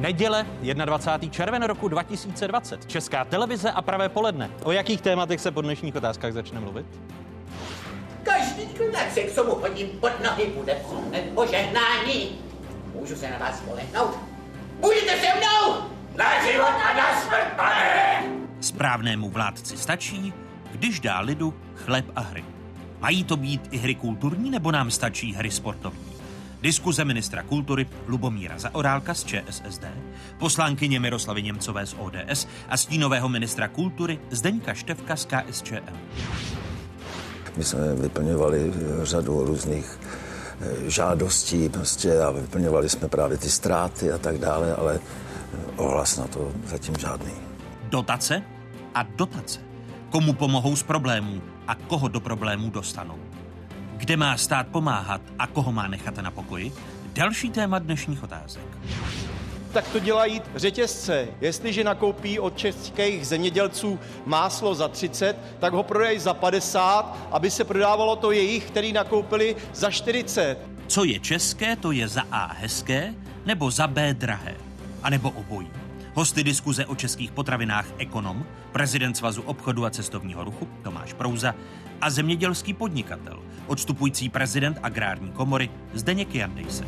Neděle, 21. červen roku 2020. Česká televize a Pravé poledne. O jakých tématech se po dnešních otázkách začne mluvit? Každý klacek, co mu hodím pod nohy, bude předmět požehnání. Můžu se na vás spolehnout? Můžete se mnou? Na život a na smrt, pane! Správnému vládci stačí, když dá lidu chléb a hry. Mají to být i hry kulturní, nebo nám stačí hry sportovní? Diskuze ministra kultury Lubomíra Zaorálka z ČSSD, poslankyně Miroslavy Němcové z ODS a stínového ministra kultury Zdeňka Štefka z KSČM. My jsme vyplňovali řadu různých žádostí a vyplňovali jsme právě ty ztráty a tak dále, ale ohlas na to zatím žádný. Dotace a dotace. Komu pomohou z problémů a koho do problémů dostanou? Kde má stát pomáhat a koho má nechat na pokoji? Další téma dnešních otázek. Tak to dělají řetězce. Jestliže nakoupí od českých zemědělců máslo za 30, tak ho prodají za 50, aby se prodávalo to jejich, který nakoupili za 40. Co je české, to je za A hezké, nebo za B drahé, a nebo obojí. Hosty diskuze o českých potravinách ekonom, prezident Svazu obchodu a cestovního ruchu Tomáš Prouza a zemědělský podnikatel, odstupující prezident Agrární komory Zdeněk Jandejsek.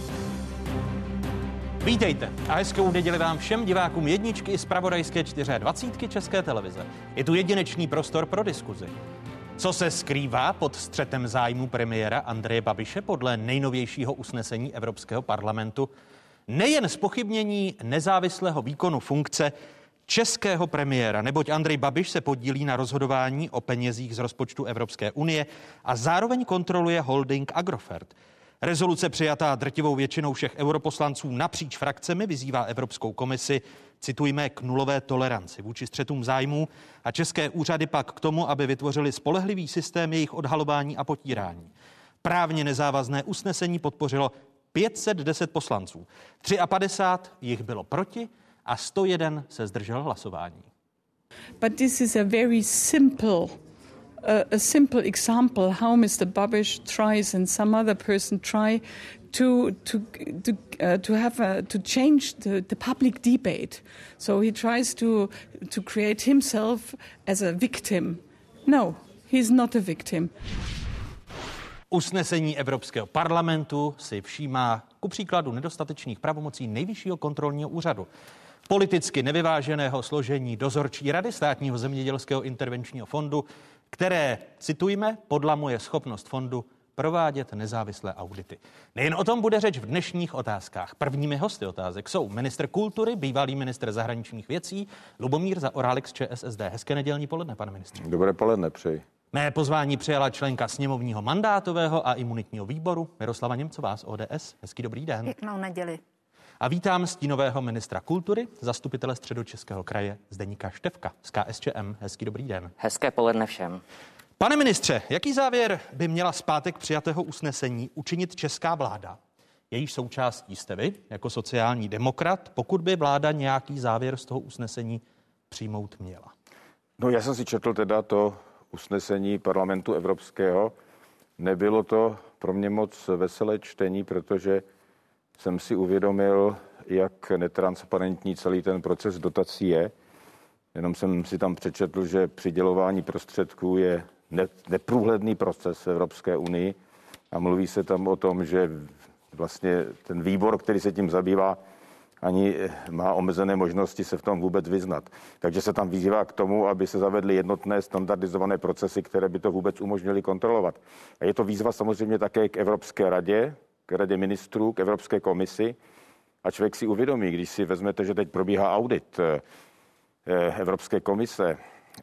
Vítejte a hezkou neděli vám všem divákům jedničky i zpravodajské 24 České televize. Je tu jedinečný prostor pro diskuzi. Co se skrývá pod střetem zájmu premiéra Andreje Babiše podle nejnovějšího usnesení Evropského parlamentu? Nejen zpochybnění nezávislého výkonu funkce českého premiéra, neboť Andrej Babiš se podílí na rozhodování o penězích z rozpočtu Evropské unie a zároveň kontroluje holding Agrofert. Rezoluce přijatá drtivou většinou všech europoslanců napříč frakcemi vyzývá Evropskou komisi, citujme, k nulové toleranci vůči střetům zájmů a české úřady pak k tomu, aby vytvořili spolehlivý systém jejich odhalování a potírání. Právně nezávazné usnesení podpořilo 510 poslanců. 53 jich bylo proti a 101 se zdržel hlasování. But this is a very simple example how Mr. Babiš tries and some other person try to change the public debate. So he tries to create himself as a victim. No, he's not a victim. Usnesení Evropského parlamentu si všímá ku příkladu nedostatečných pravomocí Nejvyššího kontrolního úřadu, politicky nevyváženého složení dozorčí rady Státního zemědělského intervenčního fondu, které, citujme, podlamuje schopnost fondu provádět nezávislé audity. Nejen o tom bude řeč v dnešních otázkách. Prvními hosty otázek jsou ministr kultury, bývalý ministr zahraničních věcí Lubomír Zaorálek z ČSSD. Hezké nedělní poledne, pane ministře. Dobré poledne, přeji. Mé pozvání přijala členka sněmovního mandátového a imunitního výboru Miroslava Němcová z ODS. Hezký dobrý den. Pěknou neděli. A vítám stínového ministra kultury, zastupitele Středočeského kraje Zdeňka Štefka z KSČM. Hezký dobrý den. Hezké poledne všem. Pane ministře, jaký závěr by měla z pátek přijatého usnesení učinit česká vláda? Jejíž součástí jste vy, jako sociální demokrat, pokud by vláda nějaký závěr z toho usnesení přijmout měla? No, já jsem si četl teda to usnesení Parlamentu Evropského. Nebylo to pro mě moc veselé čtení, protože jsem si uvědomil, jak netransparentní celý ten proces dotací je. Jenom jsem si tam přečetl, že přidělování prostředků je neprůhledný proces v Evropské unii a mluví se tam o tom, že vlastně ten výbor, který se tím zabývá, ani má omezené možnosti se v tom vůbec vyznat. Takže se tam vyzývá k tomu, aby se zavedly jednotné standardizované procesy, které by to vůbec umožnily kontrolovat. A je to výzva samozřejmě také k Evropské radě, k radě ministrů, k Evropské komisi. A člověk si uvědomí, když si vezmete, že teď probíhá audit Evropské komise,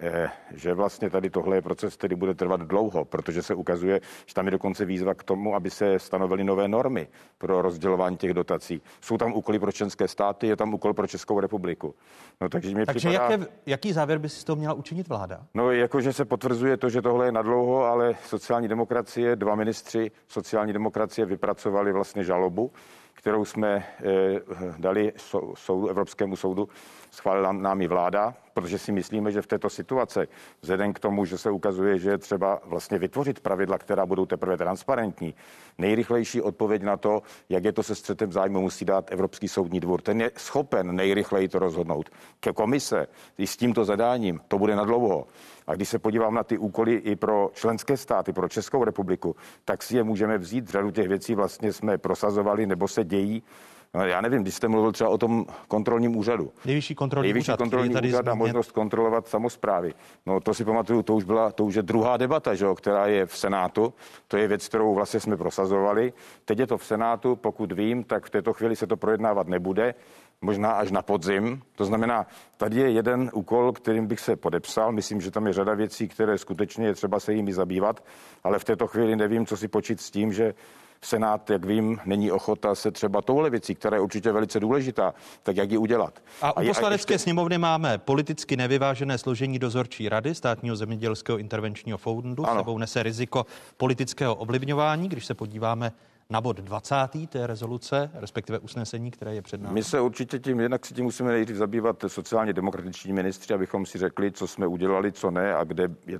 že vlastně tady tohle je proces, který bude trvat dlouho, protože se ukazuje, že tam je dokonce výzva k tomu, aby se stanovily nové normy pro rozdělování těch dotací. Jsou tam úkoly pro členské státy, je tam úkol pro Českou republiku. No, takže jaký závěr by si z toho měla učinit vláda? No, jakože se potvrzuje to, že tohle je nadlouho, ale sociální demokracie, 2 ministři sociální demokracie vypracovali vlastně žalobu, kterou jsme dali Evropskému soudu schválila námi vláda, protože si myslíme, že v této situaci, vzhledem k tomu, že se ukazuje, že je třeba vlastně vytvořit pravidla, která budou teprve transparentní, nejrychlejší odpověď na to, jak je to se střetem zájmu, musí dát Evropský soudní dvůr. Ten je schopen nejrychleji to rozhodnout. Ke komise i s tímto zadáním to bude nadlouho. A když se podívám na ty úkoly i pro členské státy, pro Českou republiku, tak si je můžeme vzít. Řadu těch věcí vlastně jsme prosazovali nebo se dějí. No, já nevím, když jste mluvil třeba o tom kontrolním úřadu. Nejvyšší kontrolní úřad a možnost kontrolovat samosprávy. No to si pamatuju, to už je druhá debata, že jo, která je v Senátu. To je věc, kterou vlastně jsme prosazovali. Teď je to v Senátu, pokud vím, tak v této chvíli se to projednávat nebude. Možná až na podzim. To znamená, tady je jeden úkol, kterým bych se podepsal. Myslím, že tam je řada věcí, které skutečně je třeba se jimi zabývat, ale v této chvíli nevím, co si počít s tím, že Senát, jak vím, není ochota se třeba touhle věcí, která je určitě velice důležitá, tak jak ji udělat. A u Poslanecké sněmovny máme politicky nevyvážené složení dozorčí rady Státního zemědělského intervenčního fondu. S sebou nese riziko politického ovlivňování, když se podíváme na bod 20. té rezoluce, respektive usnesení, které je před námi. My se určitě jednak si tím musíme nejdřív zabývat sociálně demokratiční ministři, abychom si řekli, co jsme udělali, co ne a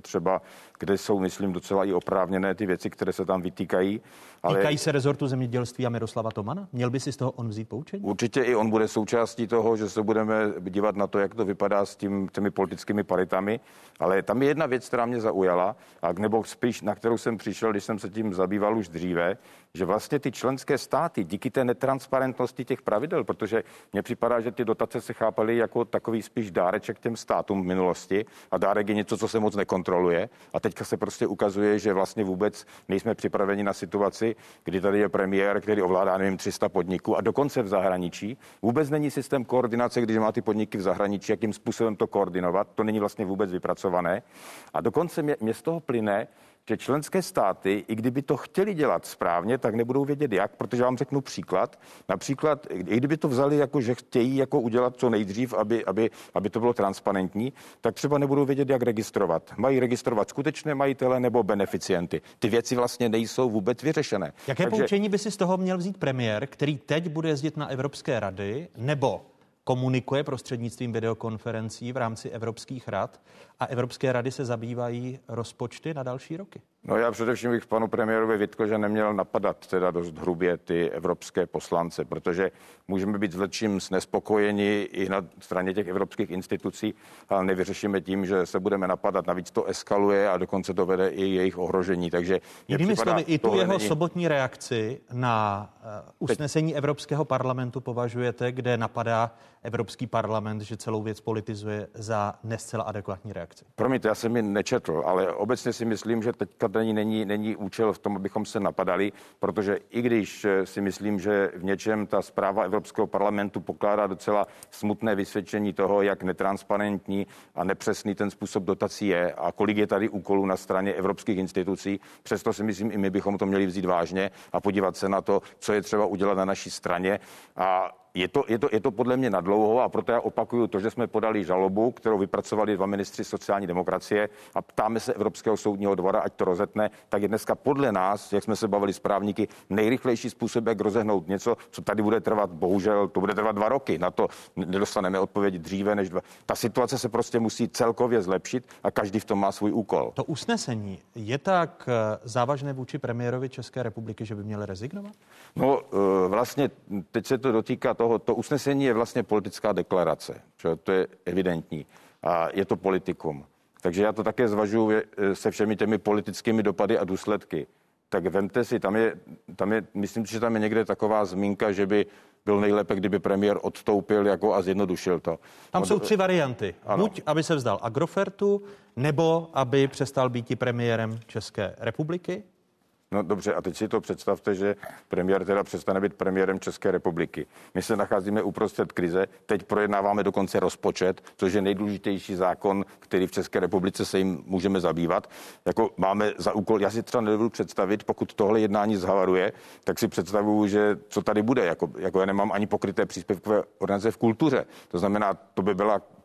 kde jsou, myslím, docela i oprávněné ty věci, které se tam vytýkají. Ale týkají se rezortu zemědělství a Miroslava Tomana? Měl by si z toho on vzít poučení? Určitě i on bude součástí toho, že se budeme dívat na to, jak to vypadá s těmi politickými paritami, ale tam je jedna věc, která mě zaujala, nebo spíš na kterou jsem přišel, když jsem se tím zabýval už dříve, že vlastně ty členské státy díky té netransparentnosti těch pravidel, protože mně připadá, že ty dotace se chápaly jako takový spíš dáreček těm státům v minulosti a dárek je něco, co se moc nekontroluje a teďka se prostě ukazuje, že vlastně vůbec nejsme připraveni na situaci, kdy tady je premiér, který ovládá, nevím, 300 podniků a dokonce v zahraničí. Vůbec není systém koordinace, když má ty podniky v zahraničí, jakým způsobem to koordinovat, to není vlastně vůbec vypracované. A dokonce mě z toho plyne, že členské státy, i kdyby to chtěli dělat správně, tak nebudou vědět jak, protože vám řeknu příklad. Například, i kdyby to vzali jako, že chtějí jako udělat co nejdřív, aby to bylo transparentní, tak třeba nebudou vědět, jak registrovat. Mají registrovat skutečné majitele nebo beneficienty. Ty věci vlastně nejsou vůbec vyřešené. Jaké poučení by si z toho měl vzít premiér, který teď bude jezdit na Evropské rady, nebo komunikuje prostřednictvím videokonferencí v rámci Evropských rad a Evropské rady se zabývají rozpočty na další roky? No já především bych panu premiérovi vytkl, že neměl napadat teda dost hrubě ty evropské poslance, protože můžeme být s lečím nespokojeni i na straně těch evropských institucí, ale nevyřešíme tím, že se budeme napadat. Navíc to eskaluje a dokonce to vede i jejich ohrožení. Takže jinými slovy, i tu jeho sobotní reakci na usnesení Evropského parlamentu považujete, kde napadá Evropský parlament, že celou věc politizuje, za nescela adekvátní reakci? Promiňte, já jsem ji nečetl, ale obecně si myslím, že teďka není účel v tom, abychom se napadali, protože i když si myslím, že v něčem ta zpráva Evropského parlamentu pokládá docela smutné vysvědčení toho, jak netransparentní a nepřesný ten způsob dotací je a kolik je tady úkolů na straně evropských institucí, přesto si myslím, i my bychom to měli vzít vážně a podívat se na to, co je třeba udělat na naší straně. A je to podle mě nadlouho a proto já opakuju to, že jsme podali žalobu, kterou vypracovali 2 ministři sociální demokracie a ptáme se Evropského soudního dvora, ať to rozetne, tak je dneska podle nás, jak jsme se bavili s právníky, nejrychlejší způsob, jak rozehnout něco, co tady bude trvat, bohužel to bude trvat 2 roky. Na to nedostaneme odpověď dříve než 2. Ta situace se prostě musí celkově zlepšit a každý v tom má svůj úkol. To usnesení je tak závažné vůči premiérovi České republiky, že by měl rezignovat? No vlastně teď se to dotýká to usnesení je vlastně politická deklarace, že to je evidentní a je to politikum. Takže já to také zvažuji se všemi těmi politickými dopady a důsledky. Tak vemte si, tam je, myslím si, že tam je někde taková zmínka, že by byl nejlépe, kdyby premiér odstoupil a zjednodušil to. Tam jsou 3 varianty. Ano. Buď, aby se vzdal Agrofertu, nebo aby přestal být premiérem České republiky. No dobře, a teď si to představte, že premiér teda přestane být premiérem České republiky. My se nacházíme uprostřed krize, teď projednáváme dokonce rozpočet, což je nejdůležitější zákon, který v České republice se jim můžeme zabývat. Jako máme za úkol, já si třeba nedovedu představit, pokud tohle jednání zhavaruje, tak si představuju, že co tady bude, jako já nemám ani pokryté příspěvkové organizace v kultuře. To znamená, to by byla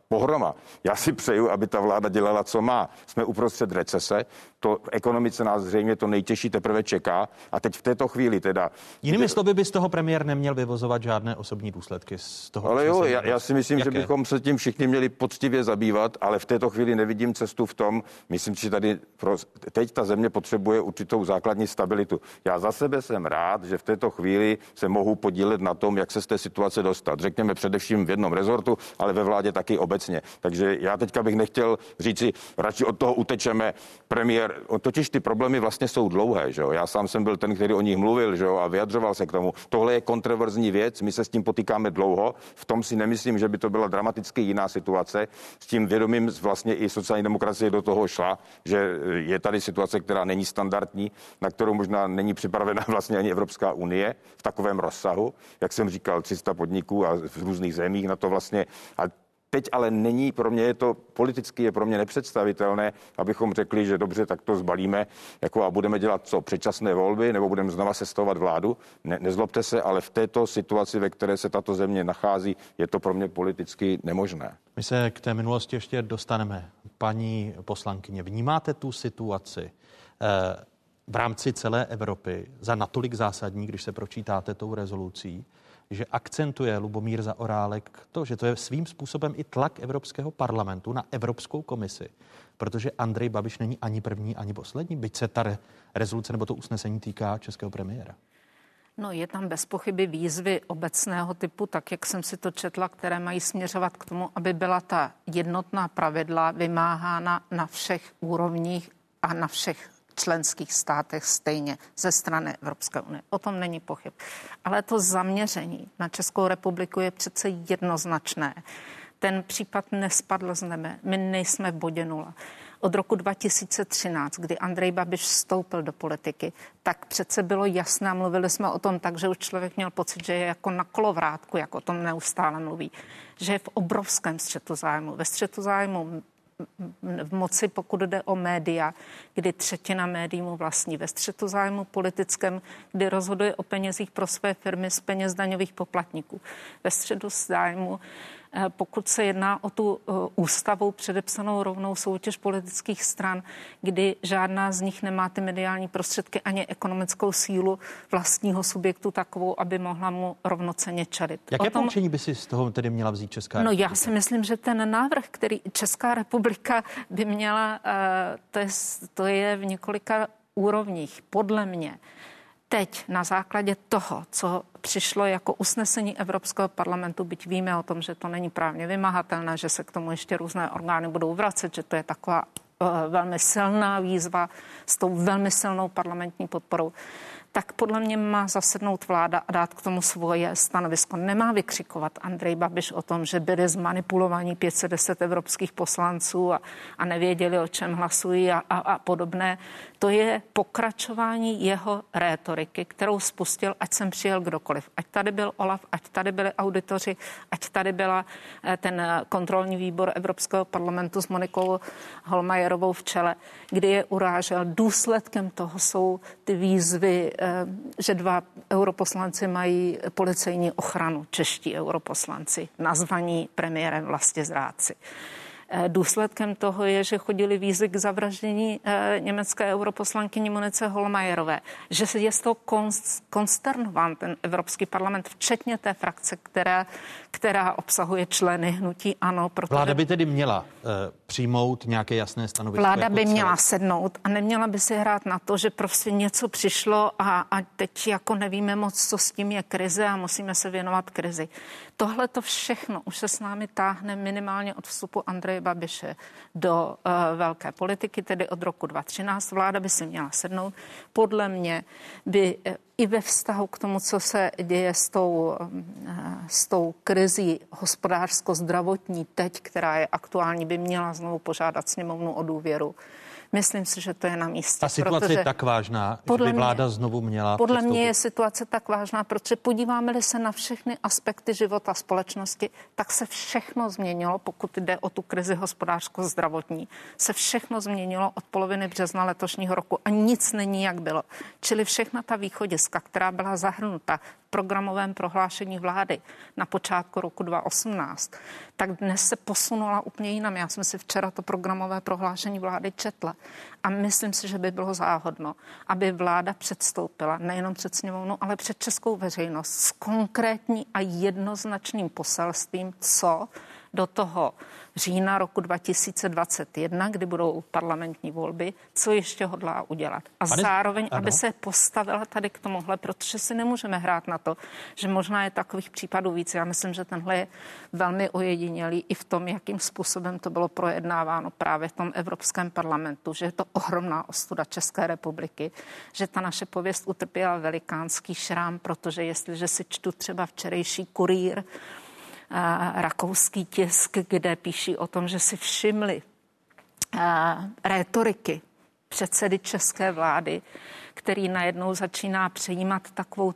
pohroma. Já si přeju, aby ta vláda dělala, co má. Jsme uprostřed recese, to v ekonomice nás zřejmě to nejtěžší teprve čeká a teď v této chvíli teda... Jinými slovy by z toho premiér neměl vyvozovat žádné osobní důsledky z toho. Ale jo, já si myslím, že bychom se tím všichni měli poctivě zabývat, ale v této chvíli nevidím cestu v tom. Myslím, že tady teď ta země potřebuje určitou základní stabilitu. Já za sebe jsem rád, že v této chvíli se mohu podílet na tom, jak se z té situace dostat. Řekněme především v jednom rezortu, ale ve vládě taky obecně. Takže já teďka bych nechtěl říci, radši od toho utečeme. Premiér, totiž ty problémy vlastně jsou dlouhé, že jo? Já sám jsem byl ten, který o nich mluvil, že jo, a vyjadřoval se k tomu. Tohle je kontroverzní věc, my se s tím potýkáme dlouho. V tom si nemyslím, že by to byla dramaticky jiná situace. S tím vědomím vlastně i sociální demokracie do toho šla, že je tady situace, která není standardní, na kterou možná není připravena vlastně ani Evropská unie v takovém rozsahu, jak jsem říkal, 300 podniků a v různých zemích na to vlastně. A teď ale není, pro mě je to politicky, je pro mě nepředstavitelné, abychom řekli, že dobře, tak to zbalíme jako a budeme dělat co, předčasné volby, nebo budeme znova sestavovat vládu. Nezlobte se, ale v této situaci, ve které se tato země nachází, je to pro mě politicky nemožné. My se k té minulosti ještě dostaneme. Paní poslankyně, vnímáte tu situaci v rámci celé Evropy za natolik zásadní, když se pročítáte tou rezolucí, že akcentuje Lubomír Zaorálek to, že to je svým způsobem i tlak Evropského parlamentu na Evropskou komisi, protože Andrej Babiš není ani první, ani poslední, byť se ta rezoluce nebo to usnesení týká českého premiéra. No, je tam bez pochyby výzvy obecného typu, tak jak jsem si to četla, které mají směřovat k tomu, aby byla ta jednotná pravidla vymáhána na všech úrovních a na všech členských státech stejně ze strany Evropské unie. O tom není pochyb. Ale to zaměření na Českou republiku je přece jednoznačné. Ten případ nespadl z nebe. My nejsme v bodě nula. Od roku 2013, kdy Andrej Babiš vstoupil do politiky, tak přece bylo jasné, mluvili jsme o tom tak, že už člověk měl pocit, že je jako na kolovrátku, jak o tom neustále mluví, že je v obrovském střetu zájmu. Ve střetu zájmu v moci, pokud jde o média, kdy třetina médií mu vlastní, ve střetu zájmu politickém, kdy rozhoduje o penězích pro své firmy z peněz daňových poplatníků. Ve střetu zájmu, pokud se jedná o tu ústavou předepsanou rovnou soutěž politických stran, kdy žádná z nich nemá ty mediální prostředky ani ekonomickou sílu vlastního subjektu takovou, aby mohla mu rovnocenně čelit. Jaké poučení by si z toho tedy měla vzít Česká republika? republika? Já si myslím, že ten návrh, který Česká republika by měla, to je v několika úrovních. Podle mě teď na základě toho, co přišlo jako usnesení Evropského parlamentu, byť víme o tom, že to není právně vymahatelné, že se k tomu ještě různé orgány budou vracet, že to je taková velmi silná výzva s tou velmi silnou parlamentní podporou, tak podle mě má zasednout vláda a dát k tomu svoje stanovisko. Nemá vykřikovat Andrej Babiš o tom, že byli zmanipulovaní 510 evropských poslanců a nevěděli, o čem hlasují a podobné. To je pokračování jeho rétoriky, kterou spustil, ať sem přijel kdokoliv. Ať tady byl Olaf, ať tady byli auditoři, ať tady byla ten kontrolní výbor Evropského parlamentu s Monikou Holmajerovou v čele, kdy je urážel. Důsledkem toho jsou ty výzvy, že 2 europoslanci mají policejní ochranu, čeští europoslanci, nazvaní premiérem vlastizrádci. Důsledkem toho je, že chodili výzvy k zavraždění německé europoslankyni Monice Holmajerové, že se je z toho konsternován ten Evropský parlament, včetně té frakce, která obsahuje členy hnutí ANO. Vláda by tedy měla přijmout nějaké jasné stanovisko. Vláda by měla sednout a neměla by si hrát na to, že prostě něco přišlo a teď jako nevíme moc, co s tím je krize a musíme se věnovat krizi. Tohle to všechno už se s námi táhne minimálně od vstupu Andreje Babiše do velké politiky, tedy od roku 2013. Vláda by si měla sednout. Podle mě by i ve vztahu k tomu, co se děje s tou krizí hospodářsko-zdravotní teď, která je aktuální, by měla znovu požádat sněmovnu o důvěru. Myslím si, že to je na místě. Ta situace je tak vážná, že by vláda znovu měla Podle mě je situace tak vážná, protože podíváme-li se na všechny aspekty života společnosti, tak se všechno změnilo, pokud jde o tu krizi hospodářsko-zdravotní. Se všechno změnilo od poloviny března letošního roku a nic není, jak bylo. Čili všechna ta východiska stanoviska, která byla zahrnuta v programovém prohlášení vlády na počátku roku 2018, tak dnes se posunula úplně jinam. Já jsem si včera to programové prohlášení vlády četla a myslím si, že by bylo záhodno, aby vláda předstoupila nejenom před sněmovnou, ale před českou veřejnost s konkrétní a jednoznačným poselstvím, co do toho října roku 2021, kdy budou parlamentní volby, co ještě hodlá udělat. A zároveň, aby se postavila tady k tomuhle, protože si nemůžeme hrát na to, že možná je takových případů víc. Já myslím, že tenhle je velmi ojedinělý i v tom, jakým způsobem to bylo projednáváno právě v tom Evropském parlamentu, že je to ohromná ostuda České republiky, že ta naše pověst utrpěla velikánský šrám, protože jestliže si čtu třeba včerejší Kurýr, rakouský tisk, kde píší o tom, že si všimli rétoriky předsedy české vlády, který najednou začíná přejímat takovou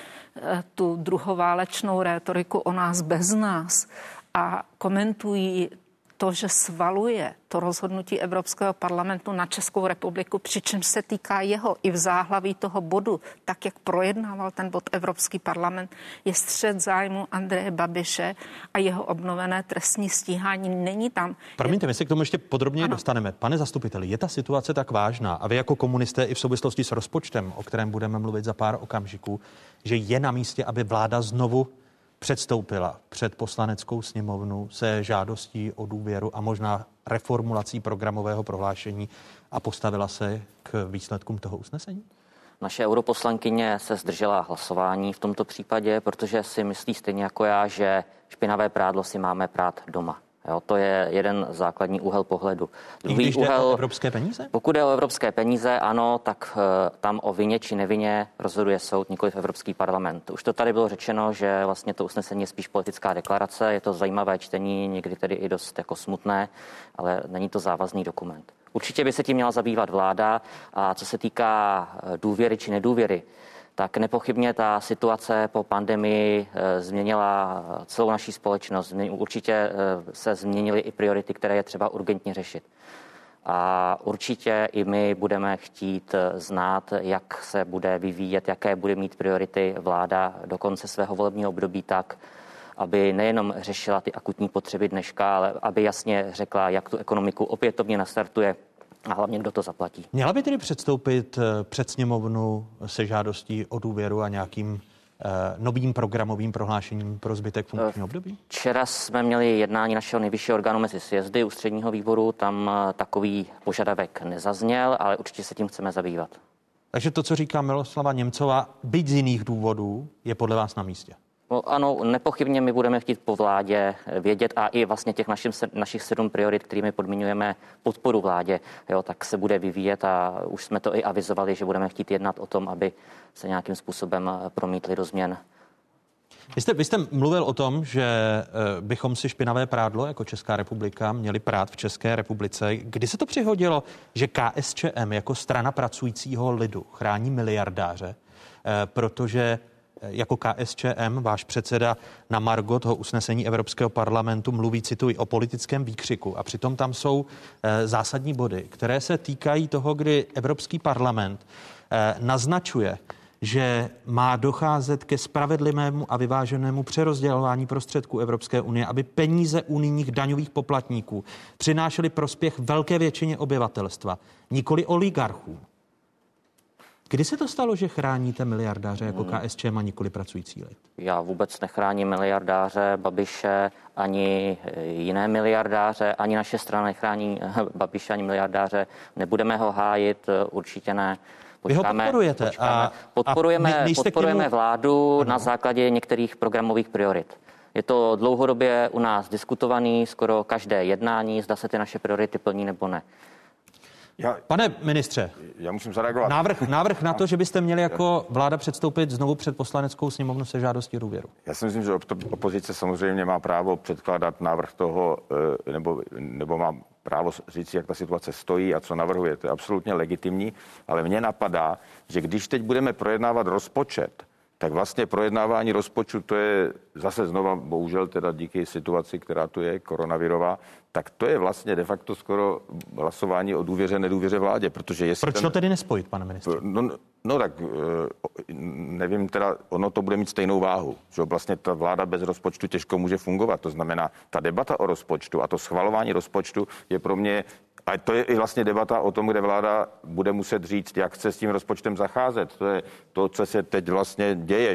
tu druhoválečnou rétoriku o nás bez nás a komentují to, že svaluje to rozhodnutí Evropského parlamentu na Českou republiku, přičemž se týká jeho i v záhlaví toho bodu, tak jak projednával ten bod Evropský parlament, je střet zájmu Andreje Babiše a jeho obnovené trestní stíhání. Není tam. Promiňte, my se k tomu ještě podrobněji dostaneme. Pane zastupiteli, je ta situace tak vážná a vy jako komunisté i v souvislosti s rozpočtem, o kterém budeme mluvit za pár okamžiků, že je na místě, aby vláda znovu předstoupila před Poslaneckou sněmovnu se žádostí o důvěru a možná reformulací programového prohlášení a postavila se k výsledkům toho usnesení? Naše europoslankyně se zdržela hlasování v tomto případě, protože si myslí stejně jako já, že špinavé prádlo si máme prát doma. Jo, to je jeden základní úhel pohledu. Druhý úhel, o evropské peníze? Pokud jde o evropské peníze, ano, tak tam o vině či nevině rozhoduje soud, nikoliv Evropský parlament. Už to tady bylo řečeno, že vlastně to usnesení je spíš politická deklarace, je to zajímavé čtení, někdy tedy i dost jako smutné, ale není to závazný dokument. Určitě by se tím měla zabývat vláda a co se týká důvěry či nedůvěry, tak nepochybně ta situace po pandemii změnila celou naší společnost. Určitě se změnily i priority, které je třeba urgentně řešit. A určitě i my budeme chtít znát, jak se bude vyvíjet, jaké bude mít priority vláda do konce svého volebního období tak, aby nejenom řešila ty akutní potřeby dneška, ale aby jasně řekla, jak tu ekonomiku opětovně nastartuje a hlavně kdo to zaplatí. Měla by tedy předstoupit před sněmovnu se žádostí o důvěru a nějakým novým programovým prohlášením pro zbytek funkčního období? Včera jsme měli jednání našeho nejvyššího orgánu mezi sjezdy ústředního výboru, tam takový požadavek nezazněl, ale určitě se tím chceme zabývat. Takže to, co říká Miloslava Němcová, byť z jiných důvodů, je podle vás na místě? No, ano, nepochybně my budeme chtít po vládě vědět a i vlastně těch našich 7 priorit, kterými podmiňujeme podporu vládě, jo, tak se bude vyvíjet a už jsme to i avizovali, že budeme chtít jednat o tom, aby se nějakým způsobem promítli do změn. Vy jste mluvil o tom, že bychom si špinavé prádlo jako Česká republika měli prát v České republice. Kdy se to přihodilo, že KSČM jako strana pracujícího lidu chrání miliardáře, protože jako KSČM váš předseda na margo toho usnesení Evropského parlamentu mluví, cituji, o politickém výkřiku a přitom tam jsou zásadní body, které se týkají toho, kdy Evropský parlament naznačuje, že má docházet ke spravedlivému a vyváženému přerozdělování prostředků Evropské unie, aby peníze unijních daňových poplatníků přinášely prospěch velké většině obyvatelstva, nikoli oligarchům. Kdy se to stalo, že chráníte miliardáře jako KSČM a nikoli pracující lid? Já vůbec nechráním miliardáře, Babiše, ani jiné miliardáře, ani naše strana nechrání Babiše, ani miliardáře. Nebudeme ho hájit, určitě ne. Vy ho podporujete. Podporujeme vládu na základě některých programových priorit. Je to dlouhodobě u nás diskutovaný, skoro každé jednání, zda se ty naše priority plní nebo ne. Pane ministře, já musím zareagovat. Návrh na to, že byste měli jako vláda předstoupit znovu před Poslaneckou sněmovnu se žádostí o důvěru. Já si myslím, že opozice samozřejmě má právo předkládat návrh toho, nebo má právo říct, jak ta situace stojí a co navrhuje. To je absolutně legitimní, ale mně napadá, že když teď budeme projednávat rozpočet, tak vlastně projednávání rozpočtu, to je zase znova, bohužel teda díky situaci, která tu je, koronavirová, tak to je vlastně de facto skoro hlasování o důvěře, nedůvěře vládě, protože jestli... Proč to tedy nespojit, pane ministře? No tak nevím, teda ono to bude mít stejnou váhu, že vlastně ta vláda bez rozpočtu těžko může fungovat, to znamená, ta debata o rozpočtu a to schvalování rozpočtu je pro mě. A to je i vlastně debata o tom, kde vláda bude muset říct, jak chce s tím rozpočtem zacházet. To je to, co se teď vlastně děje,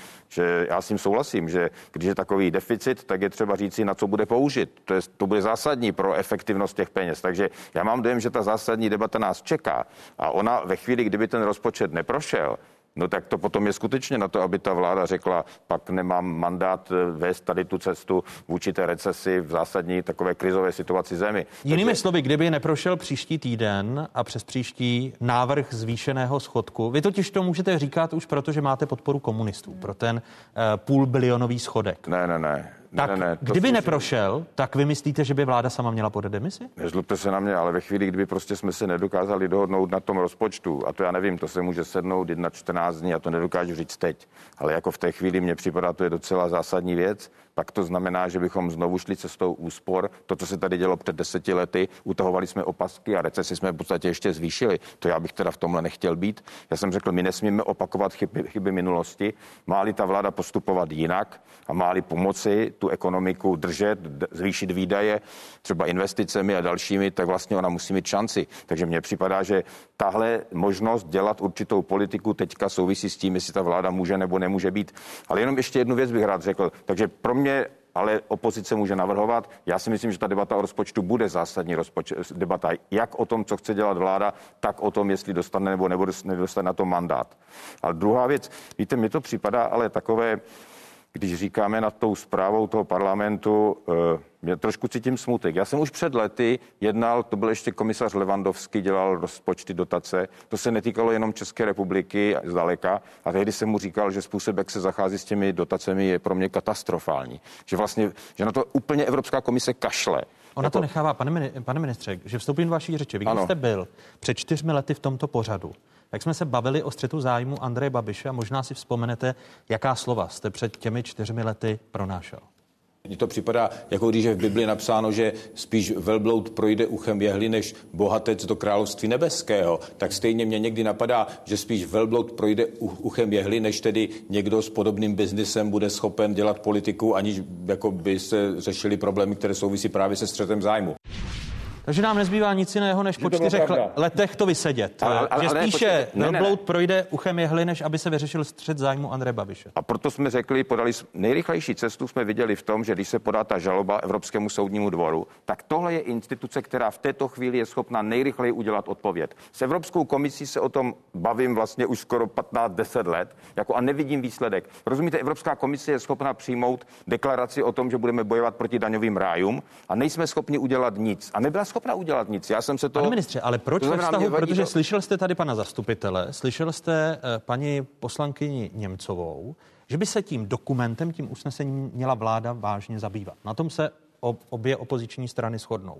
že já s tím souhlasím, že když je takový deficit, tak je třeba říci, na co bude použit. To bude zásadní pro efektivnost těch peněz. Takže já mám dojem, že ta zásadní debata nás čeká. A ona ve chvíli, kdyby ten rozpočet neprošel, no tak to potom je skutečně na to, aby ta vláda řekla, pak nemám mandát vést tady tu cestu vůči té recesi v zásadní takové krizové situaci zemi. Jinými slovy, kdyby neprošel příští týden a přes příští návrh zvýšeného schodku, vy totiž to můžete říkat už proto, že máte podporu komunistů pro ten půlbilionový schodek. Ne. Tak kdyby neprošel, tak vy myslíte, že by vláda sama měla podat demisi? Nezlobte se na mě, ale ve chvíli, kdyby prostě jsme se nedokázali dohodnout na tom rozpočtu, a to já nevím, to se může sednout 14 dní, a to nedokážu říct teď, ale jako v té chvíli mně připadá, to je docela zásadní věc, pak to znamená, že bychom znovu šli cestou úspor. To, co se tady dělo před 10 lety, utahovali jsme opasky a recesi jsme v podstatě ještě zvýšili. To já bych teda v tomhle nechtěl být. Já jsem řekl, my nesmíme opakovat chyby minulosti. Má-li ta vláda postupovat jinak a má-li pomoci tu ekonomiku držet, zvýšit výdaje, třeba investicemi a dalšími, tak vlastně ona musí mít šanci. Takže mně připadá, že tahle možnost dělat určitou politiku teďka souvisí s tím, jestli ta vláda může nebo nemůže být. Ale jenom ještě jednu věc bych rád řekl. Takže pro mě ale opozice může navrhovat. Já si myslím, že ta debata o rozpočtu bude zásadní debata jak o tom, co chce dělat vláda, tak o tom, jestli dostane nebo nedostane na to mandát. Ale druhá věc, víte, mi to připadá ale takové, když říkáme nad tou zprávou toho parlamentu, mě trošku cítím smutek. Já jsem už před lety jednal, to byl ještě komisař Levandovský, dělal rozpočty, dotace. To se netýkalo jenom České republiky zdaleka. A tehdy jsem mu říkal, že způsob, jak se zachází s těmi dotacemi, je pro mě katastrofální. Že vlastně, že na to úplně Evropská komise kašle. Ona to nechává, pane ministře, že vstoupím do vaší řeči. Vy, když jste byl před 4 lety v tomto pořadu, tak jsme se bavili o střetu zájmu Andreje Babiše a možná si vzpomenete, jaká slova jste před těmi 4 lety pronášel. Mně to připadá, jako když je v Bibli napsáno, že spíš velbloud projde uchem jehly, než bohatec do království nebeského. Tak stejně mě někdy napadá, že spíš velbloud projde uchem jehly, než tedy někdo s podobným biznisem bude schopen dělat politiku, aniž jako by se řešili problémy, které souvisí právě se střetem zájmu. Takže nám nezbývá nic jiného, než po 4 letech to vysedět. Že spíše velbloud projde uchem jehly, než aby se vyřešil střet zájmu Andreje Babiše. A proto jsme řekli, nejrychlejší cestu jsme viděli v tom, že když se podá ta žaloba Evropskému soudnímu dvoru, tak tohle je instituce, která v této chvíli je schopna nejrychleji udělat odpověď. S Evropskou komisí se o tom bavím vlastně už skoro 15-10 let, a nevidím výsledek. Rozumíte, Evropská komise je schopna přijmout deklaraci o tom, že budeme bojovat proti daňovým rájům a nejsme schopni udělat nic. A nebyla schopna udělat nic. Já jsem se to... Pane ministře, ale proč ve vztahu, protože slyšel jste tady pana zastupitele, slyšel jste paní poslankyni Němcovou, že by se tím dokumentem, tím usnesením měla vláda vážně zabývat. Na tom se obě opoziční strany shodnou.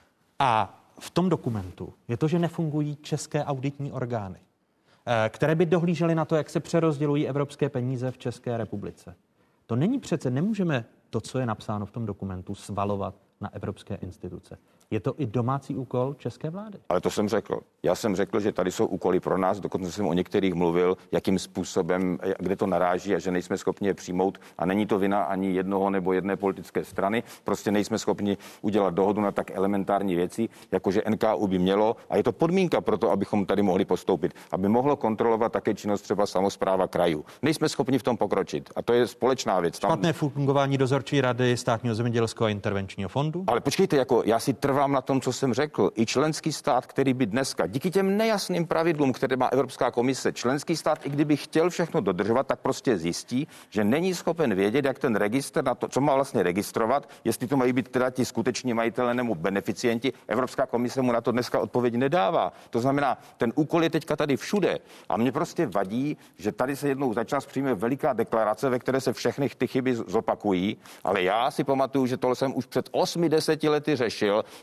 A v tom dokumentu je to, že nefungují české auditní orgány, které by dohlížely na to, jak se přerozdělují evropské peníze v České republice. To není přece, nemůžeme to, co je napsáno v tom dokumentu, svalovat na evropské instituce. Je to i domácí úkol české vlády. Ale to jsem řekl. Já jsem řekl, že tady jsou úkoly pro nás, dokonce jsem o některých mluvil, jakým způsobem, kde to naráží a že nejsme schopni je přijmout. A není to vina ani jednoho nebo jedné politické strany. Prostě nejsme schopni udělat dohodu na tak elementární věci, jakože NKÚ by mělo. A je to podmínka pro to, abychom tady mohli postoupit, aby mohlo kontrolovat také činnost třeba samospráva krajů. Nejsme schopni v tom pokročit. A to je společná věc. Špatné fungování dozorčí rady Státního zemědělského a intervenčního fondu. Ale počkejte, já si trvám na tom, co jsem řekl. I členský stát, který by dneska díky těm nejasným pravidlům, které má Evropská komise, členský stát, i kdyby chtěl všechno dodržovat, tak prostě zjistí, že není schopen vědět, jak ten registr na to, co má vlastně registrovat, jestli to mají být teda ti skuteční majitelé nebo beneficienti. Evropská komise mu na to dneska odpověď nedává. To znamená, ten úkol je teďka tady všude. A mě prostě vadí, že tady se jednou za čas přijme veliká deklarace, ve které se všechny ty chyby zopakují, ale já si pamatuju, že tohle jsem už před 8-10 lety řešil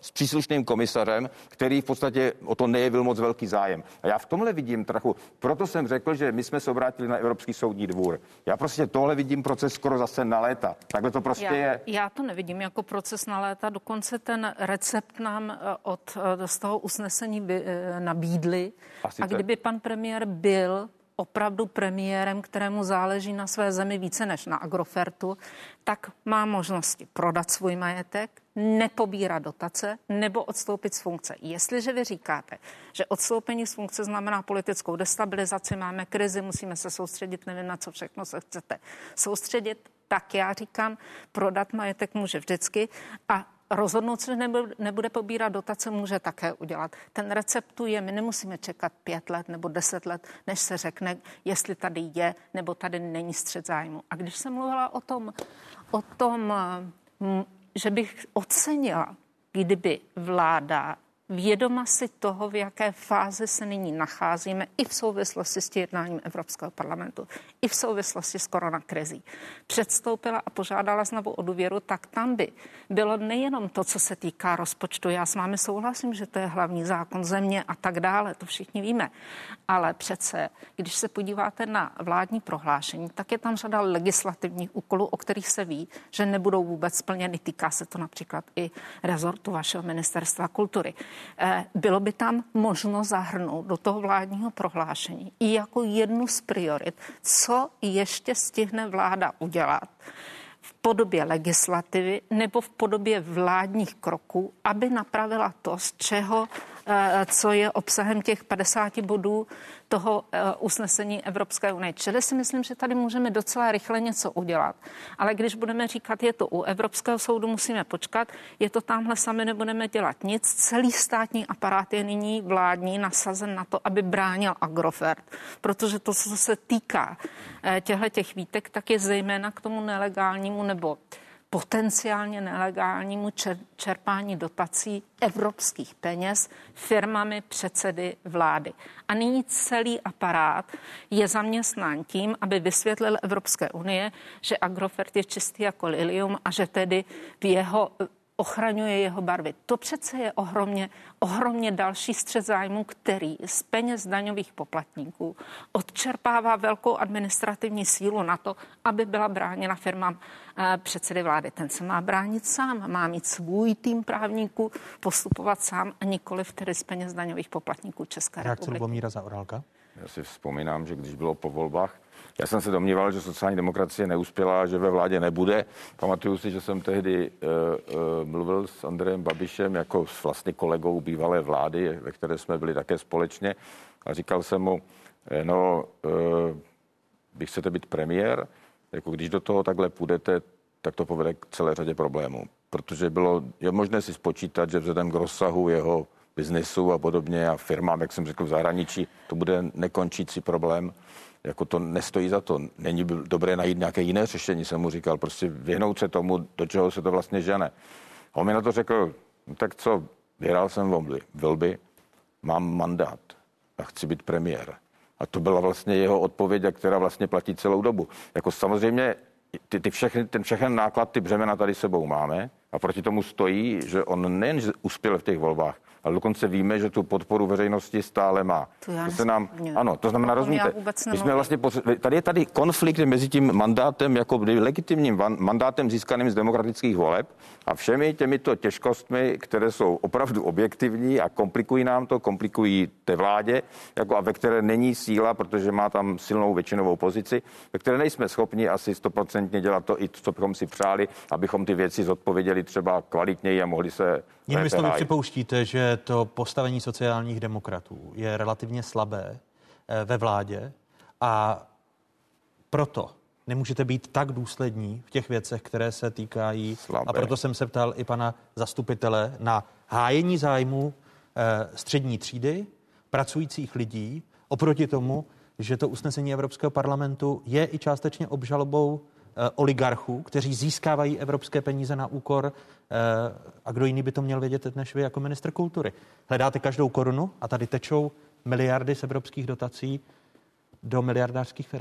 s příslušným komisařem, který v podstatě o to nejevil moc velký zájem. A já v tomhle vidím trochu, proto jsem řekl, že my jsme se obrátili na Evropský soudní dvůr. Já prostě tohle vidím proces skoro zase na léta. Takhle to prostě je. Já to nevidím jako proces na léta, dokonce ten recept nám z toho usnesení nabídli. A kdyby pan premiér byl opravdu premiérem, kterému záleží na své zemi více než na Agrofertu, tak má možnosti prodat svůj majetek, nepobírat dotace nebo odstoupit z funkce. Jestliže vy říkáte, že odstoupení z funkce znamená politickou destabilizaci, máme krizi, musíme se soustředit, nevím, na co všechno se chcete soustředit, tak já říkám, prodat majetek může vždycky a rozhodnout, že nebude pobírat dotace, může také udělat. Ten recept tu je, my nemusíme čekat 5 let nebo 10 let, než se řekne, jestli tady je nebo tady není střet zájmu. A když jsem mluvila o tom, že bych ocenila, kdyby vláda vědoma si toho, v jaké fázi se nyní nacházíme, i v souvislosti s jednáním Evropského parlamentu, i v souvislosti s koronakrizí, předstoupila a požádala znovu o důvěru, tak tam by bylo nejenom to, co se týká rozpočtu. Já s vámi souhlasím, že to je hlavní zákon země a tak dále, to všichni víme. Ale přece, když se podíváte na vládní prohlášení, tak je tam řada legislativních úkolů, o kterých se ví, že nebudou vůbec splněny. Týká se to například i rezortu vašeho ministerstva kultury. Bylo by tam možno zahrnout do toho vládního prohlášení i jako jednu z priorit, co ještě stihne vláda udělat v podobě legislativy nebo v podobě vládních kroků, aby napravila to, co je obsahem těch 50 bodů toho usnesení Evropské unie. Čili si myslím, že tady můžeme docela rychle něco udělat. Ale když budeme říkat, je to u Evropského soudu, musíme počkat, je to tamhle, sami nebudeme dělat nic. Celý státní aparát je nyní vládní nasazen na to, aby bránil Agrofert. Protože to, co se týká těch výtek, tak je zejména k tomu nelegálnímu nebo potenciálně nelegálnímu čerpání dotací evropských peněz firmami předsedy vlády. A nyní celý aparát je zaměstnán tím, aby vysvětlil Evropské unie, že Agrofert je čistý jako lilium a že tedy ochraňuje jeho barvy. To přece je ohromně další střet zájmu, který z peněz daňových poplatníků odčerpává velkou administrativní sílu na to, aby byla bráněna firmám předsedy vlády. Ten se má bránit sám, má mít svůj tým právníků, postupovat sám a nikoliv tedy z peněz daňových poplatníků České republiky. Reakce Lubomíra Zaorálka. Já si vzpomínám, že když bylo po volbách, já jsem se domníval, že sociální demokracie neuspěla, že ve vládě nebude. Pamatuju si, že jsem tehdy mluvil s Andrejem Babišem jako s vlastně kolegou bývalé vlády, ve které jsme byli také společně. A říkal jsem mu, vy chcete být premiér, jako když do toho takhle půjdete, tak to povede k celé řadě problémů. Protože je možné si spočítat, že vzhledem k rozsahu jeho biznesu a podobně a firmám, jak jsem řekl, v zahraničí, to bude nekončící problém. Jako to nestojí za to. Není dobré najít nějaké jiné řešení, jsem mu říkal, prostě vyhnout se tomu, do čeho se to vlastně žene. A on mi na to řekl, no tak co, vyhrál jsem volby, mám mandát a chci být premiér. A to byla vlastně jeho odpověď, která vlastně platí celou dobu. Jako samozřejmě ten všechen náklad, ty břemena tady sebou máme a proti tomu stojí, že on nejen uspěl v těch volbách, ale dokonce víme, že tu podporu veřejnosti stále má. To znamená, rozumíte, my jsme vlastně tady je konflikt mezi tím mandátem, jako legitimním mandátem získaným z demokratických voleb a všemi těmito těžkostmi, které jsou opravdu objektivní a komplikují té vládě, a ve které není síla, protože má tam silnou většinovou pozici, ve které nejsme schopni asi 100% dělat to, i co bychom si přáli, abychom ty věci zodpověděli třeba kvalitněji a mohli se... Jinými slovy připouštíte, že to postavení sociálních demokratů je relativně slabé ve vládě a proto nemůžete být tak důslední v těch věcech, které se týkají. Slabé. A proto jsem se ptal i pana zastupitele na hájení zájmu střední třídy, pracujících lidí, oproti tomu, že to usnesení Evropského parlamentu je i částečně obžalobou oligarchů, kteří získávají evropské peníze na úkor, a kdo jiný by to měl vědět než vy jako ministr kultury. Hledáte každou korunu a tady tečou miliardy z evropských dotací do miliardářských firm.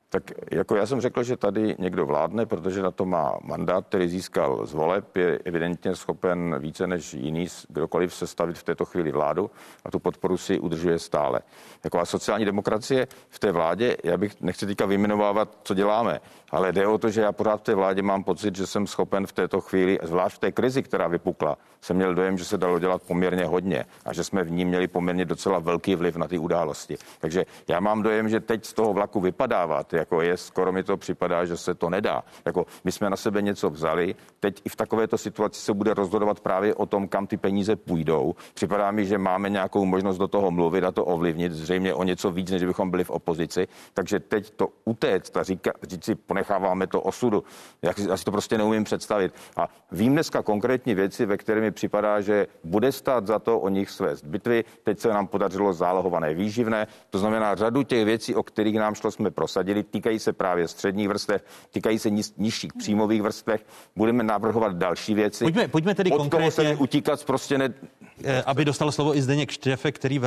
Tak jako já jsem řekl, že tady někdo vládne, protože na to má mandát, který získal z voleb, je evidentně schopen více než jiný kdokoliv sestavit v této chvíli vládu a tu podporu si udržuje stále. Jako sociální demokracie v té vládě, já bych nechci teďka vyjmenovávat, co děláme, ale jde o to, že já pořád v té vládě mám pocit, že jsem schopen v této chvíli, zvlášť v té krizi, která vypukla, jsem měl dojem, že se dalo dělat poměrně hodně a že jsme v ní měli poměrně docela velký vliv na ty události. Takže já mám dojem, že teď z toho vlaku vypadávat, jako je, skoro mi to připadá, že se to nedá. Jako my jsme na sebe něco vzali, teď i v takovéto situaci se bude rozhodovat právě o tom, kam ty peníze půjdou. Připadá mi, že máme nějakou možnost do toho mluvit a to ovlivnit, zřejmě o něco víc, než bychom byli v opozici. Takže teď to utéct a říct si, ponecháváme to osudu. Já si to prostě neumím představit. A vím dneska konkrétní věci, ve které mi připadá, že bude stát za to o nich svést bitvy. Teď se nám podařilo zálohované výživné. To znamená, řadu těch věcí, o kterých nám šlo, jsme prosadili. Týkají se právě středních vrstev, týkají se nižších příjmových vrstev. Budeme navrhovat další věci. Pojďme tedy konkrétně utíkat prostě ne... Aby dostal slovo i Zdeněk Štefek, který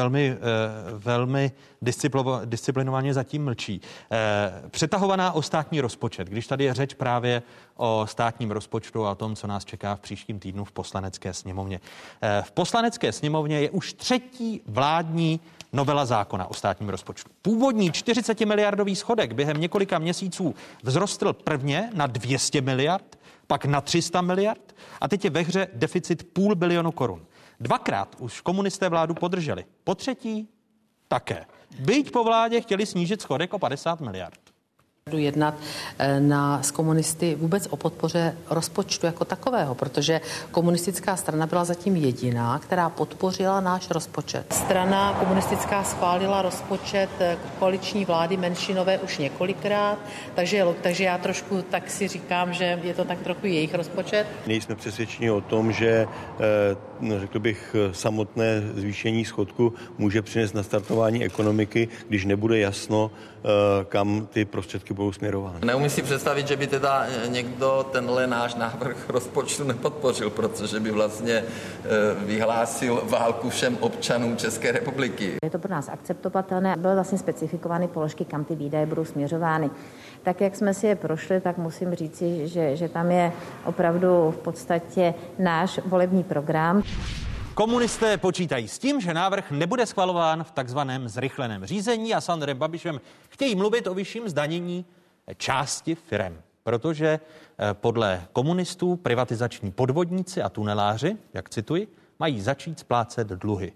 velmi disciplinovaně zatím mlčí. Přetahovaná o státní rozpočet, když tady je řeč právě o státním rozpočtu a o tom, co nás čeká v příštím týdnu v Poslanecké sněmovně. V Poslanecké sněmovně je už třetí vládní novela zákona o státním rozpočtu. Původní 40 miliardový schodek během několika měsíců vzrostl prvně na 200 miliard, pak na 300 miliard a teď je ve hře deficit 500 milionu korun. Dvakrát už komunisté vládu podrželi. Po třetí také. Byť po vládě chtěli snížit schodek o 50 miliard. Jednat s komunisty vůbec o podpoře rozpočtu jako takového, protože komunistická strana byla zatím jediná, která podpořila náš rozpočet. Strana komunistická schválila rozpočet koaliční vlády menšinové už několikrát, takže já trošku tak si říkám, že je to tak trochu jejich rozpočet. Nejsme přesvědčeni o tom, že řekl bych, samotné zvýšení schodku může přinést nastartování ekonomiky, když nebude jasno, kam ty prostředky budou směrovány. Neumím si představit, že by teda někdo tenhle náš návrh rozpočtu nepodpořil, protože by vlastně vyhlásil válku všem občanům České republiky. Je to pro nás akceptovatelné. Byly vlastně specifikovány položky, kam ty výdaje budou směřovány. Tak, jak jsme si je prošli, tak musím říci, že tam je opravdu v podstatě náš volební program. Komunisté počítají s tím, že návrh nebude schvalován v takzvaném zrychleném řízení a s Andrejem Babišem chtějí mluvit o vyšším zdanění části firem, protože podle komunistů privatizační podvodníci a tuneláři, jak cituji, mají začít splácet dluhy.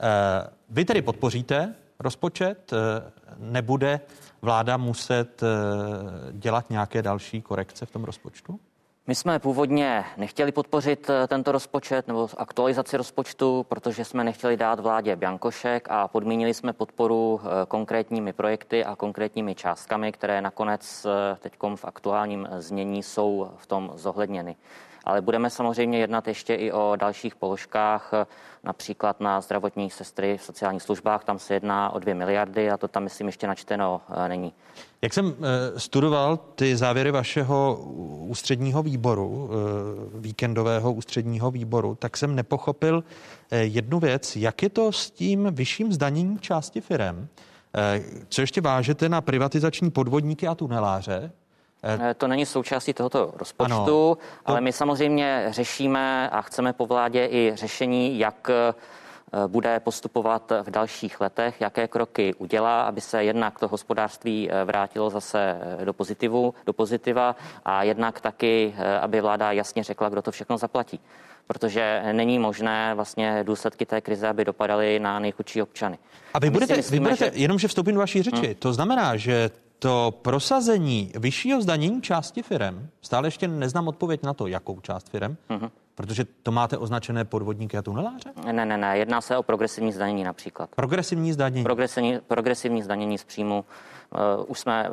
Vy tedy podpoříte rozpočet, nebude vláda muset dělat nějaké další korekce v tom rozpočtu? My jsme původně nechtěli podpořit tento rozpočet nebo aktualizaci rozpočtu, protože jsme nechtěli dát vládě biankošek a podmínili jsme podporu konkrétními projekty a konkrétními částkami, které nakonec teďkom v aktuálním znění jsou v tom zohledněny. Ale budeme samozřejmě jednat ještě i o dalších položkách, například na zdravotní sestry v sociálních službách, tam se jedná o 2 miliardy a to tam, myslím, ještě načteno není. Jak jsem studoval ty závěry vašeho ústředního výboru, víkendového ústředního výboru, tak jsem nepochopil jednu věc. Jak je to s tím vyšším zdaněním části firem? Co ještě vážete na privatizační podvodníky a tuneláře? To není součástí tohoto rozpočtu, ale my samozřejmě řešíme a chceme po vládě i řešení, jak bude postupovat v dalších letech, jaké kroky udělá, aby se jednak to hospodářství vrátilo zase do pozitiva a jednak taky, aby vláda jasně řekla, kdo to všechno zaplatí. Protože není možné vlastně důsledky té krize, aby dopadaly na nejchudší občany. A vy budete jenomže vstoupím do vaší řeči, to znamená, že to prosazení vyššího zdanění části firem, stále ještě neznám odpověď na to, jakou část firem, protože to máte označené podvodníky a tuneláře? Ne, jedná se o progresivní zdanění například. Progresivní zdanění? Progresivní zdanění z příjmu. Už jsme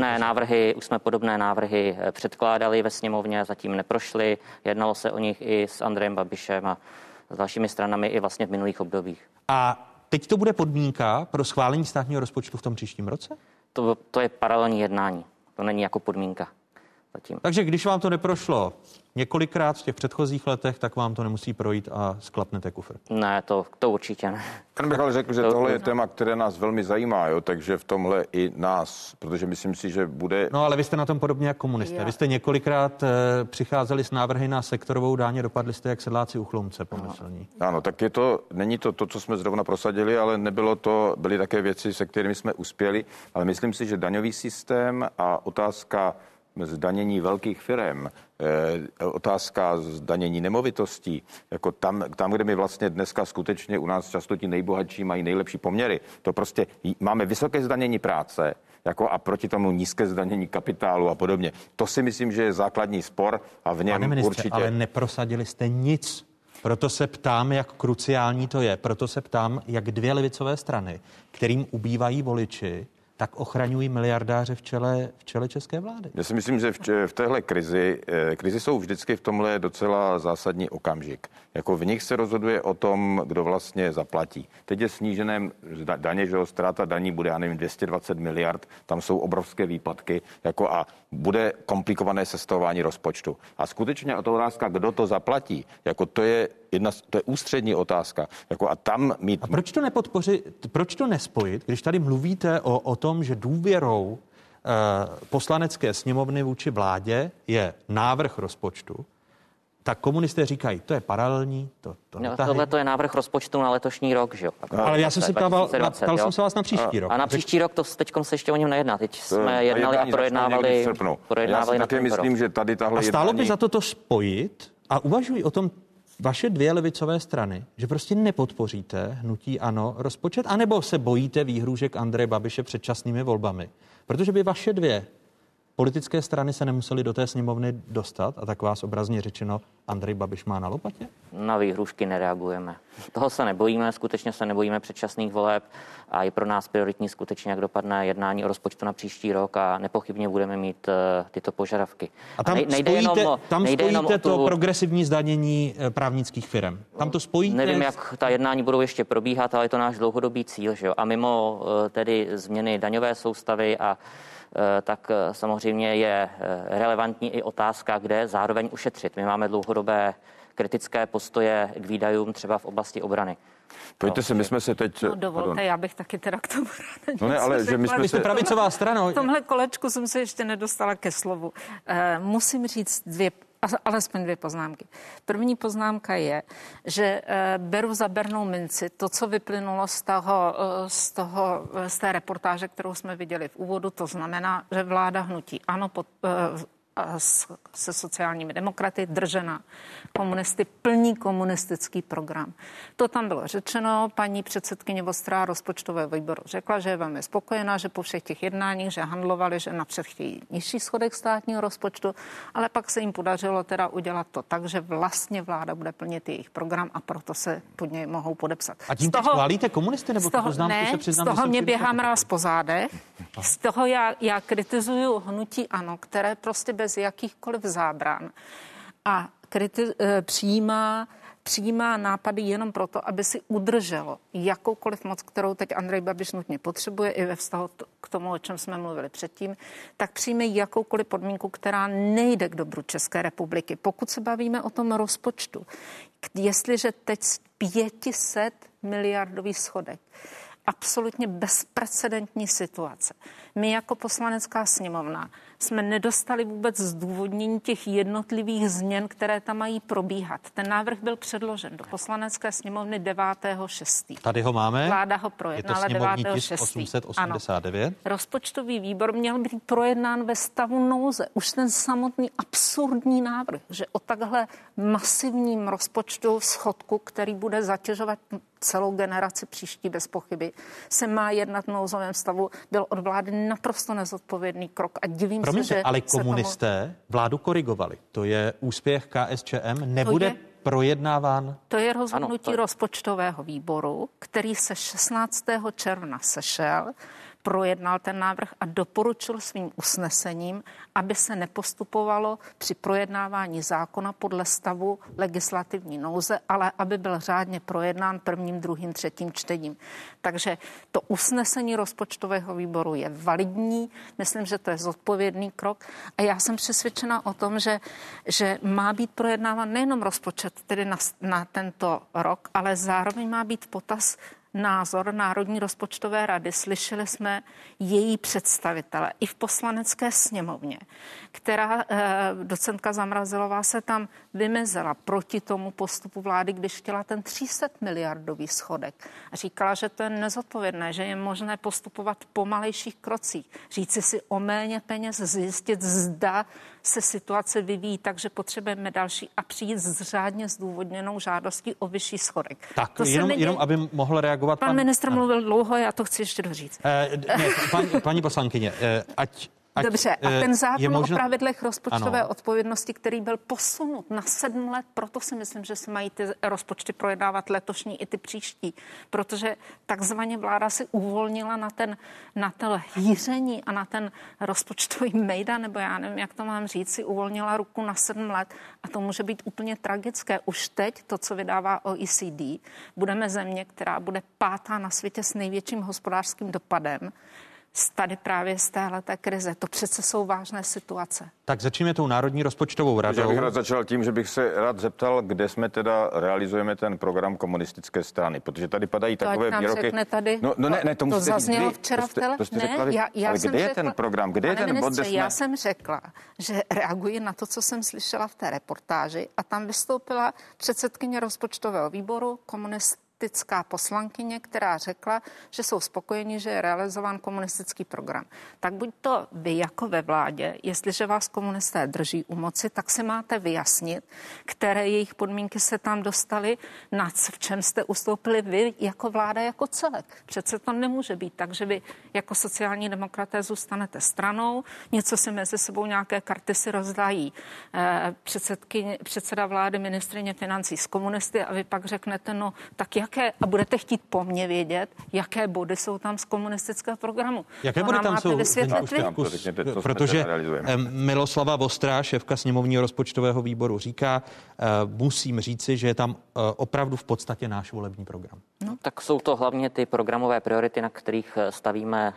podobné návrhy předkládali ve sněmovně, zatím neprošly. Jednalo se o nich i s Andrejem Babišem a s dalšími stranami i vlastně v minulých obdobích. A teď to bude podmínka pro schválení státního rozpočtu v tom příštím roce? To je paralelní jednání. To není jako podmínka. zatím. Takže když vám to neprošlo několikrát v těch předchozích letech, tak vám to nemusí projít a sklapnete kufr. Ne, to určitě ne. Já bych ale řekl, že tohle je téma, které nás velmi zajímá, jo, takže v tomhle i nás, protože myslím si, že bude... No ale vy jste na tom podobně jako komunisté. Vy jste několikrát přicházeli s návrhy na sektorovou daň, dopadli jste jak sedláci u chlumce pomyslní. Ano, tak není to, co jsme zrovna prosadili, ale byly také věci, se kterými jsme uspěli, ale myslím si, že daňový systém a otázka zdanění velkých firem, otázka zdanění nemovitostí, jako tam, kde my vlastně dneska skutečně u nás často ti nejbohatší mají nejlepší poměry. To prostě máme vysoké zdanění práce, jako a proti tomu nízké zdanění kapitálu a podobně. To si myslím, že je základní spor a v něm Pane ministře, určitě... ale neprosadili jste nic. Proto se ptám, jak kruciální to je. Proto se ptám, jak dvě levicové strany, kterým ubývají voliči, tak ochraňují miliardáře v čele české vlády. Já si myslím, že v téhle krizi jsou vždycky v tomhle docela zásadní okamžik. Jako v nich se rozhoduje o tom, kdo vlastně zaplatí. Teď je snížené daně, že ztráta daní bude, já nevím, 220 miliard, tam jsou obrovské výpadky, jako a bude komplikované sestavování rozpočtu. A skutečně o to otázka, kdo to zaplatí, jako to je ústřední otázka. Jako a tam mít... A proč to nespojit, když tady mluvíte o tom, že důvěrou poslanecké sněmovny vůči vládě je návrh rozpočtu, tak komunisté říkají, to je paralelní, to tohle to je návrh rozpočtu na letošní rok, že jo? Ale já jsem si ptal jsem se vás na příští rok. A na příští rok teďkom se ještě o něm nejedná. Teď jsme jednali a projednávali já si také myslím, že tady tahle a stálo by za to spojit a uvažují o tom vaše dvě levicové strany, že prostě nepodpoříte hnutí ANO rozpočet, anebo se bojíte výhrůžek Andreje Babiše předčasnými volbami? Protože by vaše dvě politické strany se nemusely do té sněmovny dostat a tak vás obrazně řečeno Andrej Babiš má na lopatě? Na výhrůžky nereagujeme. Toho se nebojíme, skutečně se nebojíme předčasných voleb a je pro nás prioritní skutečně, jak dopadne jednání o rozpočtu na příští rok a nepochybně budeme mít tyto požadavky. A tam spojíte to progresivní zdanění právnických firem. Tam to spojíte? Nevím, jak ta jednání budou ještě probíhat, ale je to náš dlouhodobý cíl, že jo? A mimo tedy změny daňové soustavy a tak samozřejmě je relevantní i otázka, kde zároveň ušetřit. My máme dlouhodobé kritické postoje k výdajům třeba v oblasti obrany. Pojďte si, my jsme se teď... No dovolte, já bych taky teda k tomu ráda. No ne, ale že my jsme se... pravicová strana. V tomhle kolečku jsem se ještě nedostala ke slovu. Musím říct alespoň dvě poznámky. První poznámka je, že beru za bernou minci to, co vyplynulo z té reportáže, kterou jsme viděli v úvodu, to znamená, že vláda hnutí ANO se sociálními demokraty držená komunisty plní komunistický program. To tam bylo řečeno, paní předsedkyně Vostrá rozpočtového výboru řekla, že je velmi spokojená, že po všech těch jednáních, že handlovali, že napřed chtějí nižší schodek státního rozpočtu, ale pak se jim podařilo teda udělat to tak, že vlastně vláda bude plnit jejich program a proto se pod něj mohou podepsat. A tím teď chválíte komunisty, nebo to poznámku se přiznám? Z toho mě běhá mráz po zádech. Z toho já kritizuju hnutí ANO, které prostě bez jakýchkoliv zábran a přijímá nápady jenom proto, aby si udrželo jakoukoliv moc, kterou teď Andrej Babiš nutně potřebuje i ve vztahu k tomu, o čem jsme mluvili předtím, tak přijme jakoukoliv podmínku, která nejde k dobru České republiky. Pokud se bavíme o tom rozpočtu, jestliže teď 500 miliardový schodek, absolutně bezprecedentní situace. My jako Poslanecká sněmovna jsme nedostali vůbec zdůvodnění těch jednotlivých změn, které tam mají probíhat. Ten návrh byl předložen do Poslanecké sněmovny 9.6. Tady ho máme. Vláda ho projednala 9.6. 889. Rozpočtový výbor měl být projednán ve stavu nouze. Už ten samotný absurdní návrh, že o takhle masivním rozpočtu schodku, který bude zatěžovat celou generaci příští bez pochyby, se má jednat v nouzovém stavu, byl od vlády naprosto nezodpovědný krok a divím se, že... ale komunisté vládu korigovali. To je úspěch KSČM, nebude projednáván... To je rozhodnutí rozpočtového výboru, který se 16. června sešel, projednal ten návrh a doporučil svým usnesením, aby se nepostupovalo při projednávání zákona podle stavu legislativní nouze, ale aby byl řádně projednán prvním, druhým, třetím čtením. Takže to usnesení rozpočtového výboru je validní, myslím, že to je zodpovědný krok a já jsem přesvědčena o tom, že má být projednáván nejenom rozpočet tedy na tento rok, ale zároveň má být v potaz názor Národní rozpočtové rady. Slyšeli jsme její představitele i v Poslanecké sněmovně, která docentka Zamrazilová se tam vymezila proti tomu postupu vlády, když chtěla ten 300 miliardový schodek. A říkala, že to je nezodpovědné, že je možné postupovat v pomalejších krocích. Říci si o méně peněz, zjistit, zda se situace vyvíjí, takže potřebujeme další a přijít s řádně zdůvodněnou žádostí o vyšší schodek. Tak, jenom aby mohl reagovat pan ministr mluvil dlouho, já to chci ještě doříct. Paní poslankyně, ať dobře, a ten zákon o pravidlech rozpočtové odpovědnosti, který byl posunut na 7 let, proto si myslím, že se mají ty rozpočty projednávat letošní i ty příští, protože takzvaně vláda si uvolnila na to hýření a na ten rozpočtový mejdan, nebo já nevím, jak to mám říct, si uvolnila ruku na 7 let a to může být úplně tragické. Už teď to, co vydává OECD, budeme země, která bude 5. na světě s největším hospodářským dopadem tady právě z téhleté krize. To přece jsou vážné situace. Tak začneme tou Národní rozpočtovou radou. Já bych rád začal tím, že bych se rád zeptal, kde jsme teda realizujeme ten program komunistické strany, protože tady padají takové výroky. To zaznělo včera v tele. Ale kde je ten program? Kde je ten bod, kde jsme... Já jsem řekla, že reaguji na to, co jsem slyšela v té reportáži a tam vystoupila předsedkyně rozpočtového výboru, komunistická poslankyně, která řekla, že jsou spokojeni, že je realizován komunistický program. Tak buď to vy jako ve vládě, jestliže vás komunisté drží u moci, tak si máte vyjasnit, které jejich podmínky se tam dostaly, v čem jste ustoupili vy jako vláda jako celek. Přece to nemůže být tak, že vy jako sociální demokraté zůstanete stranou, něco si mezi sebou, nějaké karty si rozdají předseda vlády, ministryně financí s komunisty a vy pak řeknete, no tak a budete chtít po mně vědět, jaké body jsou tam z komunistického programu. Jaké body tam jsou? Protože Miloslava Vostrá, šéfka sněmovního rozpočtového výboru, říká, musím říci, že je tam opravdu v podstatě náš volební program. No. Tak jsou to hlavně ty programové priority, na kterých stavíme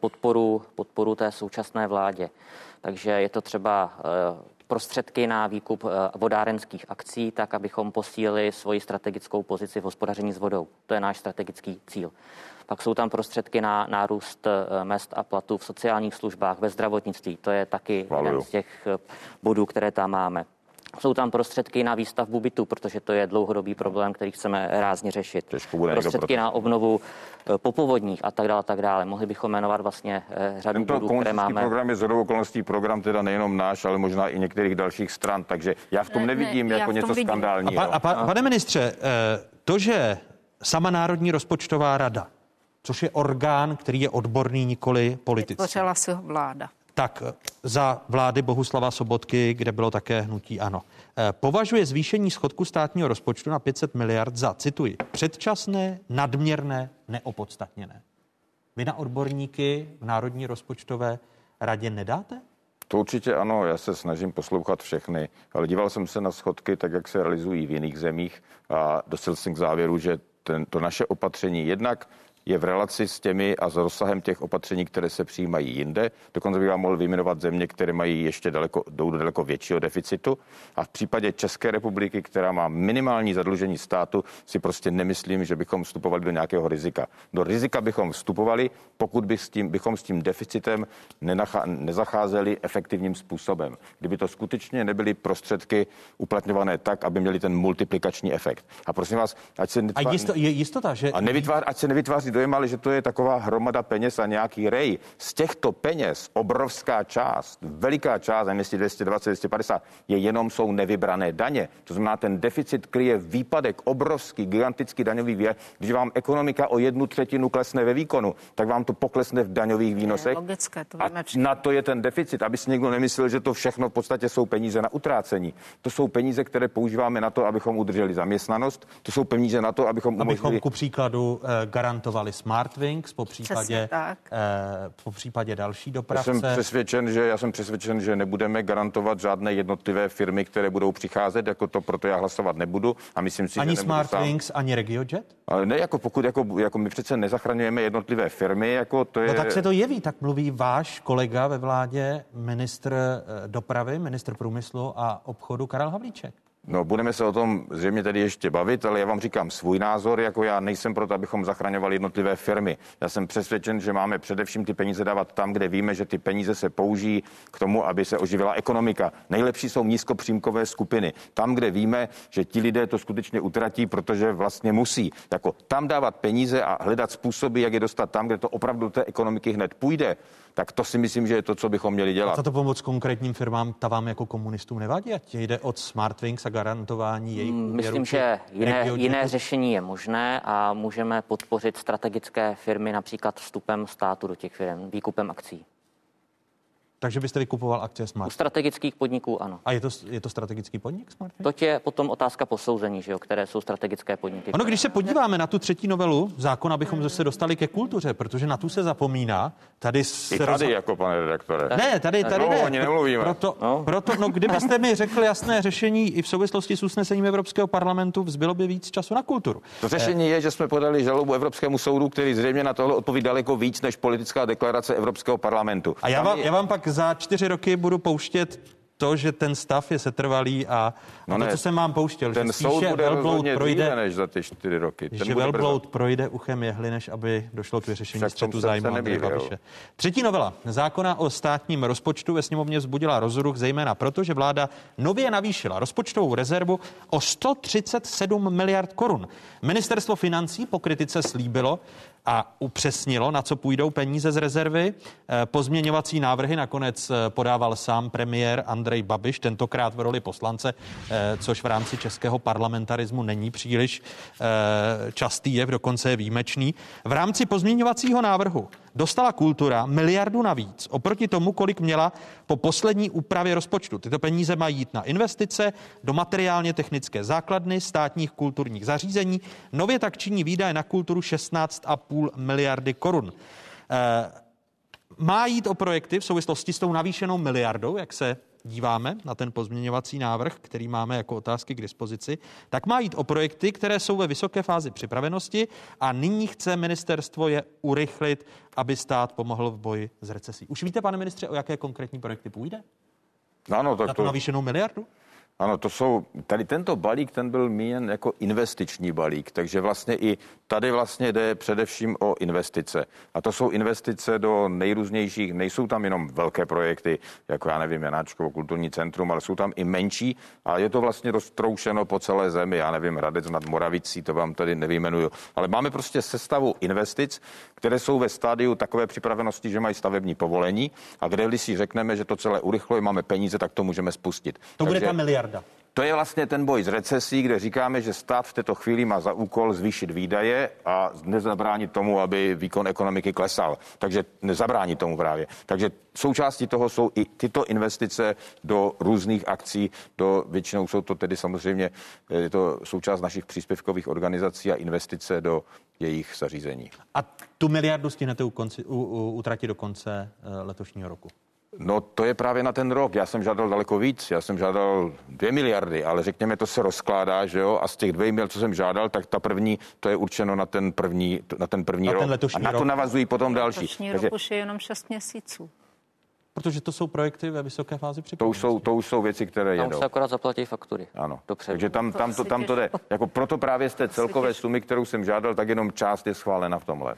podporu té současné vládě. Takže je to třeba prostředky na výkup vodárenských akcí, tak abychom posílili svoji strategickou pozici v hospodaření s vodou. To je náš strategický cíl. Pak jsou tam prostředky na nárůst mezd a platů v sociálních službách, ve zdravotnictví. To je taky jeden z těch bodů, které tam máme. Jsou tam prostředky na výstavbu bytů, protože to je dlouhodobý problém, který chceme rázně řešit. Prostředky na obnovu popovodních a tak dále. Mohli bychom jmenovat vlastně řadu bodů, které máme. Program je shodou okolností program teda nejenom náš, ale možná i některých dalších stran, takže já v tom nevidím jako něco skandálního. Pane ministře, to, že sama Národní rozpočtová rada, což je orgán, který je odborný, nikoli politický. Vytvořila si ho vláda. Tak za vlády Bohuslava Sobotky, kde bylo také hnutí ANO, považuje zvýšení schodku státního rozpočtu na 500 miliard za, cituji, předčasné, nadměrné, neopodstatněné. Vy na odborníky v Národní rozpočtové radě nedáte? To určitě ano, já se snažím poslouchat všechny, ale díval jsem se na schodky tak, jak se realizují v jiných zemích a dospěl jsem k závěru, že to naše opatření jednak je v relaci s těmi a s rozsahem těch opatření, které se přijímají jinde. Dokonce bych vám mohl vyjmenovat země, které mají ještě jdou do daleko většího deficitu. A v případě České republiky, která má minimální zadlužení státu, si prostě nemyslím, že bychom vstupovali do nějakého rizika. Do rizika bychom vstupovali, pokud bychom s tím deficitem nezacházeli efektivním způsobem. Kdyby to skutečně nebyly prostředky uplatňované tak, aby měly ten multiplikační efekt. A prosím vás, ať se nevytváří dojem, ale že to je taková hromada peněz a nějaký rej. Z těchto peněz obrovská část, veliká část, nevím jestli 220, 250, jsou nevybrané daně. To znamená, ten deficit kryje výpadek, obrovský, gigantický daňový výpadek. Když vám ekonomika o 1/3 klesne ve výkonu, tak vám to poklesne v daňových výnosech. Logické, to a na to je ten deficit, aby si někdo nemyslel, že to všechno v podstatě jsou peníze na utrácení. To jsou peníze, které používáme na to, abychom udrželi zaměstnanost. To jsou peníze na to, abychom ku příkladu garantovali dělali Smartwings, po případě další dopravce. Já jsem přesvědčen, že nebudeme garantovat žádné jednotlivé firmy, které budou přicházet, jako to, proto já hlasovat nebudu a myslím si, ani že Smartwings, ani RegioJet? Ale ne, pokud my přece nezachraňujeme jednotlivé firmy, jako to je... No tak se to jeví, tak mluví váš kolega ve vládě, ministr dopravy, ministr průmyslu a obchodu Karel Havlíček. No, budeme se o tom zřejmě tedy ještě bavit, ale já vám říkám svůj názor, jako já nejsem proto, abychom zachraňovali jednotlivé firmy. Já jsem přesvědčen, že máme především ty peníze dávat tam, kde víme, že ty peníze se použijí k tomu, aby se oživila ekonomika. Nejlepší jsou nízkopříjmkové skupiny. Tam, kde víme, že ti lidé to skutečně utratí, protože vlastně musí. Jako tam dávat peníze a hledat způsoby, jak je dostat tam, kde to opravdu té ekonomiky hned půjde. Tak to si myslím, že je to, co bychom měli dělat. A tato pomoc konkrétním firmám, ta vám jako komunistům nevadí? Ať jde od Smartwings a garantování jejich úvěru? Myslím, že jiné řešení je možné a můžeme podpořit strategické firmy například vstupem státu do těch firm, výkupem akcí. Takže byste vykupoval akcie Smart? U strategických podniků ano. A je to strategický podnik Smartwings? To je potom otázka posouzení, že jo, které jsou strategické podniky. Ono, když se podíváme na tu třetí novelu zákona, abychom zase dostali ke kultuře, protože na tu se zapomíná. Tady jako pane redaktore. Ne, tady ne. Ani nemluvíme. Proto, kdybyste mi řekl jasné řešení i v souvislosti s usnesením Evropského parlamentu, vzbylo by víc času na kulturu. To řešení je, že jsme podali žalobu Evropskému soudu, který zřejmě na tohle odpoví daleko víc než politická deklarace Evropského parlamentu. A já vám pak za 4 roky budu pouštět to, že ten stav je setrvalý a co jsem vám pouštěl, ten že soud bude rozhodně dříve než za ty 4 roky. Že velbloud projde uchem jehly, než aby došlo k vyřešení střetu zájmu Andreje Babiše. Třetí novela zákona o státním rozpočtu ve sněmovně vzbudila rozruch, zejména proto, že vláda nově navýšila rozpočtovou rezervu o 137 miliard korun. Ministerstvo financí po kritice slíbilo a upřesnilo, na co půjdou peníze z rezervy. Pozměňovací návrhy nakonec podával sám premiér Andrej Babiš, tentokrát v roli poslance, což v rámci českého parlamentarismu není příliš častý jev, dokonce je výjimečný. V rámci pozměňovacího návrhu dostala kultura 1 miliardu navíc oproti tomu, kolik měla po poslední úpravě rozpočtu. Tyto peníze mají jít na investice do materiálně technické základny státních kulturních zařízení. Nově tak činí výdaje na kulturu 16,5 miliardy korun. Má jít o projekty v souvislosti s tou navýšenou miliardou, jak se díváme na ten pozměňovací návrh, který máme jako otázky k dispozici, tak má jít o projekty, které jsou ve vysoké fázi připravenosti a nyní chce ministerstvo je urychlit, aby stát pomohl v boji s recesí. Už víte, pane ministře, o jaké konkrétní projekty půjde? Ano, na to navýšenou miliardu? Ano, tady tento balík, ten byl míněn jako investiční balík, takže vlastně i tady vlastně jde především o investice. A to jsou investice do nejrůznějších, nejsou tam jenom velké projekty, jako já nevím, Janáčkovo kulturní centrum, ale jsou tam i menší a je to vlastně roztroušeno po celé zemi, já nevím, Hradec nad Moravicí, to vám tady nevyjmenuju. Ale máme prostě sestavu investic, které jsou ve stádiu takové připravenosti, že mají stavební povolení a kde si řekneme, že to celé urychluje, máme peníze, tak to můžeme spustit. To bude ta miliarda. To je vlastně ten boj s recesí, kde říkáme, že stát v této chvíli má za úkol zvýšit výdaje a nezabránit tomu, aby výkon ekonomiky klesal. Takže nezabránit tomu právě. Takže součástí toho jsou i tyto investice do různých akcí, většinou jsou to tedy samozřejmě je to součást našich příspěvkových organizací a investice do jejich zařízení. A tu miliardu stihnete utratit do konce letošního roku? No to je právě na ten rok. Já jsem žádal daleko víc. Já jsem žádal 2 miliardy, ale řekněme, to se rozkládá, že jo? A z těch 2 miliard, co jsem žádal, tak ta první, to je určeno na ten první rok. A na to navazují potom další. Letošní rok už je jenom 6 měsíců. Protože to jsou projekty ve vysoké fázi připravenosti. To už jsou věci, které jedou. Tam se akorát zaplatí faktury. Ano. Takže tam to jde. Jako proto právě z té celkové sumy, kterou jsem žádal, tak jenom část je schválena v tomhle.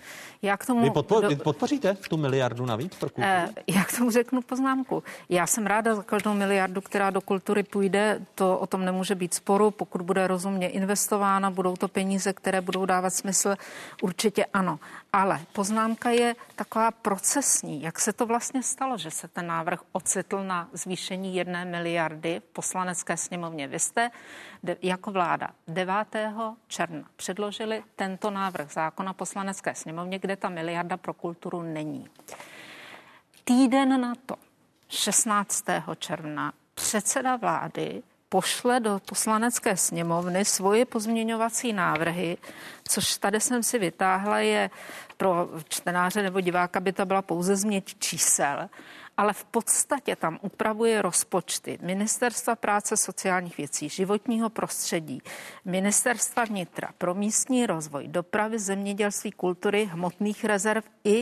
Vy podpoříte tu miliardu navíc pro kulturu? Já k tomu řeknu poznámku. Já jsem ráda za každou miliardu, která do kultury půjde. To o tom nemůže být sporu. Pokud bude rozumně investována, budou to peníze, které budou dávat smysl. Určitě ano. Ale poznámka je taková procesní. Jak se to vlastně stalo, že se ten návrh ocitl na zvýšení 1 miliardy v poslanecké sněmovně? Vy jste jako vláda 9. června předložili tento návrh zákona poslanecké sněmovně, kde ta miliarda pro kulturu není. Týden na to, 16. června, předseda vlády pošle do poslanecké sněmovny svoje pozměňovací návrhy, což tady jsem si vytáhla, je pro čtenáře nebo diváka by to byla pouze změť čísel, ale v podstatě tam upravuje rozpočty Ministerstva práce, sociálních věcí, životního prostředí, Ministerstva vnitra, pro místní rozvoj, dopravy, zemědělství, kultury, hmotných rezerv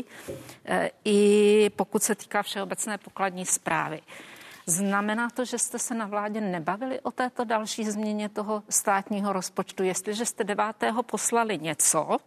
i pokud se týká všeobecné pokladní správy. Znamená to, že jste se na vládě nebavili o této další změně toho státního rozpočtu? Jestliže jste 9. poslali něco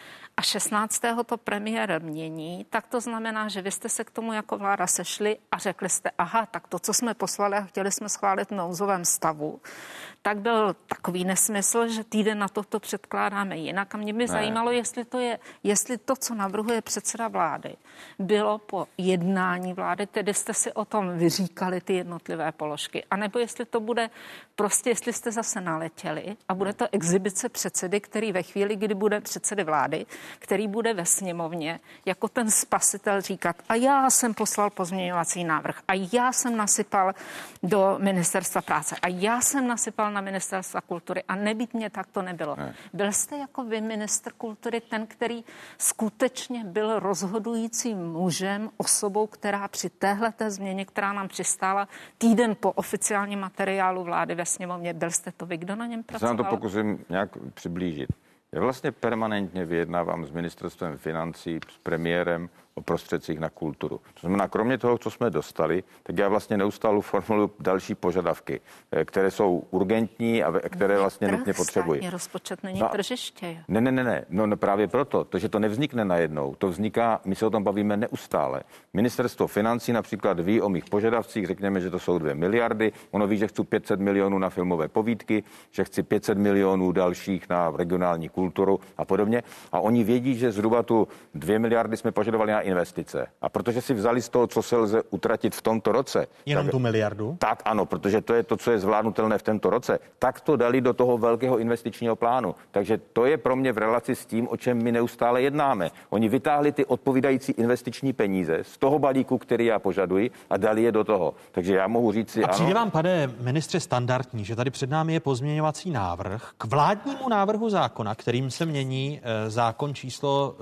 a 16. to premiér mění, tak to znamená, že vy jste se k tomu jako vláda sešli a řekli jste, aha, tak to, co jsme poslali a chtěli jsme schválit v nouzovém stavu, tak byl takový nesmysl, že týden na to předkládáme jinak. A mě by zajímalo, jestli to, co navrhuje předseda vlády, bylo po jednání vlády, tedy jste si o tom vyříkali ty jednotlivé položky, anebo jestli to bude prostě, jestli jste zase naletěli a bude to exibice předsedy, který ve chvíli, kdy bude předsedy vlády, který bude ve sněmovně jako ten spasitel říkat, a já jsem poslal pozměňovací návrh a já jsem nasypal do Ministerstva práce a já jsem nasypal na Ministerstva kultury a nebýt mě, tak to nebylo. Byl jste jako vy ministr kultury ten, který skutečně byl rozhodujícím mužem, osobou, která při téhleté změně, která nám přistála týden po oficiálním materiálu vlády ve sněmovně, byl jste to vy, kdo na něm pracoval? Já to pokusím nějak přiblížit. Já vlastně permanentně vyjednávám s ministerstvem financí, s premiérem o prostředcích na kulturu. To znamená, kromě toho, co jsme dostali, tak já vlastně neustále formuluji další požadavky, které jsou urgentní a které vlastně nutně potřebují. Státní rozpočet není tržiště. Ne. No právě proto, že to nevznikne najednou. To vzniká, my se o tom bavíme neustále. Ministerstvo financí například ví o mých požadavcích, řekněme, že to jsou 2 miliardy. Ono ví, že chci 500 milionů na filmové povídky, že chci 500 milionů dalších na regionální kulturu a podobně. A oni vědí, že zhruba tu 2 miliardy jsme požadovali na investice. A protože si vzali z toho, co se lze utratit v tomto roce. Jenom tu miliardu? Tak ano, protože to je to, co je zvládnutelné v tomto roce. Tak to dali do toho velkého investičního plánu. Takže to je pro mě v relaci s tím, o čem my neustále jednáme. Oni vytáhli ty odpovídající investiční peníze z toho balíku, který já požaduji, a dali je do toho. Takže já mohu říct si ano. A přijde vám, pane ministře, standardní, že tady před námi je pozměňovací návrh k vládnímu návrhu zákona, kterým se mění zákon číslo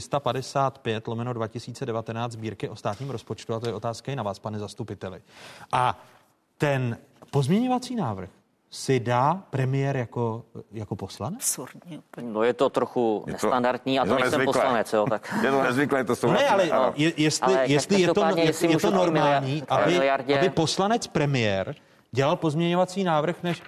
355/2019 sbírky o státním rozpočtu, a to je otázka i na vás, pane zastupiteli. A ten pozměňovací návrh si dá premiér jako poslanec? Absurdně. No je to trochu nestandardní a to nejsem poslanec, jo, tak. Je to nezvyklé, to jsou... Ne, ale jestli je to normální, aby poslanec premiér dělal pozměňovací návrh, než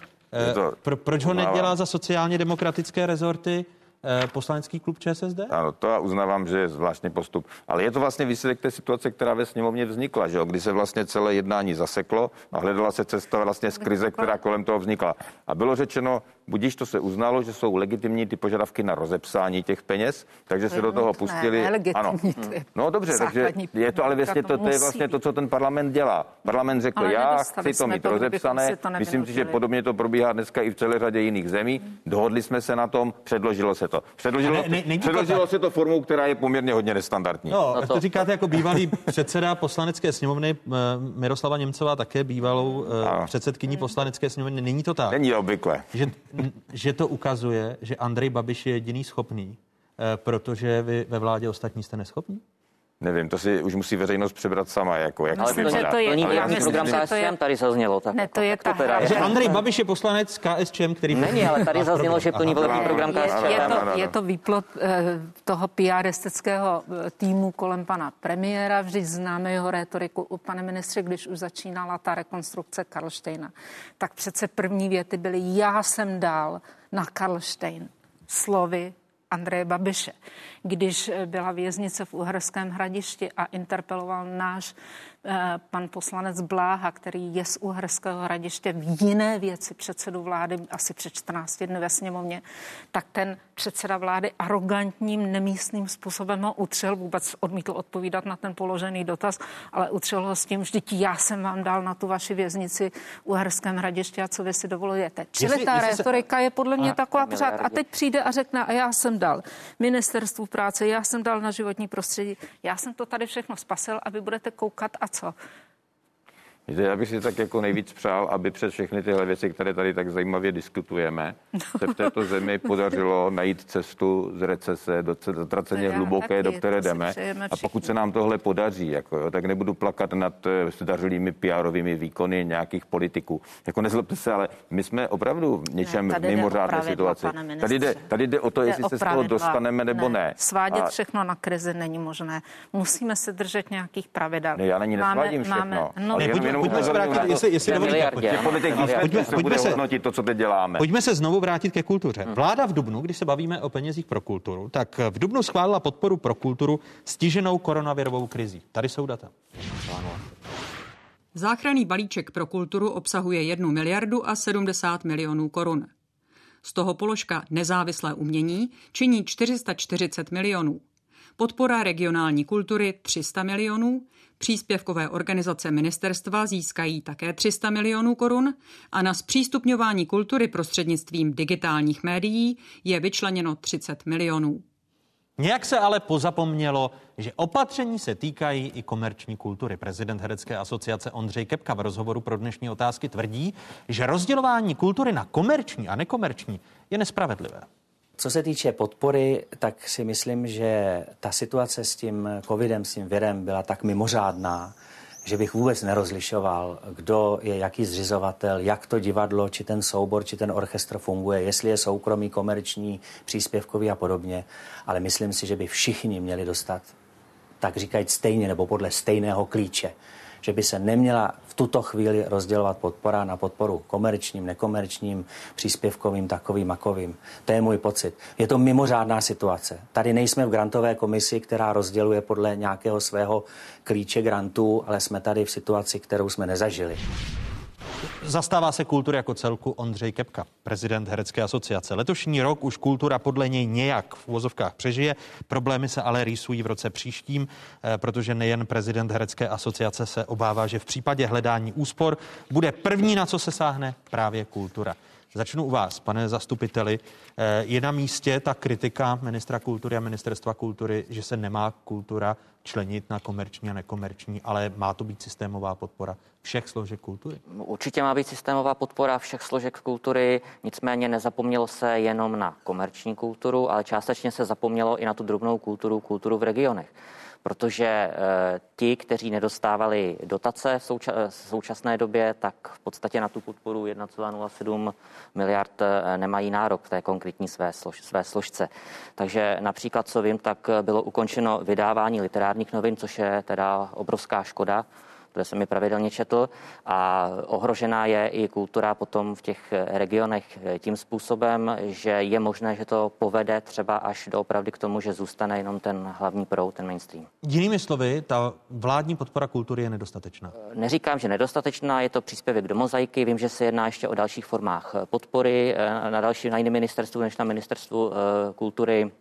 proč ho nedělá za sociálně demokratické rezorty poslanecký klub ČSSD? Ano, to já uznávám, že je zvláštní postup. Ale je to vlastně výsledek té situace, která ve sněmovně vznikla, že jo? Kdy se vlastně celé jednání zaseklo a hledala se cesta vlastně z krize, která kolem toho vznikla. A bylo řečeno, budíš to se uznalo, že jsou legitimní ty požadavky na rozepsání těch peněz, takže se do toho pustili. Ano. No dobře, takže je to ale vlastně to je vlastně to, co ten parlament dělá. Parlament řekl, já chci to mít rozepsané. Myslím si, že podobně to probíhá dneska i v celé řadě jiných zemí. Dohodli jsme se na tom, předložilo se to. Předložilo se to formou, která je poměrně hodně nestandardní. No, to říkáte jako bývalý předseda poslanecké sněmovny Miroslava Němcová, také bývalou předsedkyní poslanecké sněmovny. Není to tak? Není obvykle. Že to ukazuje, že Andrej Babiš je jediný schopný, protože vy ve vládě ostatní jste neschopní? Nevím, to si už musí veřejnost přebrat sama, jako jak ale to je vládní program KSČM, tady zaznělo. Tak, ne, to je to teda. Že Andrej Babiš je poslanec KSČM, který... Není, ale tady zaznělo, že plní volební program KSČM. Je to výplod toho PR-istického týmu kolem pana premiéra. Vždyť známe jeho rétoriku. Pane ministře, když už začínala ta rekonstrukce Karlštejna, tak přece první věty byly, já jsem dal na Karlštejn slovy Andreje Babiše. Když byla věznice v Uherském Hradišti a interpeloval náš pan poslanec Bláha, který je z Uherského Hradiště v jiné věci předsedu vlády asi před 14 dny ve sněmovně, tak ten předseda vlády arrogantním, nemístným způsobem ho utřel, vůbec odmítl odpovídat na ten položený dotaz, ale utřel ho s tím, vždyť já jsem vám dal na tu vaši věznici v Uherském Hradišti a co vy si dovolujete. Čili ta rétorika je podle mě taková pořád. A teď přijde a řekne, a já jsem dal Ministerstvu práce, já jsem dal na životní prostředí, já jsem to tady všechno spasil a vy budete koukat a co? Já bych si tak jako nejvíc přál, aby přes všechny tyhle věci, které tady tak zajímavě diskutujeme, se v této zemi podařilo najít cestu z recese do zatraceně hluboké, do které jdeme. A pokud se nám tohle podaří, tak nebudu plakat nad zdařilými PR-ovými výkony nějakých politiků. Nezlobte se, ale my jsme opravdu něčem mimořádné situaci. Tady jde o to, jestli se z toho dostaneme nebo ne. Svádět všechno na krizi není možné. Musíme se držet nějakých pravidel. Ne, já na ní nesvádím všechno. Pojďme se znovu vrátit ke kultuře. Vláda v dubnu, když se bavíme o penězích pro kulturu, tak v dubnu schválila podporu pro kulturu stiženou koronavirovou krizí. Tady jsou data. Záchranný balíček pro kulturu obsahuje 1 miliardu a 70 milionů korun. Z toho položka nezávislé umění činí 440 milionů. Podpora regionální kultury 300 milionů, příspěvkové organizace ministerstva získají také 300 milionů korun a na zpřístupňování kultury prostřednictvím digitálních médií je vyčleněno 30 milionů. Nějak se ale pozapomnělo, že opatření se týkají i komerční kultury. Prezident Herecké asociace Ondřej Kepka v rozhovoru pro Dnešní otázky tvrdí, že rozdělování kultury na komerční a nekomerční je nespravedlivé. Co se týče podpory, tak si myslím, že ta situace s tím covidem, s tím virem byla tak mimořádná, že bych vůbec nerozlišoval, kdo je jaký zřizovatel, jak to divadlo, či ten soubor, či ten orchestr funguje, jestli je soukromý, komerční, příspěvkový a podobně. Ale myslím si, že by všichni měli dostat, tak říkajíc stejně nebo podle stejného klíče. Že by se neměla v tuto chvíli rozdělovat podpora na podporu komerčním, nekomerčním, příspěvkovým, takovým, makovým. To je můj pocit. Je to mimořádná situace. Tady nejsme v grantové komisi, která rozděluje podle nějakého svého klíče grantů, ale jsme tady v situaci, kterou jsme nezažili. Zastává se kultury jako celku Ondřej Kepka, prezident Herecké asociace. Letošní rok už kultura podle něj nějak v uvozovkách přežije. Problémy se ale rýsují v roce příštím, protože nejen prezident Herecké asociace se obává, že v případě hledání úspor bude první, na co se sáhne, právě kultura. Začnu u vás, pane zastupiteli. Je na místě ta kritika ministra kultury a ministerstva kultury, že se nemá kultura členit na komerční a nekomerční, ale má to být systémová podpora všech složek kultury? Určitě má být systémová podpora všech složek kultury, nicméně nezapomnělo se jenom na komerční kulturu, ale částečně se zapomnělo i na tu drobnou kulturu v regionech. Protože ti, kteří nedostávali dotace v současné době, tak v podstatě na tu podporu 1,07 miliard nemají nárok v té konkrétní své složce. Takže například, co vím, tak bylo ukončeno vydávání literárních novin, což je teda obrovská škoda, které jsem mi pravidelně četl, a ohrožená je i kultura potom v těch regionech tím způsobem, že je možné, že to povede třeba až doopravdy k tomu, že zůstane jenom ten hlavní proud, ten mainstream. Jinými slovy, ta vládní podpora kultury je nedostatečná. Neříkám, že nedostatečná, je to příspěvek do mozaiky, vím, že se jedná ještě o dalších formách podpory na jiném ministerstvu než na ministerstvu kultury,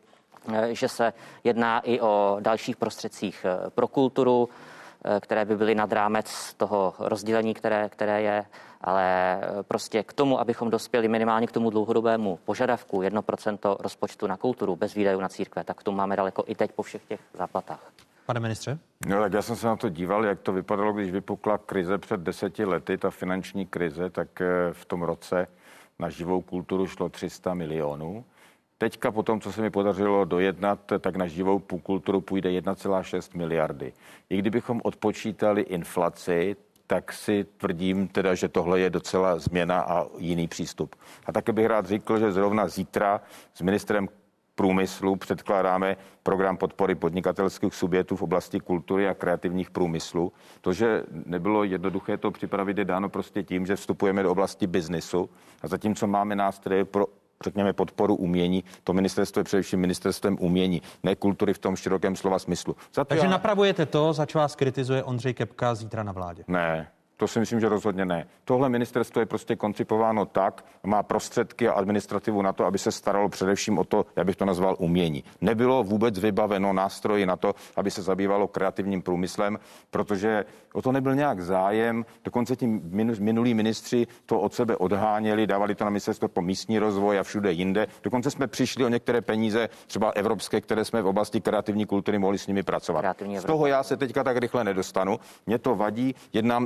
že se jedná i o dalších prostředcích pro kulturu, které by byly nad rámec toho rozdělení, které je, ale prostě k tomu, abychom dospěli minimálně k tomu dlouhodobému požadavku 1% rozpočtu na kulturu bez výdajů na církve, tak k tomu máme daleko i teď po všech těch záplatách. Pane ministře? No tak já jsem se na to díval, jak to vypadalo, když vypukla krize před 10 lety, ta finanční krize, tak v tom roce na živou kulturu šlo 300 milionů. Teďka po tom, co se mi podařilo dojednat, tak na živou kulturu půjde 1,6 miliardy. I kdybychom odpočítali inflaci, tak si tvrdím teda, že tohle je docela změna a jiný přístup. A také bych rád řekl, že zrovna zítra s ministrem průmyslu předkládáme program podpory podnikatelských subjektů v oblasti kultury a kreativních průmyslů. To, že nebylo jednoduché to připravit, je dáno prostě tím, že vstupujeme do oblasti biznisu a zatímco máme nástroje pro řekněme podporu umění, to ministerstvo je především ministerstvem umění, ne kultury v tom širokém slova smyslu. Takže napravujete to, zač vás kritizuje Ondřej Kepka zítra na vládě? Ne. To si myslím, že rozhodně ne. Tohle ministerstvo je prostě koncipováno tak, má prostředky a administrativu na to, aby se staralo především o to, já bych to nazval umění. Nebylo vůbec vybaveno nástroji na to, aby se zabývalo kreativním průmyslem, protože o to nebyl nějak zájem. Dokonce ti minulí ministři to od sebe odháněli, dávali to na ministerstvo pro místní rozvoj a všude jinde. Dokonce jsme přišli o některé peníze, třeba evropské, které jsme v oblasti kreativní kultury mohli s nimi pracovat. Z toho já se teďka tak rychle nedostanu. Mě to vadí. Jednám právě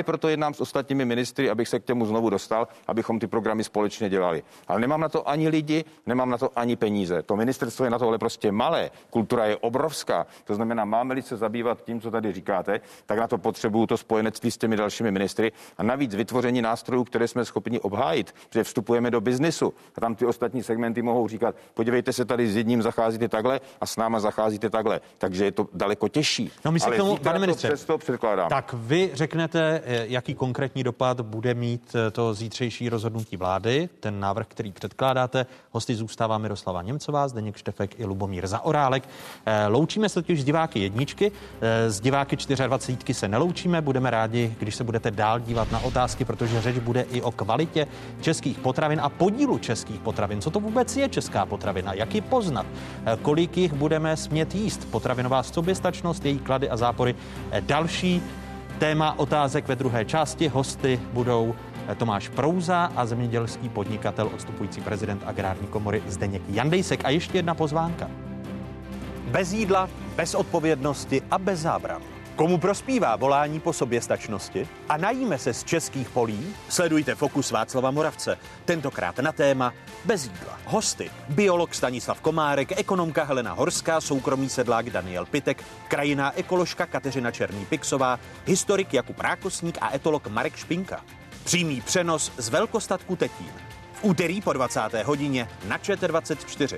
proto jednám s ostatními ministry, abych se k těmu znovu dostal, abychom ty programy společně dělali. Ale nemám na to ani lidi, nemám na to ani peníze. To ministerstvo je na to ale prostě malé. Kultura je obrovská. To znamená, máme-li se zabývat tím, co tady říkáte, tak na to potřebuju to spojenectví s těmi dalšími ministry a navíc vytvoření nástrojů, které jsme schopni obhájit, protože vstupujeme do biznisu a tam ty ostatní segmenty mohou říkat, podívejte se, tady s jedním zacházíte takhle a s náma zacházíte takhle. Takže je to daleko těžší. No my se ale k tomu, pane ministře, přesto předkládám. Tak vy řeknete, jaký konkrétní dopad bude mít to zítřejší rozhodnutí vlády, ten návrh, který předkládáte. Hosty zůstává Miroslava Němcová, Zdeněk Štefek i Lubomír Zaorálek. Loučíme se totiž s diváky jedničky, s diváky 24 se neloučíme, budeme rádi, když se budete dál dívat na otázky, protože řeč bude i o kvalitě českých potravin a podílu českých potravin. Co to vůbec je česká potravina? Jak ji poznat? Kolik jich budeme smět jíst? Potravinová soběstačnost, její klady a zápory. Další téma otázek ve druhé části. Hosty budou Tomáš Prouza a zemědělský podnikatel, odstupující prezident Agrární komory Zdeněk Jandejsek. A ještě jedna pozvánka. Bez jídla, bez odpovědnosti a bez zábran. Komu prospívá volání po soběstačnosti? A najíme se z českých polí? Sledujte Fokus Václava Moravce. Tentokrát na téma bez jídla. Hosty: biolog Stanislav Komárek, ekonomka Helena Horská, soukromý sedlák Daniel Pitek, krajiná ekoložka Kateřina Černý-Pixová, historik Jakub Rákosník a etolog Marek Špinka. Přímý přenos z velkostatku Tetín. V úterý po 20. hodině na ČT24.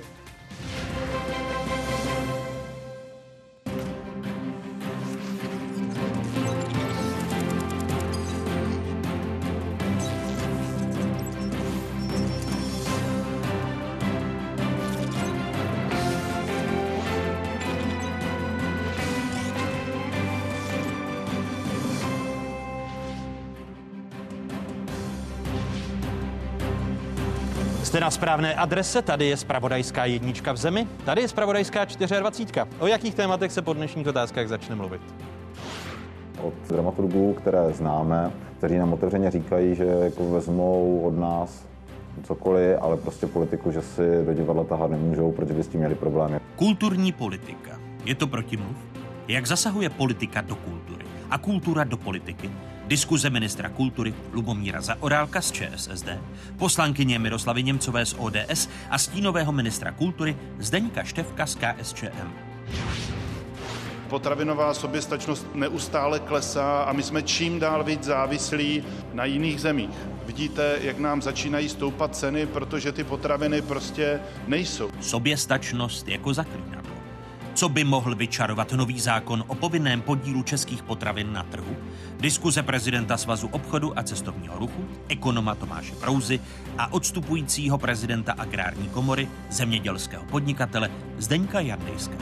Jste na správné adrese, tady je zpravodajská jednička v zemi, tady je zpravodajská 24. O jakých tématech se po dnešních otázkách začne mluvit? Od dramaturgů, které známe, kteří nám otevřeně říkají, že jako vezmou od nás cokoliv, ale prostě politiku, že si do divadla tahat nemůžou, protože by s tím měli problémy. Kulturní politika. Je to protimluv? Jak zasahuje politika do kultury a kultura do politiky? Diskuze ministra kultury Lubomíra Zaorálka z ČSSD, poslankyně Miroslavy Němcové z ODS a stínového ministra kultury Zdeňka Štefka z KSČM. Potravinová soběstačnost neustále klesá a my jsme čím dál víc závislí na jiných zemích. Vidíte, jak nám začínají stoupat ceny, protože ty potraviny prostě nejsou. Soběstačnost jako zaklínadlo. Co by mohl vyčarovat nový zákon o povinném podílu českých potravin na trhu? Diskuze prezidenta Svazu obchodu a cestovního ruchu, ekonoma Tomáše Prouzy a odstupujícího prezidenta Agrární komory, zemědělského podnikatele Zdeňka Jandejska.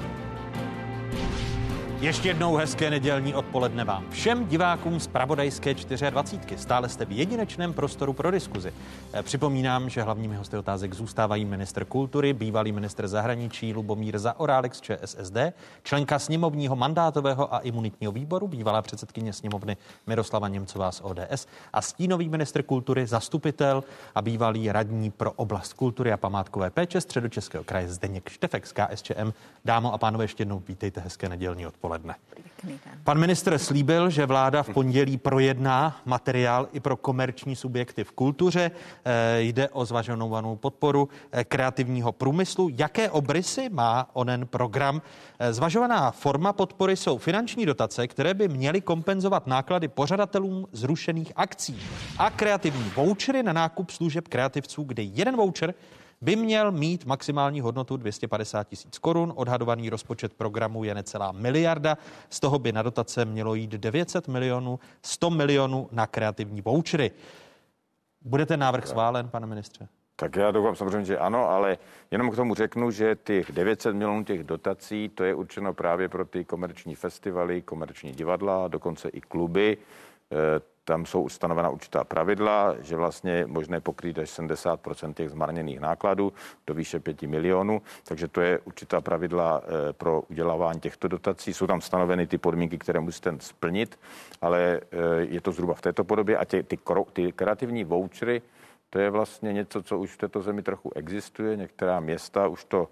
Ještě jednou hezké nedělní odpoledne vám všem divákům z zpravodajské 24. Stále jste v jedinečném prostoru pro diskuzi. Připomínám, že hlavními hosty otázek zůstávají ministr kultury, bývalý ministr zahraničí Lubomír Zaorálek z ČSSD, členka sněmovního mandátového a imunitního výboru, bývalá předsedkyně sněmovny Miroslava Němcová z ODS a stínový ministr kultury, zastupitel a bývalý radní pro oblast kultury a památkové péče Středočeského kraje Zdeněk Štefek z KSČM. Dámo a pánové, ještě jednou vítejte, hezké nedělní odpoledne. Pan ministr slíbil, že vláda v pondělí projedná materiál i pro komerční subjekty v kultuře. Jde o zvažovanou podporu kreativního průmyslu. Jaké obrysy má onen program? Zvažovaná forma podpory jsou finanční dotace, které by měly kompenzovat náklady pořadatelům zrušených akcí a kreativní vouchery na nákup služeb kreativců, kde jeden voucher by měl mít maximální hodnotu 250 000 korun. Odhadovaný rozpočet programu je necelá miliarda. Z toho by na dotace mělo jít 900 milionů, 100 milionů na kreativní vouchery. Bude ten návrh schválen, pane ministře? Tak já doufám samozřejmě, že ano, ale jenom k tomu řeknu, že těch 900 milionů těch dotací, to je určeno právě pro ty komerční festivaly, komerční divadla, dokonce i kluby. Tam jsou stanovena určitá pravidla, že vlastně je možné pokrýt až 70% těch zmarněných nákladů do výše 5 milionů, takže to je určitá pravidla pro udělávání těchto dotací. Jsou tam stanoveny ty podmínky, které musíte splnit, ale je to zhruba v této podobě a ty kreativní vouchery, to je vlastně něco, co už v této zemi trochu existuje. Některá města už to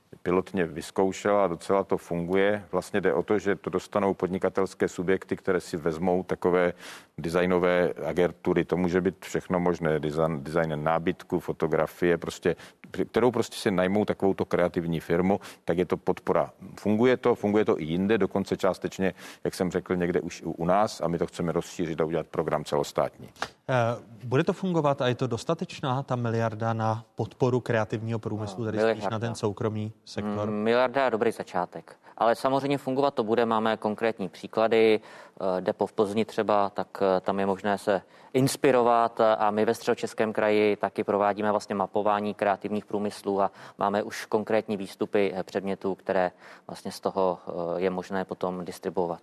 pilotně vyzkoušel a docela to funguje. Vlastně jde o to, že to dostanou podnikatelské subjekty, které si vezmou takové designové agentury. To může být všechno možné. Design nábytku, fotografie, prostě, kterou prostě si najmou takovouto kreativní firmu, tak je to podpora. Funguje to i jinde, dokonce částečně, jak jsem řekl, někde už u nás a my to chceme rozšířit a udělat program celostátní. Bude to fungovat a je to dostatečná ta miliarda na podporu kreativního průmyslu, tedy spíš na ten soukromý sektor? Miliarda je dobrý začátek, ale samozřejmě fungovat to bude, máme konkrétní příklady, depo v Plzni třeba, tak tam je možné se inspirovat a my ve Středočeském kraji taky provádíme vlastně mapování kreativních průmyslů a máme už konkrétní výstupy předmětů, které vlastně z toho je možné potom distribuovat.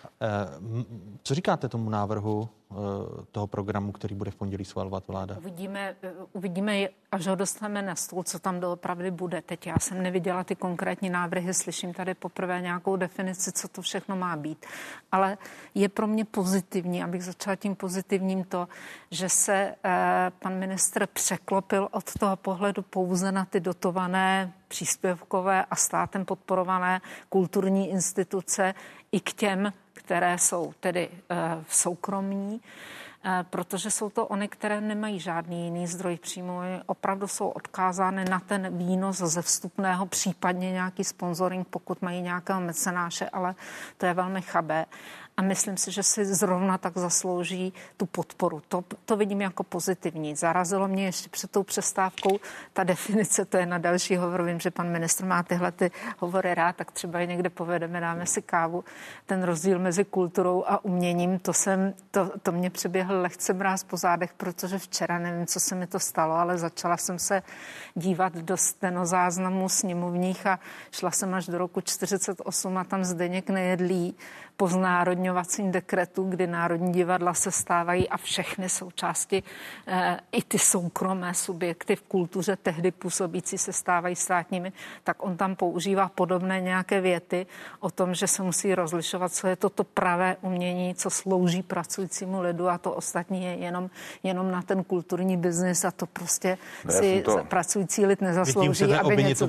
Co říkáte tomu návrhu toho programu, který bude v pondělí schvalovat vláda? Uvidíme, až ho dostaneme na stůl, co tam doopravdy bude. Teď já jsem neviděla ty konkrétní návrhy, slyším tady poprvé nějakou definici, co to všechno má být. Ale je pro mě pozitivní, abych začala tím pozitivním to, že se pan ministr překlopil od toho pohledu pouze na ty dotované příspěvkové a státem podporované kulturní instituce i k těm, které jsou tedy soukromí, protože jsou to ony, které nemají žádný jiný zdroj příjmu. Opravdu jsou odkázány na ten výnos ze vstupného, případně nějaký sponsoring, pokud mají nějakého mecenáše, ale to je velmi chabé. A myslím si, že si zrovna tak zaslouží tu podporu. To vidím jako pozitivní. Zarazilo mě ještě před tou přestávkou ta definice, to je na další hovor. Vím, že pan ministr má tyhle ty hovory rád, tak třeba je někde povedeme, dáme si kávu. Ten rozdíl mezi kulturou a uměním, to mě přeběhl lehce mráz po zádech, protože včera, nevím, co se mi to stalo, ale začala jsem se dívat do stenozáznamů sněmovních a šla jsem až do roku 48 a tam Zdeněk Nejedlý po znárodňovacím dekretu, kdy Národní divadla se stávají a všechny součásti, i ty soukromé subjekty v kultuře tehdy působící se stávají státními, tak on tam používá podobné nějaké věty o tom, že se musí rozlišovat, co je to pravé umění, co slouží pracujícímu lidu a to ostatní je jenom na ten kulturní biznis a to prostě si pracující lid nezaslouží, aby něco...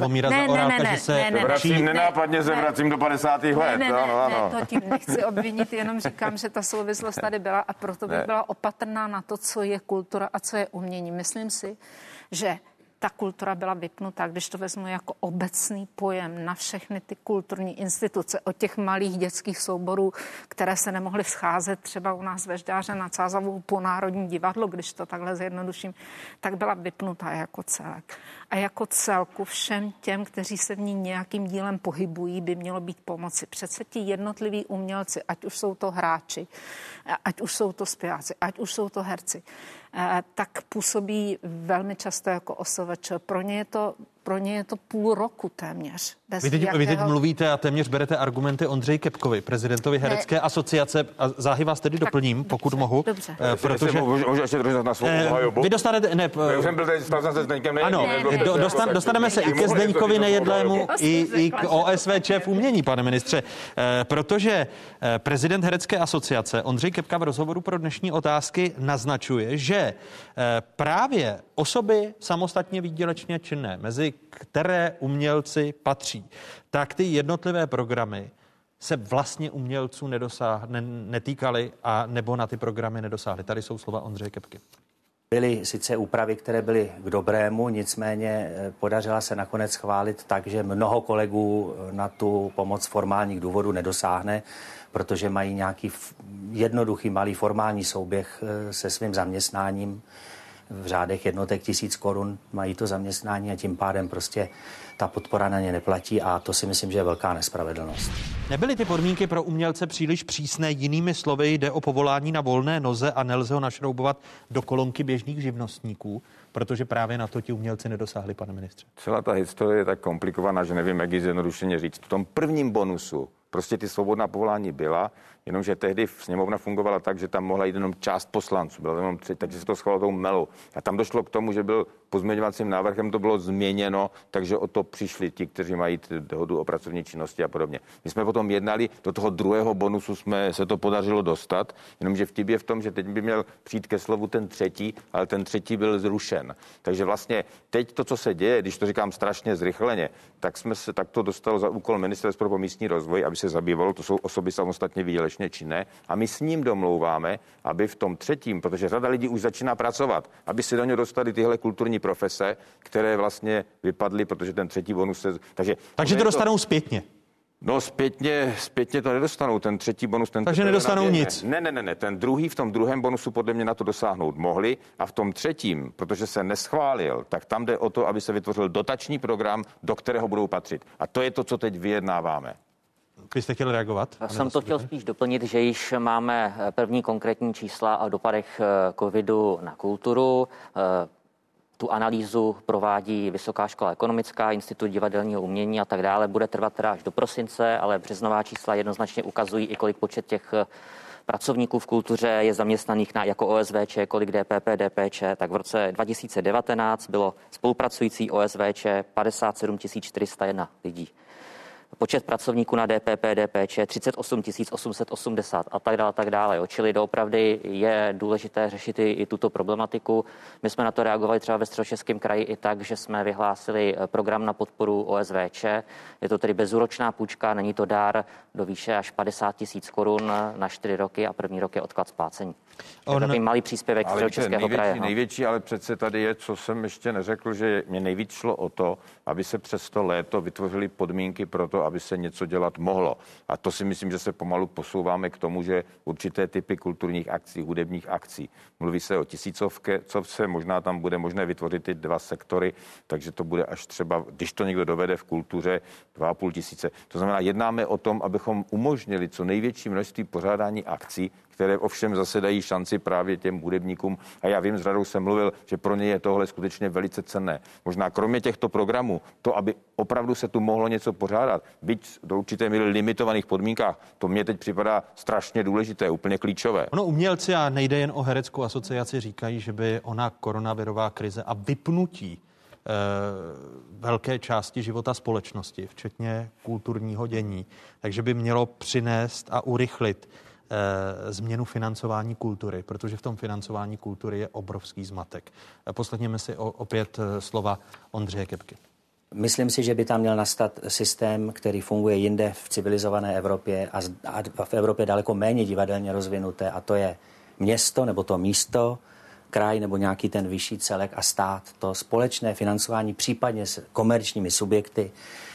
Nenápadně se vracím do 50. let. To tím nechci obvinit, jenom říkám, že ta souvislost tady byla a proto bych byla opatrná na to, co je kultura a co je umění. Myslím si, že ta kultura byla vypnutá, když to vezmu jako obecný pojem na všechny ty kulturní instituce, od těch malých dětských souborů, které se nemohly scházet třeba u nás ve Žďáře na Cázavou po Národní divadlo, když to takhle zjednoduším, tak byla vypnutá jako celek. A jako celku všem těm, kteří se v ní nějakým dílem pohybují, by mělo být pomoci. Přece ti jednotliví umělci, ať už jsou to hráči, ať už jsou to zpěváci, ať už jsou to herci, tak působí velmi často jako OSVČ. Pro ně je to půl roku téměř. Vy teď mluvíte a téměř berete argumenty Ondřeji Kepkovi, prezidentovi Herecké asociace. A záhy vás tedy doplním, pokud mohu. Dobře. Protože můžu ještě trošku na svou obhajobu. Vy dostanete... Už jsem byl tady stál se Zdeňkem Nejedlým. Ano, dostaneme se i ke Zdeňkovi Nejedlému, i k OSVČ v umění, pane ministře. Protože prezident Herecké asociace Ondřej Kepka v rozhovoru pro Dnešní otázky naznačuje, že právě osoby samostatně výdělečně činné, mezi které umělci patří, tak ty jednotlivé programy se vlastně umělců netýkaly a nebo na ty programy nedosáhly. Tady jsou slova Ondřeje Kepky. Byly sice úpravy, které byly k dobrému, nicméně podařila se nakonec schválit tak, že mnoho kolegů na tu pomoc formálních důvodů nedosáhne, protože mají nějaký jednoduchý malý formální souběh se svým zaměstnáním v řádech jednotek 1000 korun, mají to zaměstnání a tím pádem prostě ta podpora na ně neplatí a to si myslím, že je velká nespravedlnost. Nebyly ty podmínky pro umělce příliš přísné, jinými slovy jde o povolání na volné noze a nelze ho našroubovat do kolonky běžných živnostníků, protože právě na to ti umělci nedosáhli, pane ministře. Celá ta historie je tak komplikovaná, že nevím, jak ji zjednodušeně říct. V tom prvním bonusu prostě ty svobodná povolání byla, jenomže tehdy sněmovna fungovala tak, že tam mohla jít jenom část poslanců, bylo jenom 3, takže se to schválilo tou melou. A tam došlo k tomu, že byl pozměňovacím návrhem to bylo změněno, takže o to přišli ti, kteří mají dohodu o pracovní činnosti a podobně. My jsme potom jednali, do toho druhého bonusu se to podařilo dostat, jenomže vtip je v tom, že teď by měl přijít ke slovu ten třetí, ale ten třetí byl zrušen. Takže vlastně teď to, co se děje, když to říkám strašně zrychleně, tak to dostalo za úkol Ministerstvo pro místní rozvoj, aby se zabývalo, to jsou osoby samostatně výdělečně činné, a my s ním domlouváme, aby v tom třetím, protože řada lidí už začíná pracovat, aby si do něho dostali tyhle kulturní profese, které vlastně vypadly, protože ten třetí bonus se... Takže to dostanou zpětně. No zpětně to nedostanou, ten třetí bonus. Takže nedostanou nic. Ne, ten druhý v tom druhém bonusu podle mě na to dosáhnout mohli a v tom třetím, protože se neschválil, tak tam jde o to, aby se vytvořil dotační program, do kterého budou patřit. A to je to, co teď vyjednáváme. Vy jste chtěl reagovat? Já jsem to chtěl spíš doplnit, že již máme první konkrétní čísla o dopadech covidu na kulturu. Tu analýzu provádí Vysoká škola ekonomická, Institut divadelního umění a tak dále. Bude trvat teda až do prosince, ale březnová čísla jednoznačně ukazují i kolik počet těch pracovníků v kultuře je zaměstnaných jako OSVČ, kolik DPP, DPČ. Tak v roce 2019 bylo spolupracující OSVČ 57 401 lidí. Počet pracovníků na DPP, DPČ 38 880 a tak dále. Čili doopravdy je důležité řešit i tuto problematiku. My jsme na to reagovali třeba ve Středočeském kraji i tak, že jsme vyhlásili program na podporu OSVČ. Je to tedy bezúročná půjčka, není to dár do výše až 50 000 korun na 4 roky a první rok je odklad splácení. Je takový malý příspěvek Středočeského kraje. Největší, ale přece tady je, co jsem ještě neřekl, že mě nejvíc šlo o to, aby se přes to léto vytvořily podmínky pro to, aby se něco dělat mohlo. A to si myslím, že se pomalu posouváme k tomu, že určité typy kulturních akcí, hudebních akcí. Mluví se o tisícovce, možná tam bude možné vytvořit ty 2 sektory, takže to bude až třeba, když to někdo dovede v kultuře, 2,5 tisíce. To znamená, jednáme o tom, abychom umožnili co největší množství pořádání akcí, které ovšem zase dají šanci právě těm hudebníkům. A já vím, s Radou jsem mluvil, že pro ně je tohle skutečně velice cenné. Možná kromě těchto programů, to, aby opravdu se tu mohlo něco pořádat, byť do určité míry limitovaných podmínkách, to mně teď připadá strašně důležité, úplně klíčové. Ono umělci, a nejde jen o hereckou asociaci, říkají, že by ona koronavirová krize a vypnutí velké části života společnosti, včetně kulturního dění, takže by mělo přinést a urychlit změnu financování kultury, protože v tom financování kultury je obrovský zmatek. Poslechněme si opět slova Ondřeje Kepky. Myslím si, že by tam měl nastat systém, který funguje jinde v civilizované Evropě a v Evropě daleko méně divadelně rozvinuté, a to je město nebo to místo, kraj nebo nějaký ten vyšší celek a stát. To společné financování případně s komerčními subjekty.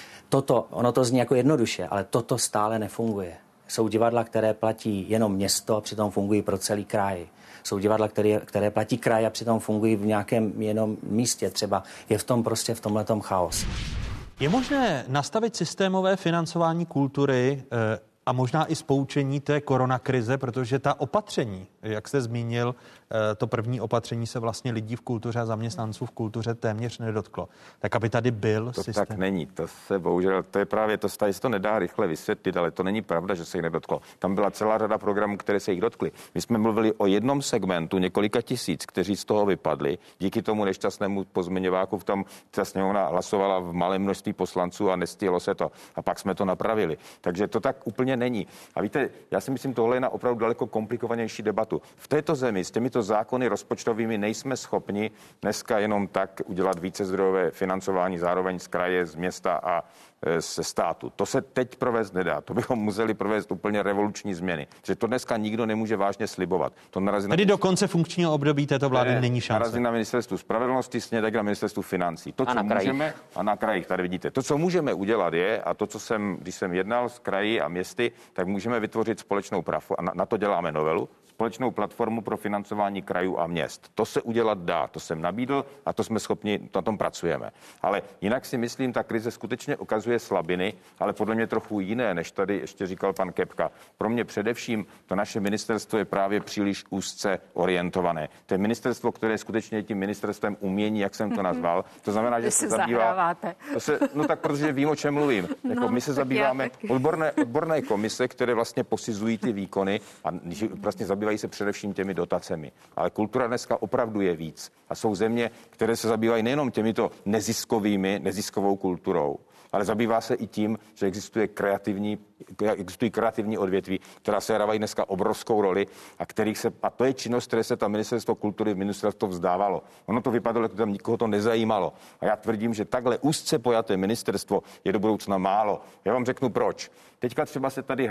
Ono to zní jako jednoduše, ale toto stále nefunguje. Jsou divadla, které platí jenom město a přitom fungují pro celý kraj. Jsou divadla, které platí kraj a přitom fungují v nějakém jenom místě. Třeba je v tom prostě v tomhletom chaos. Je možné nastavit systémové financování kultury a možná i spoučení té koronakrize, protože ta opatření, jak jste zmínil, to první opatření se vlastně lidí v kultuře a zaměstnanců v kultuře téměř nedotklo. Tak aby tady byl to systém. Tak není, to se bohužel, to je právě to, tady se to nedá rychle vysvětlit, ale to není pravda, že se jich nedotklo. Tam byla celá řada programů, které se jich dotkly. My jsme mluvili o jednom segmentu několika tisíc, kteří z toho vypadli. Díky tomu nešťastnému pozměňováku tam ta sněmovna hlasovala v malém množství poslanců a nestihlo se to. A pak jsme to napravili. Takže to tak úplně není. A víte, já si myslím, tohle je na opravdu daleko komplikovanější debatu. V této zemi s těmito zákony rozpočtovými nejsme schopni dneska jenom tak udělat vícezdrojové financování zároveň z kraje, z města a ze státu. To se teď provést nedá. To bychom museli provést úplně revoluční změny. Že to dneska nikdo nemůže vážně slibovat. To narazí tedy do konce funkčního období této vlády není šance. Narazí na ministerstvu spravedlnosti, stejně tak na ministerstvu financí. To, co můžeme, a na krajích, tady vidíte. To, co můžeme udělat je, a to, co když jsem jednal s kraji a městy, tak můžeme vytvořit společnou platformu, a na to děláme novelu, společnou platformu pro financování krajů a měst. To se udělat dá, to jsem nabídl a to jsme schopni, na tom pracujeme. Ale jinak si myslím, ta krize skutečně ukazuje, ukazuje slabiny, ale podle mě trochu jiné, než tady ještě říkal pan Kepka. Pro mě především to naše ministerstvo je právě příliš úzce orientované. To je ministerstvo, které skutečně je tím ministerstvem umění, jak jsem to nazval. To znamená, že se zabývá... No tak, protože vím, o čem mluvím. Jako my se zabýváme odborné komise, které vlastně posuzují ty výkony a vlastně zabývají se především těmi dotacemi. Ale kultura dneska opravdu je víc. A jsou země, které se zabývají nejenom těmito neziskovou kulturou, ale zabývá se i tím, že existují kreativní odvětví, která se hrávají dneska obrovskou roli a to je činnost, které se tam ministerstvo kultury ministerstvo vzdávalo. Ono to vypadalo, že tam nikoho to nezajímalo. A já tvrdím, že takhle úzce pojaté ministerstvo je do budoucna málo. Já vám řeknu proč. Teďka třeba se tady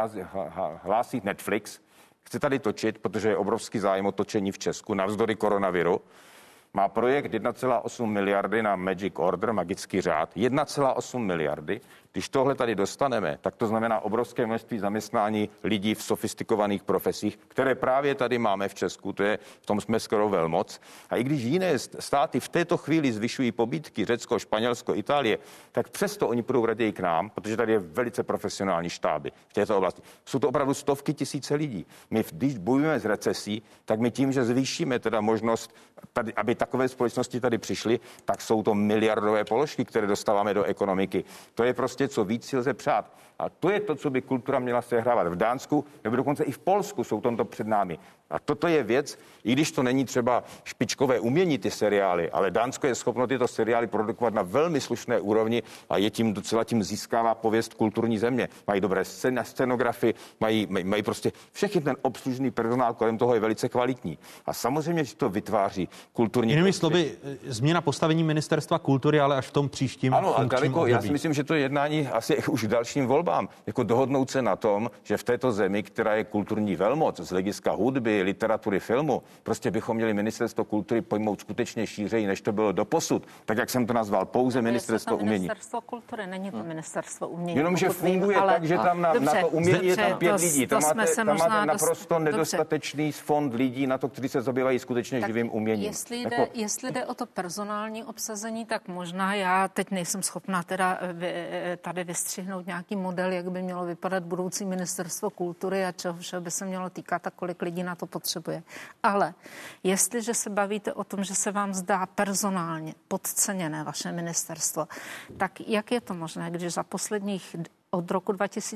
hlásí Netflix, chce tady točit, protože je obrovský zájem o točení v Česku navzdory koronaviru. Má projekt 1,8 miliardy na Magic Order, magický řád. 1,8 miliardy. Když tohle tady dostaneme, tak to znamená obrovské množství zaměstnání lidí v sofistikovaných profesích, které právě tady máme v Česku. V tom jsme skoro velmoc. A i když jiné státy v této chvíli zvyšují pobídky, Řecko, Španělsko, Itálie, tak přesto oni půjdou raději k nám, protože tady je velice profesionální štáby v této oblasti. Jsou to opravdu stovky tisíce lidí. My, když bojujeme s recesí, tak my tím, že zvýšíme teda možnost, tady, aby takové společnosti tady přišly, tak jsou to miliardové položky, které dostáváme do ekonomiky. To je prostě co víc si lze přát. A to je to, co by kultura měla sehrávat v Dánsku, nebo dokonce i v Polsku jsou tomto před námi. A toto je věc, i když to není třeba špičkové umění ty seriály, ale Dánsko je schopno tyto seriály produkovat na velmi slušné úrovni a je tím docela tím získává pověst kulturní země. Mají dobré scenografy, mají prostě všechny ten obslužný personál kolem toho je velice kvalitní. A samozřejmě, že to vytváří kulturní. Jinými slovy, změna postavení ministerstva kultury, ale až v tom příštím. Ano, a daleko, já si myslím, že to jednání asi už k dalším volbám, jako dohodnout se na tom, že v této zemi, která je kulturní velmoc z hlediska hudby, literatury, filmu, prostě bychom měli ministerstvo kultury pojmout skutečně šířeji, než to bylo doposud. Tak, jak jsem to nazval, pouze ministerstvo umění. Ministerstvo kultury, není to ministerstvo umění. Jenomže funguje tak, že tam na to umění je tam 5 lidí. Tam máte naprosto nedostatečný fond lidí na to, kteří se zabývají skutečně živým uměním. Jestli jde o to personální obsazení, tak možná já teď nejsem schopná teda tady vystřihnout nějaký model, jak by mělo vypadat budoucí ministerstvo kultury a čeho všeho by se mělo týkat a kolik lidí na to potřebuje. Ale jestliže se bavíte o tom, že se vám zdá personálně podceněné vaše ministerstvo, tak jak je to možné, když za posledních od roku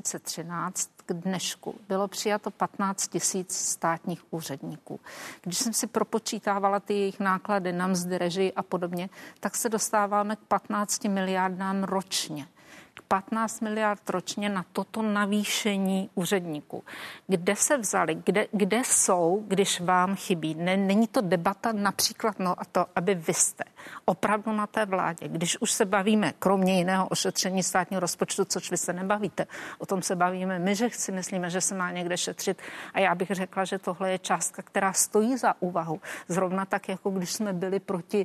2013 k dnešku bylo přijato 15 000 státních úředníků. Když jsem si propočítávala ty jejich náklady na mzdy, režii a podobně, tak se dostáváme k 15 miliardám ročně. 15 miliard ročně na toto navýšení úředníků. Kde se vzali, kde jsou, když vám chybí? Není to debata například a to, aby vy jste opravdu na té vládě, když už se bavíme, kromě jiného ošetření státního rozpočtu, což vy se nebavíte, o tom se bavíme my, že si myslíme, že se má někde šetřit a já bych řekla, že tohle je částka, která stojí za úvahu. Zrovna tak, jako když jsme byli proti,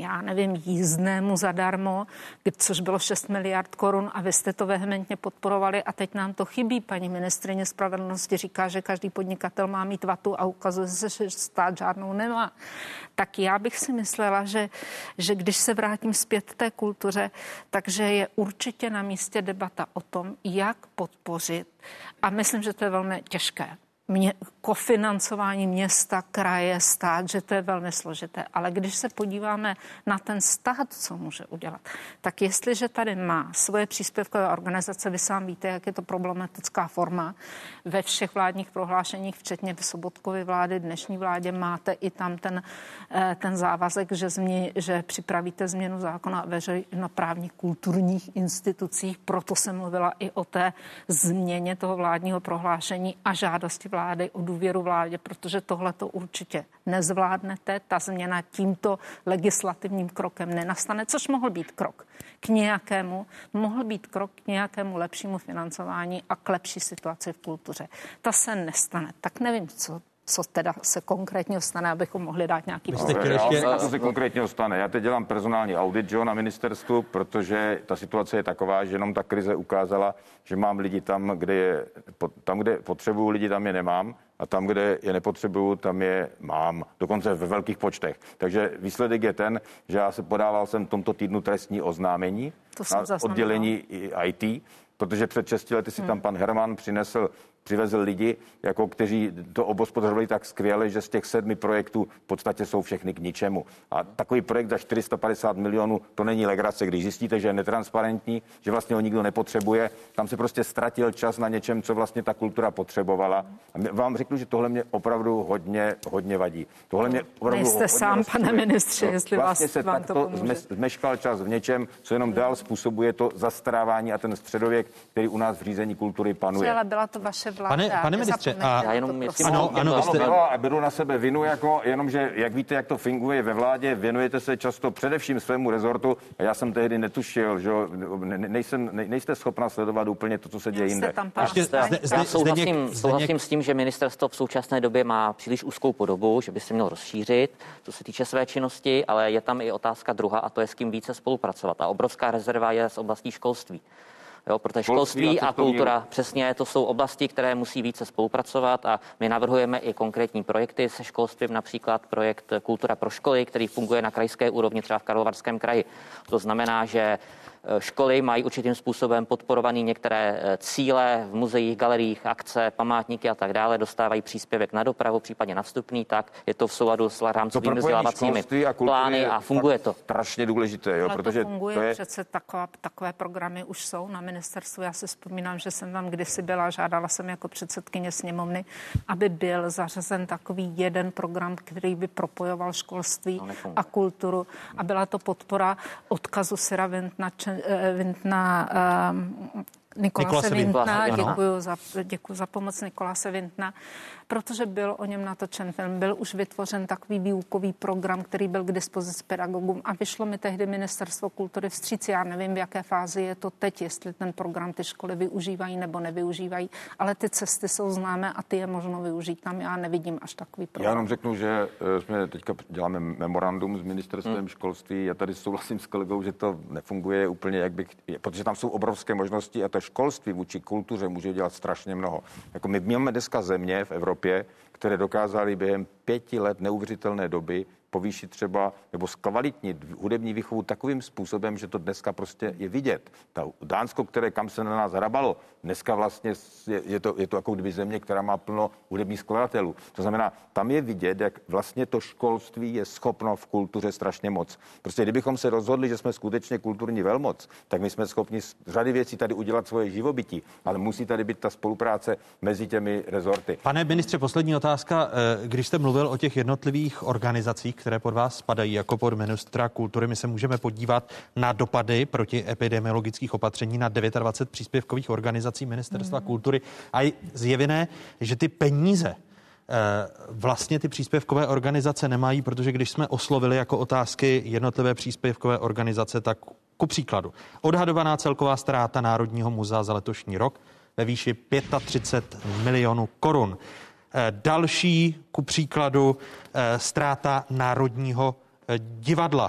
jízdnému zadarmo, což bylo 6 miliard korun a vy jste to vehementně podporovali a teď nám to chybí. Paní ministryně spravedlnosti říká, že každý podnikatel má mít vatu a ukazuje se, že stát žádnou nemá. Tak já bych si myslela, že když se vrátím zpět té kultuře, takže je určitě na místě debata o tom, jak podpořit a myslím, že to je velmi těžké. Kofinancování města, kraje, stát, že to je velmi složité. Ale když se podíváme na ten stát, co může udělat, tak jestliže tady má svoje příspěvkové organizace, vy sám víte, jak je to problematická forma, ve všech vládních prohlášeních, včetně v Sobotkovy vlády, dnešní vládě, máte i tam ten závazek, že připravíte změnu zákona o veřejnoprávních kulturních institucích. Proto jsem mluvila i o té změně toho vládního prohlášení a žádosti vlády o důvěru vládě, protože tohle to určitě nezvládnete. Ta změna tímto legislativním krokem nenastane, což mohl být krok k nějakému lepšímu financování a k lepší situaci v kultuře. Ta se nestane. Tak nevím, co co teda se konkrétně stane, abychom mohli dát nějaký Co se konkrétně stane? Já teď dělám personální audit, na ministerstvu, protože ta situace je taková, že jenom ta krize ukázala, že mám lidi tam, kde potřebuju lidi, tam je nemám, a tam, kde je nepotřebuju, tam je mám, dokonce ve velkých počtech. Takže výsledek je ten, že já se podával jsem tomto týdnu trestní oznámení na oddělení IT, protože před 6 lety si tam pan Herman přivezl lidi, kteří to obospodařovali tak skvěle, že z těch 7 projektů v podstatě jsou všechny k ničemu. A takový projekt za 450 milionů, to není legrace, když zjistíte, že je netransparentní, že vlastně ho nikdo nepotřebuje. Tam se prostě ztratil čas na něčem, co vlastně ta kultura potřebovala. A vám řeknu, že tohle mě opravdu hodně vadí. Tohle mě opravdu nejste sám, pane ministře, jestli vlastně vás vám to pomůže. Zmeškal čas v něčem, co jenom dál způsobuje to zastarávání a ten středověk, který u nás v řízení kultury panuje. Ale byla to vaše vláda. Pane ministře, a beru na sebe vinu, jenomže, jak víte, jak to funguje ve vládě, věnujete se často především svému rezortu a já jsem tehdy netušil, že nejste schopna sledovat úplně to, co se děje jinde. Já souhlasím s tím, že ministerstvo v současné době má příliš úzkou podobu, že by se mělo rozšířit, co se týče své činnosti, ale je tam i otázka druhá, a to je s kým více spolupracovat. A obrovská rezerva je z oblastí školství. Jo, protože školství a kultura, přesně, to jsou oblasti, které musí více spolupracovat a my navrhujeme i konkrétní projekty se školstvím, například projekt Kultura pro školy, který funguje na krajské úrovni třeba v Karlovarském kraji. To znamená, že školy mají určitým způsobem podporovaný některé cíle v muzeích, galeriích, akce, památníky a tak dále, dostávají příspěvek na dopravu, případně na vstupný, tak je to v souladu s rámcovými vzdělávacími plány a funguje to. Strašně důležité, jo, protože to funguje, přece takové programy už jsou na ministerstvu. Já si vzpomínám, že jsem tam kdysi byla, žádala jsem jako předsedkyně sněmovny, aby byl zařazen takový jeden program, který by propojoval školství a kulturu a byla to podpora odkazu Syra Vintna, Nikolase Vintna, děkuji za pomoc Nikolase Vintna, protože byl o něm natočen film, byl už vytvořen takový výukový program, který byl k dispozici pedagogům a vyšlo mi tehdy Ministerstvo kultury vstříc. Já nevím, v jaké fázi je to teď, jestli ten program ty školy využívají nebo nevyužívají, ale ty cesty jsou známé a ty je možno využít. Tam já nevidím až takový program. Já jenom řeknu, že jsme teďka děláme memorandum s Ministerstvem školství. Já tady souhlasím s kolegou, že to nefunguje úplně, protože tam jsou obrovské možnosti a to školství vůči kultuře může dělat strašně mnoho. Jako my máme dneska země v Evropě, které dokázaly během 5 let neuvěřitelné doby povýšit třeba nebo zkvalitnit hudební výchovu takovým způsobem, že to dneska prostě je vidět. Ta Dánsko, které kam se na nás hrabalo, dneska vlastně je to jako kdyby země, která má plno hudebních skladatelů. To znamená, tam je vidět, jak vlastně to školství je schopno v kultuře strašně moc. Prostě kdybychom se rozhodli, že jsme skutečně kulturní velmoc, tak my jsme schopni z řady věcí tady udělat svoje živobytí, ale musí tady být ta spolupráce mezi těmi rezorty. Pane ministře, poslední otázka. Když jste mluvil o těch jednotlivých organizacích, které pod vás spadají jako pod ministra kultury, my se můžeme podívat na dopady protiepidemiologických opatření na 29 příspěvkových organizací Ministerstva kultury a je zjevené, že ty peníze vlastně ty příspěvkové organizace nemají, protože když jsme oslovili jako otázky jednotlivé příspěvkové organizace, tak ku příkladu odhadovaná celková ztráta Národního muzea za letošní rok ve výši 35 milionů korun. Další, ku příkladu, ztráta Národního divadla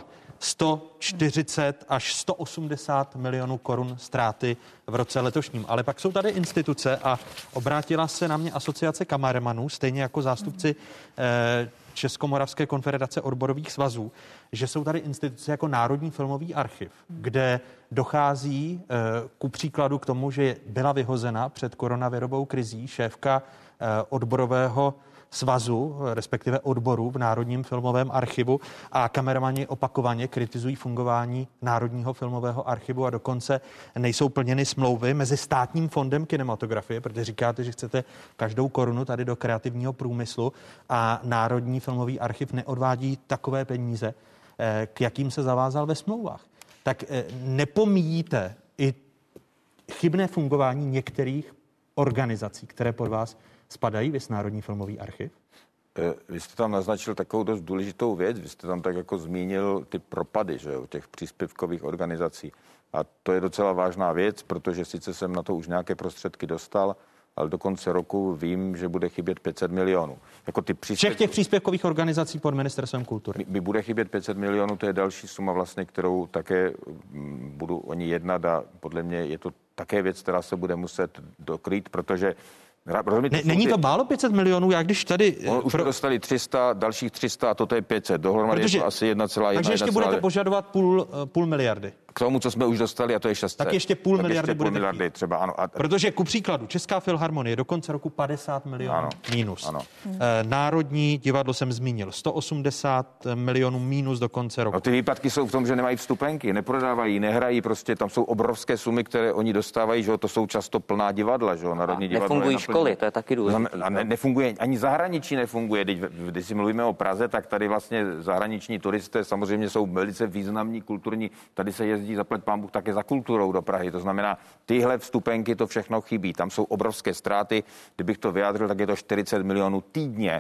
140 až 180 milionů korun ztráty v roce letošním. Ale pak jsou tady instituce a obrátila se na mě Asociace kameramanů, stejně jako zástupci Českomoravské konfederace odborových svazů, že jsou tady instituce jako Národní filmový archiv, kde dochází ku příkladu k tomu, že byla vyhozena před koronavirovou krizí šéfka odborového svazu, respektive odboru v Národním filmovém archivu a kameramani opakovaně kritizují fungování Národního filmového archivu a dokonce nejsou plněny smlouvy mezi Státním fondem kinematografie, protože říkáte, že chcete každou korunu tady do kreativního průmyslu a Národní filmový archiv neodvádí takové peníze, k jakým se zavázal ve smlouvách. Tak nepomíjíte i chybné fungování některých organizací, které pod vás spadají, vys Národní filmový archiv? Vy jste tam naznačil takovou dost důležitou věc. Vy jste tam tak jako zmínil ty propady, že jo, těch příspěvkových organizací. A to je docela vážná věc, protože sice jsem na to už nějaké prostředky dostal, ale do konce roku vím, že bude chybět 500 milionů. Jako všech těch příspěvkových organizací pod ministerstvem kultury. Mi bude chybět 500 milionů, to je další suma vlastně, kterou také budu o ní jednat a podle mě je to také věc, která se bude muset dokrýt, protože není to málo 500 milionů, já když tady... Už jsme dostali 300, dalších 300 a toto je 500. Dohromady je to asi 1,1. Takže ještě budete požadovat půl miliardy. K tomu, co jsme už dostali, a to je 600. Tak ještě půl miliardy budete třeba, ano. Protože ku příkladu Česká filharmonie do konce roku 50 milionů mínus. Ano. Národní divadlo jsem zmínil, 180 milionů mínus do konce roku. No, ty výpadky jsou v tom, že nemají vstupenky, neprodávají, nehrají, prostě tam jsou obrovské sumy, které oni dostávají, že to jsou často plná divadla, že Národní divadlo. Nefungují školy, to je taky důležité. A nefunguje, ani zahraničí nefunguje. Když si mluvíme o Praze, tak tady vlastně zahraniční turisté samozřejmě jsou velice významní kulturní, tady se jezdí zaplať pán Bůh také za kulturou do Prahy. To znamená, tyhle vstupenky, to všechno chybí. Tam jsou obrovské ztráty. Kdybych to vyjádřil, tak je to 40 milionů týdně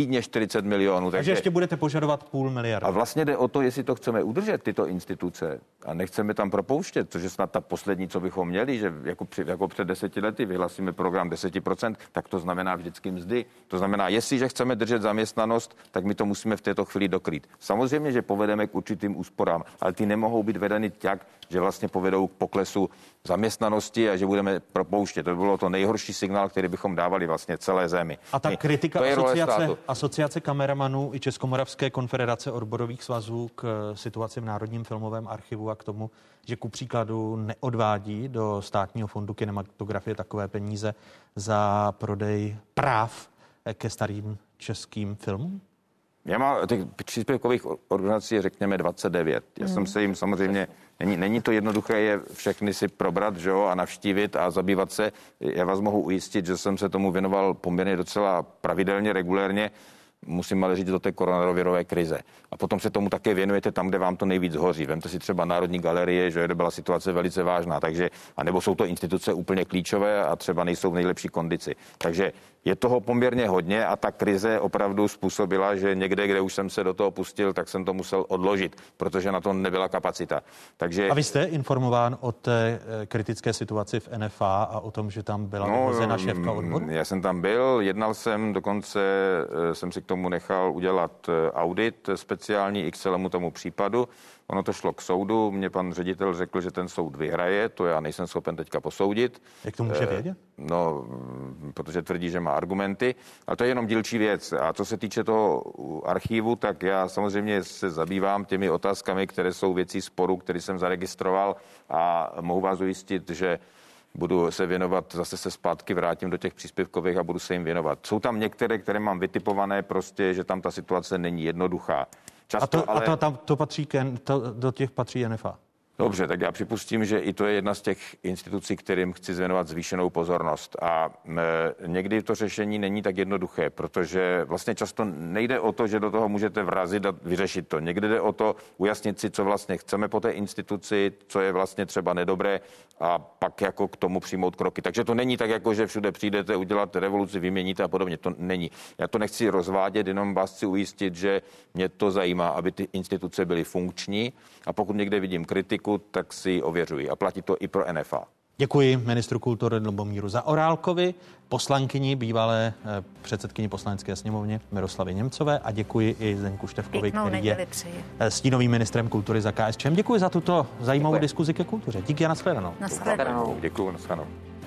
40 milionů. Takže ještě budete požadovat půl miliardy. A vlastně jde o to, jestli to chceme udržet, tyto instituce, a nechceme tam propouštět, což je snad ta poslední, co bychom měli, že jako před 10 lety vyhlasíme program 10%, tak to znamená vždycky mzdy. To znamená, jestliže chceme držet zaměstnanost, tak my to musíme v této chvíli dokrýt. Samozřejmě, že povedeme k určitým úsporám, ale ty nemohou být vedeny tak, že vlastně povedou k poklesu zaměstnanosti a že budeme propouštět. To by bylo to nejhorší signál, který bychom dávali vlastně celé zemi. A ta kritika asociace kameramanů i Českomoravské konfederace odborových svazů k situaci v Národním filmovém archivu a k tomu, že ku příkladu neodvádí do Státního fondu kinematografie takové peníze za prodej práv ke starým českým filmům? Já mám těch příspěvkových organizací, řekněme 29. Já jsem se jim samozřejmě, není to jednoduché je všechny si probrat, že jo, a navštívit a zabývat se. Já vás mohu ujistit, že jsem se tomu věnoval poměrně docela pravidelně, regulérně. Musím ale říct do té koronavirové krize. A potom se tomu také věnujete tam, kde vám to nejvíc hoří. Vemte si třeba Národní galerie, že byla situace velice vážná, takže, anebo jsou to instituce úplně klíčové a třeba nejsou v nejlepší kondici. Takže je toho poměrně hodně a ta krize opravdu způsobila, že někde, kde už jsem se do toho pustil, tak jsem to musel odložit, protože na to nebyla kapacita. Takže... A vy jste informován o té kritické situaci v NFA a o tom, že tam byla vyhozena šéfka odboru? Já jsem tam byl, jednal jsem, dokonce jsem si k tomu nechal udělat audit speciální k celému tomu případu. Ono to šlo k soudu, mě pan ředitel řekl, že ten soud vyhraje, to já nejsem schopen teďka posoudit. Jak to může vědět? No, protože tvrdí, že má argumenty, ale to je jenom dílčí věc. A co se týče toho archivu, tak já samozřejmě se zabývám těmi otázkami, které jsou věcí sporu, který jsem zaregistroval a mohu vás ujistit, že budu se věnovat, zase se zpátky vrátím do těch příspěvkových a budu se jim věnovat. Jsou tam některé, které mám vytipované, prostě, že tam ta situace není jednoduchá. Často, do těch patří NFA. Dobře, tak já připustím, že i to je jedna z těch institucí, kterým chci věnovat zvýšenou pozornost. A někdy to řešení není tak jednoduché, protože vlastně často nejde o to, že do toho můžete vrazit a vyřešit to. Někdy jde o to ujasnit si, co vlastně chceme po té instituci, co je vlastně třeba nedobré a pak jako k tomu přijmout kroky. Takže to není tak, jako že všude přijdete udělat revoluci, vyměníte a podobně. To není. Já to nechci rozvádět, jenom vás chci ujistit, že mě to zajímá, aby ty instituce byly funkční a pokud někde vidím kritiku, tak si ji ověřují a platí to i pro NFA. Děkuji ministru kultury Lubomíru Zaorálkovi, poslankyni, bývalé předsedkyni Poslanecké sněmovny Miroslavě Němcové a děkuji i Zdenku Štefkovi, který je stínovým ministrem kultury za KSČM. Děkuji za tuto zajímavou diskuzi ke kultuře. Díky a nashledanou. Děkuji, nashledanou.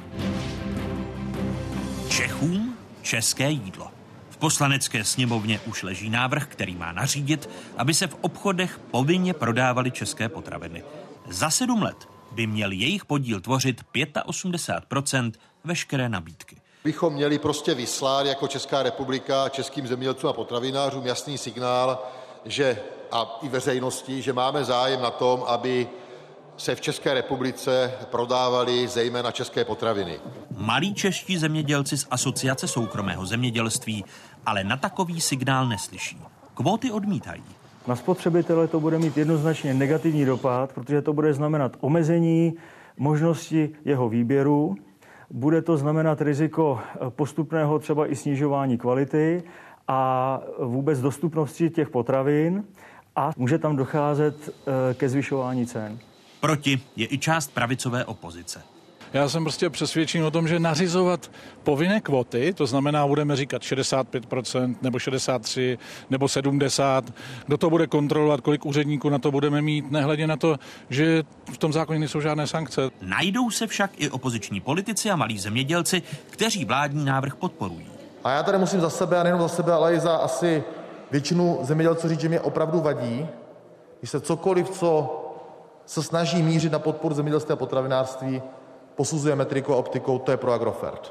Čechům české jídlo. V Poslanecké sněmovně už leží návrh, který má nařídit, aby se v obchodech povinně prodávaly české potraviny. Za 7 let by měl jejich podíl tvořit 85% veškeré nabídky. Bychom měli prostě vyslat jako Česká republika českým zemědělcům a potravinářům jasný signál, že a i veřejnosti, že máme zájem na tom, aby se v České republice prodávaly zejména české potraviny. Malí čeští zemědělci z Asociace soukromého zemědělství ale na takový signál neslyší. Kvóty odmítají. Na spotřebitele to bude mít jednoznačně negativní dopad, protože to bude znamenat omezení možnosti jeho výběru. Bude to znamenat riziko postupného třeba i snižování kvality a vůbec dostupnosti těch potravin a může tam docházet ke zvyšování cen. Proti je i část pravicové opozice. Já jsem prostě přesvědčen o tom, že nařizovat povinné kvóty, to znamená, budeme říkat 65% nebo 63% nebo 70%, kdo to bude kontrolovat, kolik úředníků na to budeme mít, nehledě na to, že v tom zákoně nejsou žádné sankce. Najdou se však i opoziční politici a malí zemědělci, kteří vládní návrh podporují. A já tady musím za sebe, a nejenom za sebe, ale i za asi většinu zemědělců říct, že mě opravdu vadí, když se cokoliv, co se snaží mířit na podporu zemědělství a potravinářství, posuzuje metrikou a optikou, to je pro Agrofert.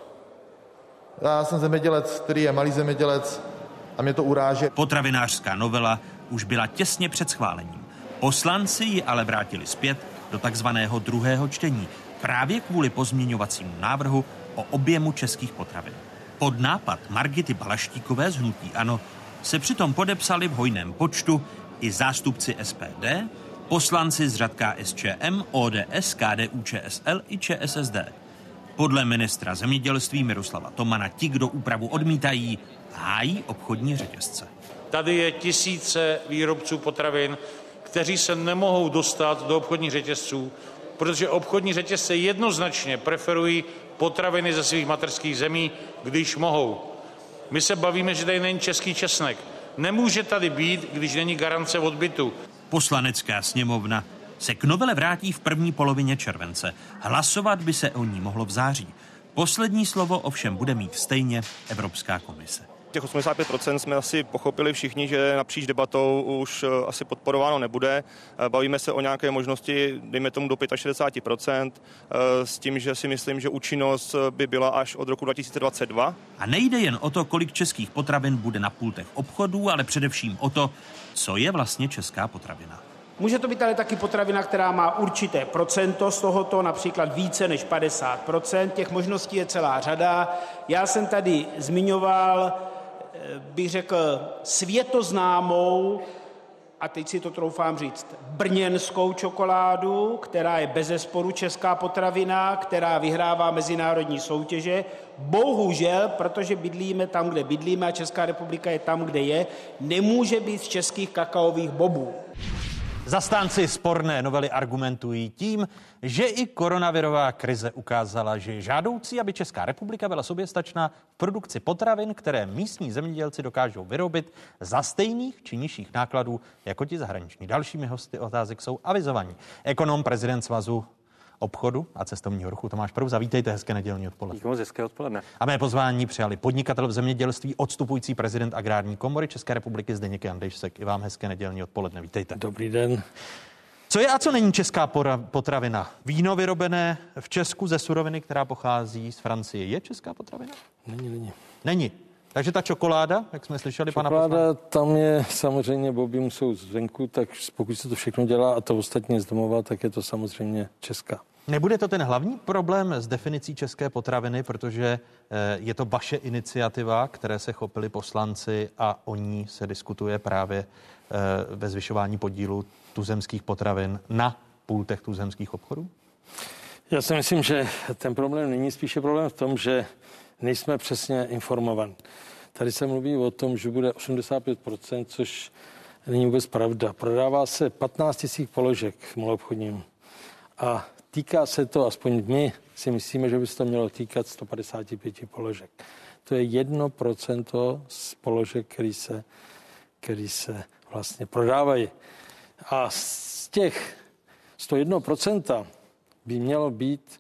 Já jsem zemědělec, který je malý zemědělec a mě to uráží. Potravinářská novela už byla těsně před schválením. Poslanci ji ale vrátili zpět do takzvaného druhého čtení právě kvůli pozměňovacímu návrhu o objemu českých potravin. Pod nápad Margity Balaštíkové z hnutí ANO se přitom podepsali v hojném počtu i zástupci SPD, poslanci z řad KSČM, ODS, KDU-ČSL i ČSSD. Podle ministra zemědělství Miroslava Tomana ti, kdo úpravu odmítají, hájí obchodní řetězce. Tady je tisíce výrobců potravin, kteří se nemohou dostat do obchodních řetězců, protože obchodní řetězce jednoznačně preferují potraviny ze svých mateřských zemí, když mohou. My se bavíme, že tady není český česnek. Nemůže tady být, když není garance odbytu. Poslanecká sněmovna se k novele vrátí v první polovině července. Hlasovat by se o ní mohlo v září. Poslední slovo ovšem bude mít stejně Evropská komise. Těch 85% jsme asi pochopili všichni, že napříč debatou už asi podporováno nebude. Bavíme se o nějaké možnosti, dejme tomu do 65%, s tím, že si myslím, že účinnost by byla až od roku 2022. A nejde jen o to, kolik českých potravin bude na pultech obchodů, ale především o to, co je vlastně česká potravina. Může to být ale taky potravina, která má určité procento z tohoto, například více než 50%. Těch možností je celá řada. Já jsem tady zmiňoval, bych řekl, světoznámou, a teď si to troufám říct, brněnskou čokoládu, která je bezesporu česká potravina, která vyhrává mezinárodní soutěže. Bohužel, protože bydlíme tam, kde bydlíme a Česká republika je tam, kde je, nemůže být z českých kakaových bobů. Zastánci sporné novely argumentují tím, že i koronavirová krize ukázala, že je žádoucí, aby Česká republika byla soběstačná v produkci potravin, které místní zemědělci dokážou vyrobit za stejných či nižších nákladů jako ti zahraniční. Dalšími hosty otázek jsou avizovaní. Ekonom, prezident Svazu obchodu a cestovního ruchu Tomáš Prouza. Vítejte, hezké nedělní odpoledne. Díky moc, hezké odpoledne. A mé pozvání přijali podnikatel v zemědělství, odstupující prezident Agrární komory České republiky Zdeněk Jandejšek. I vám hezké nedělní odpoledne. Vítejte. Dobrý den. Co je a co není česká potravina? Víno vyrobené v Česku ze suroviny, která pochází z Francie, je česká potravina? Není. Takže ta čokoláda, jak jsme slyšeli pana poslance? Čokoláda, tam je samozřejmě, boby musou zvenku, tak pokud se to všechno dělá a to ostatně z domova, tak je to samozřejmě česká. Nebude to ten hlavní problém s definicí české potraviny, protože je to vaše iniciativa, které se chopili poslanci a o ní se diskutuje právě ve zvyšování podílu tuzemských potravin na pultech tuzemských obchodů? Já si myslím, že ten problém není, spíše problém v tom, že nejsme přesně informovaní. Tady se mluví o tom, že bude 85%, což není vůbec pravda. Prodává se 15 000 položek v maloobchodním a týká se to, aspoň my si myslíme, že by se to mělo týkat 155 položek. To je 1% z položek, který se vlastně prodávají. A z těch 101% by mělo být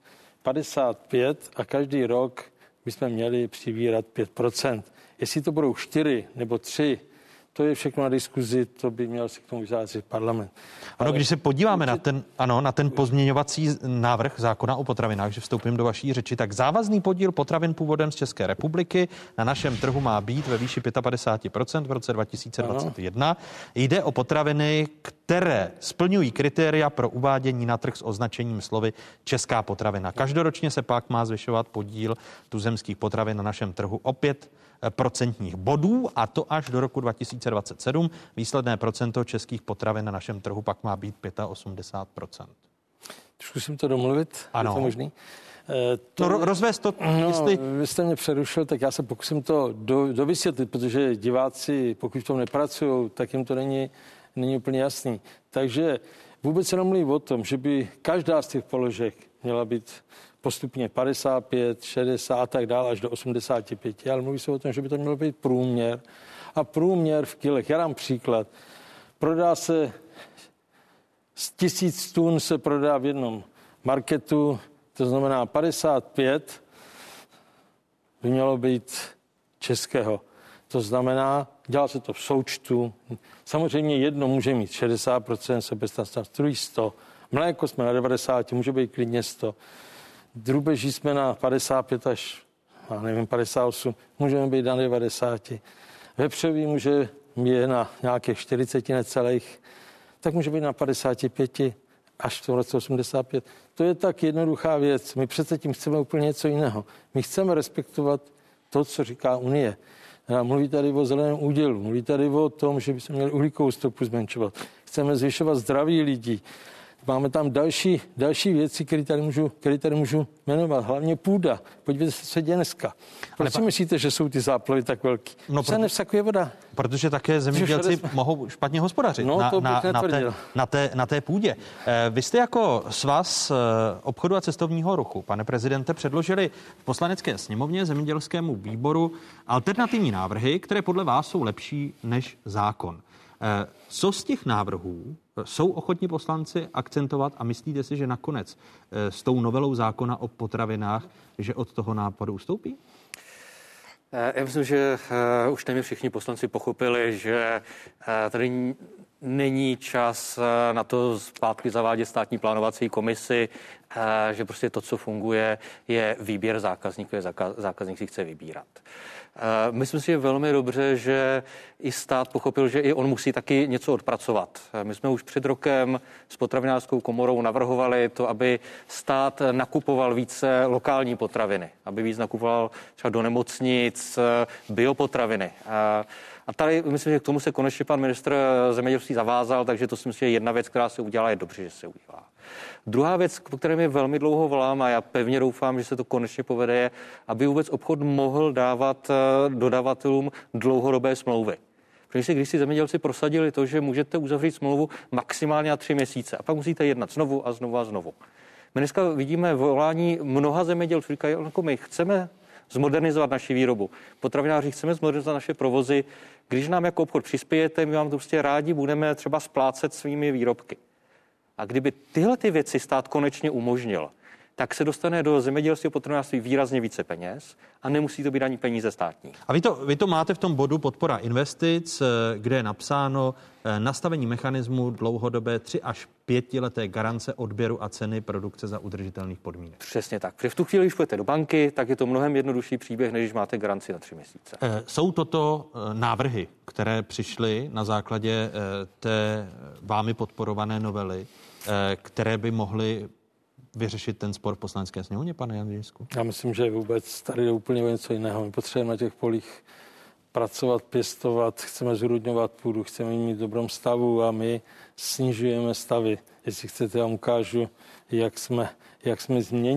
55 a každý rok bychom měli přibírat 5%. Jestli to budou 4 nebo 3, to je všechno na diskuzi, to by měl si k tomu vyjádřit parlament. Ano, když se podíváme na ten pozměňovací návrh zákona o potravinách, že vstoupím do vaší řeči, tak závazný podíl potravin původem z České republiky na našem trhu má být ve výši 55% v roce 2021. Ano. Jde o potraviny, které splňují kritéria pro uvádění na trh s označením slovy česká potravina. Každoročně se pak má zvyšovat podíl tuzemských potravin na našem trhu opět procentních bodů, a to až do roku 2027. Výsledné procento českých potravin na našem trhu pak má být 85%. Zkusím to domluvit, ano. Je to možný? Rozvést to, jestli... Vy jste mě přerušil, tak já se pokusím to dovysvětlit, protože diváci, pokud v tom nepracují, tak jim to není úplně jasný. Takže vůbec se nemluví o tom, že by každá z těch položek měla být postupně 55, 60 a tak dále až do 85, ale mluví se o tom, že by to měl být průměr. A průměr v kilech, já dám příklad, prodá se z 1000 tun se prodá v jednom marketu, to znamená 55 by mělo být českého. To znamená, dělá se to v součtu. Samozřejmě jedno může mít 60% soběstačnost, druhý 100. Mléko jsme na 90, může být klidně 100. Drůbeží jsme na 55 až, 58, můžeme být na 90. Vepřový může být na nějakých 40 necelých, tak může být na 55 až v roce 85. To je tak jednoduchá věc. My přece tím chceme úplně něco jiného. My chceme respektovat to, co říká Unie. Mluví tady o zeleném údělu, mluví tady o tom, že bychom měli uhlíkovou stopu zmenšovat. Chceme zvyšovat zdraví lidí. Máme tam další věci, které tady můžu jmenovat. Hlavně půda. Podívejte se, co děje dneska. Proč si myslíte, že jsou ty záplavy tak velký? No, se nevsakuje voda. Protože také zemědělci mohou špatně hospodařit na té půdě. Vy jste jako Svaz obchodu a cestovního ruchu, pane prezidente, předložili v Poslanecké sněmovně zemědělskému výboru alternativní návrhy, které podle vás jsou lepší než zákon. Co z těch návrhů jsou ochotní poslanci akcentovat a myslíte si, že nakonec s tou novelou zákona o potravinách, že od toho nápadu ustoupí? Já myslím, že už téměř všichni poslanci pochopili, že tady není čas na to zpátky zavádět státní plánovací komisi, že prostě to, co funguje, je výběr zákazníků, zákazník si chce vybírat. Myslím si, že velmi dobře, že i stát pochopil, že i on musí taky něco odpracovat. My jsme už před rokem s potravinářskou komorou navrhovali to, aby stát nakupoval více lokální potraviny, aby víc nakupoval třeba do nemocnic biopotraviny. A tady myslím, že k tomu se konečně pan ministr zemědělství zavázal, takže to si myslím, že jedna věc, která se udělá, je dobře, že se udělá. Druhá věc, po které mi velmi dlouho volám a já pevně doufám, že se to konečně povede, je, aby vůbec obchod mohl dávat dodavatelům dlouhodobé smlouvy. Protože když si zemědělci prosadili to, že můžete uzavřít smlouvu maximálně na 3 měsíce a pak musíte jednat znovu a znovu a znovu. My dneska vidíme volání mnoha zemědělců, říkají, jako my chceme zmodernizovat naši výrobu. Potravináři chceme zmodernizovat naše provozy. Když nám jako obchod přispějete, my vám to prostě rádi budeme třeba splácet svými výrobky. A kdyby tyhle ty věci stát konečně umožnil, tak se dostane do zemědělství a potravinářství výrazně více peněz a nemusí to být ani peníze státní. A vy to máte v tom bodu podpora investic, kde je napsáno nastavení mechanismu dlouhodobé 3 až 5 leté garance odběru a ceny produkce za udržitelných podmínek. Přesně tak. Protože v tu chvíli, když půjdete do banky, tak je to mnohem jednodušší příběh, než když máte garanci na 3 měsíce. Jsou toto návrhy, které přišly na základě té vámi podporované novely, které by mohly vyřešit ten spor v Poslanecké sněmovně, pane Jandřísku? Já myslím, že vůbec tady je úplně něco jiného. My potřebujeme na těch polích pracovat, pěstovat, chceme zrůdňovat půdu, chceme mít v dobrém stavu a my snižujeme stavy. Jestli chcete, já vám ukážu, jak jsme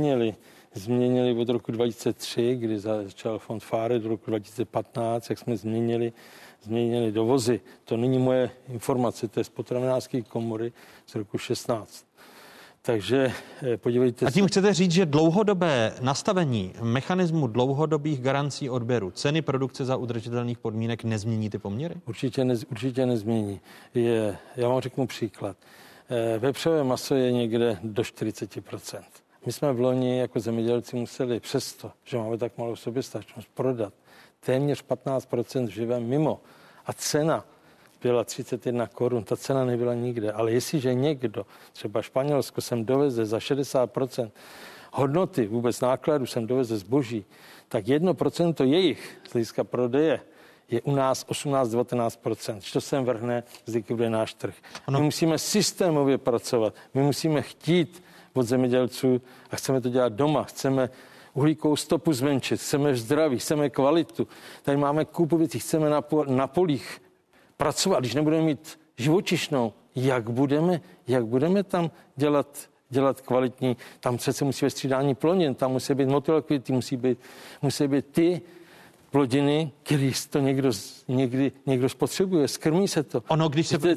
změnili od roku 2003, kdy začal fond FARE, do roku 2015, jak jsme změnili dovozy. To není moje informace, to je z potravinářské komory z roku 16. Takže podívejte se. A tím chcete říct, že dlouhodobé nastavení mechanismu dlouhodobých garancí odběru ceny produkce za udržitelných podmínek nezmění ty poměry? Určitě nezmění. Já vám řeknu příklad. Vepřové maso je někde do 40%. My jsme v loni jako zemědělci museli přesto, že máme tak malou soběstačnost, prodat téměř 15% živém mimo. A cena byla 31 korun, ta cena nebyla nikde. Ale jestliže někdo, třeba Španělsko, sem doveze za 60% hodnoty, vůbec nákladu sem doveze zboží, tak 1% jejich z hlediska prodeje je u nás 18-19%. To sem vrhne, zlikviduje náš trh. My musíme systémově pracovat. My musíme chtít od zemědělců a chceme to dělat doma. Chceme uhlíkovou stopu zmenšit, chceme zdraví, chceme kvalitu. Tady máme koupu věcí, chceme na polích pracovat, když nebudeme mít živočišnou, jak budeme tam dělat kvalitní, tam přece musí být střídání plonin, tam musí být motylekvity, musí být ty plodiny, který to někdo spotřebuje, skrmí se to. Ono,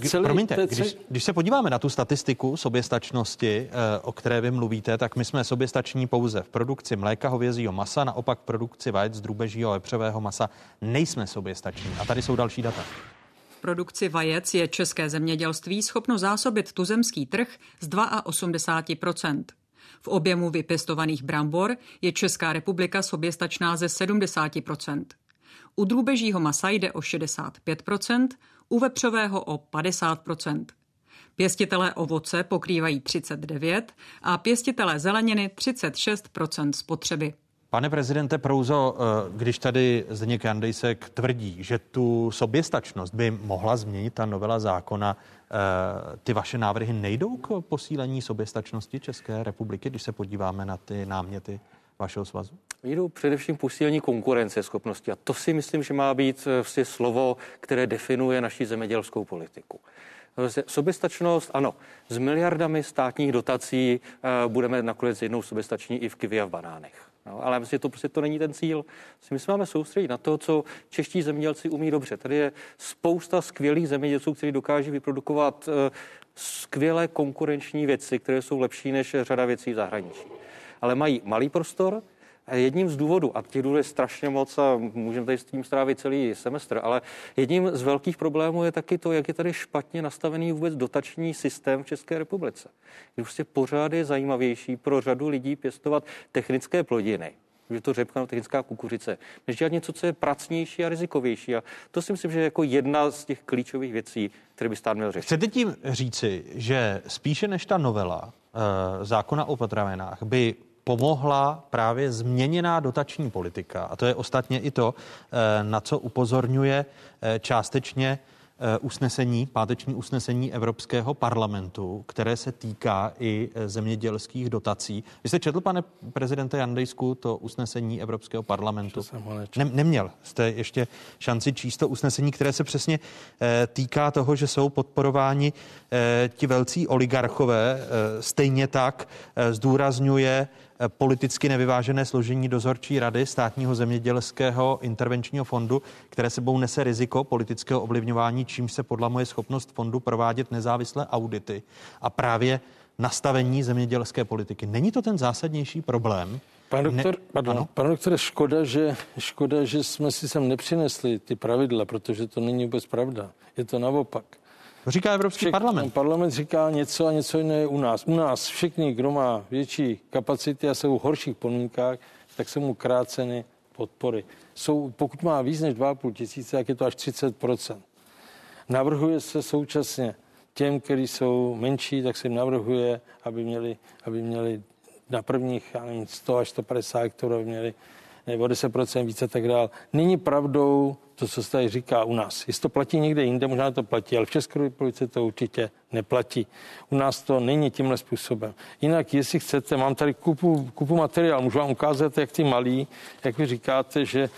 když se podíváme na tu statistiku soběstačnosti, o které vy mluvíte, tak my jsme soběstační pouze v produkci mléka, hovězího masa, naopak v produkci vajec, drůbežího a vepřového masa nejsme soběstační. A tady jsou další data. V produkci vajec je české zemědělství schopno zásobit tuzemský trh z 82%. V objemu vypěstovaných brambor je Česká republika soběstačná ze 70%. U drůbežího masa jde o 65%, u vepřového o 50%. Pěstitelé ovoce pokrývají 39% a pěstitelé zeleniny 36% spotřeby. Pane prezidente Prouzo, když tady Zdeněk Jandejsek tvrdí, že tu soběstačnost by mohla změnit ta novela zákona, ty vaše návrhy nejdou k posílení soběstačnosti České republiky, když se podíváme na ty náměty vašeho svazu? Jdou především posílení konkurenceschopnosti a to si myslím, že má být slovo, které definuje naši zemědělskou politiku. Soběstačnost, ano, s miliardami státních dotací budeme nakonec jednou soběstační i v kivi a v banánech. No, ale myslím, že to není ten cíl. My se máme soustředit na to, co čeští zemědělci umí dobře. Tady je spousta skvělých zemědělců, kteří dokáží vyprodukovat skvělé konkurenční věci, které jsou lepší než řada věcí v zahraničí. Ale mají malý prostor. Jedním z důvodů, a těch důvodů je strašně moc a můžeme tady s tím strávit celý semestr, ale jedním z velkých problémů je taky to, jak je tady špatně nastavený vůbec dotační systém v České republice. Kdy prostě pořád je zajímavější pro řadu lidí pěstovat technické plodiny, že to řepka, technická kukuřice, než dělat něco, co je pracnější a rizikovější. A to si myslím, že je jako jedna z těch klíčových věcí, které by stát měl řešit. Chcete tím říci, že spíše než ta novela zákona o potravinách by pomohla právě změněná dotační politika, a to je ostatně i to, na co upozorňuje částečně páteční usnesení Evropského parlamentu, které se týká i zemědělských dotací. Vy jste četl, pane prezidente Jandejsku, to usnesení Evropského parlamentu? Neměl jste ještě šanci číst to usnesení, které se přesně týká toho, že jsou podporováni ti velcí oligarchové. Stejně tak zdůrazňuje politicky nevyvážené složení dozorčí rady Státního zemědělského intervenčního fondu, které sebou nese riziko politického ovlivňování, čímž se podlamuje schopnost fondu provádět nezávislé audity a právě nastavení zemědělské politiky. Není to ten zásadnější problém? Pane doktore, škoda, že jsme si sem nepřinesli ty pravidla, protože to není vůbec pravda. Je to naopak. To říká Evropský parlament. Parlament říká něco a něco jiného je u nás. U nás všichni, kdo má větší kapacity a jsou v horších podmínkách, tak jsou mu kráceny podpory. Pokud má víc než 2,5 tisíce, tak je to až 30%. Navrhuje se současně těm, kteří jsou menší, tak se jim navrhuje, aby měli na prvních 100 až 150 hektarů, měli o 10% více a tak dále. Není pravdou to, co se tady říká u nás. Jestli to platí někde jinde, možná to platí, ale v České republice to určitě neplatí. U nás to není tímhle způsobem. Jinak, jestli chcete, mám tady kupu materiál, můžu vám ukázat, jak ty malí, jak vy říkáte, že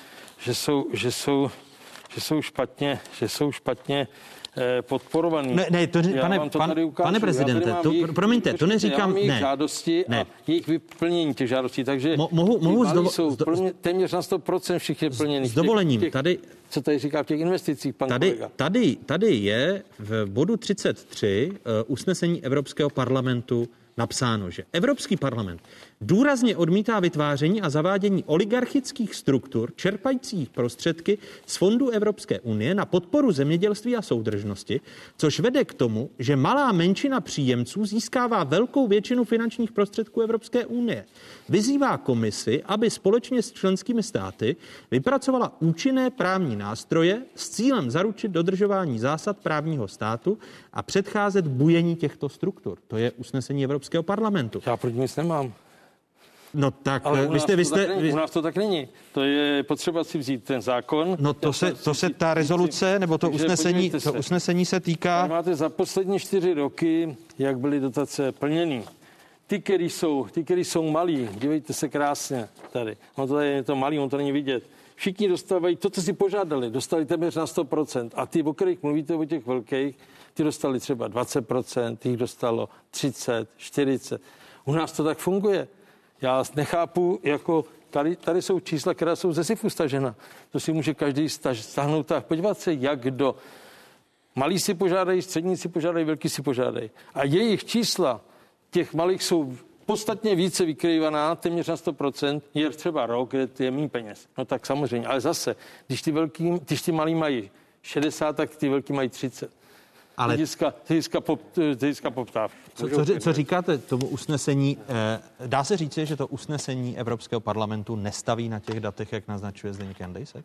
jsou špatně podporovaný. Pane prezidente, promiňte, to neříkám, ne. Žádosti a jejich vyplnění těch žádostí, takže jsou téměř na 100% všichni plnění. S dovolením, tady... Co tady říká v těch investicích, pan kolega? Tady je v bodu 33 usnesení Evropského parlamentu napsáno, že Evropský parlament důrazně odmítá vytváření a zavádění oligarchických struktur čerpajících prostředky z fondů Evropské unie na podporu zemědělství a soudržnosti, což vede k tomu, že malá menšina příjemců získává velkou většinu finančních prostředků Evropské unie. Vyzývá komisi, aby společně s členskými státy vypracovala účinné právní nástroje s cílem zaručit dodržování zásad právního státu a předcházet bujení těchto struktur. To je usnesení Evropského parlamentu. Já proti nic nemám. No tak, ale u nás to tak není. To je potřeba si vzít ten zákon. No to se ta rezoluce, nebo to usnesení se týká... Máte za poslední 4 roky, jak byly dotace plněny. Ty, který jsou malí, dívejte se krásně tady. Je to malý, on to není vidět. Všichni dostávají to, co si požádali. Dostali téměř na 100%. A ty, o kterých mluvíte, o těch velkých, ty dostali třeba 20%, těch dostalo 30, 40. U nás to tak funguje. Já nechápu, tady jsou čísla, která jsou ze SIFu stažena. To si může každý stáhnout a podívat se, jak kdo. Malí si požádají, střední si požádají, velký si požádají. A jejich čísla těch malých jsou podstatně více vykrývaná, téměř na 100%, je třeba rok, kde je méně peněz. No tak samozřejmě, ale zase, když ty malí mají 60, tak ty velký mají 30. Ale hlediska poptávky. Co říkáte tomu usnesení? Dá se říci, že to usnesení Evropského parlamentu nestaví na těch datech, jak naznačuje Zdeněk Jandejsek?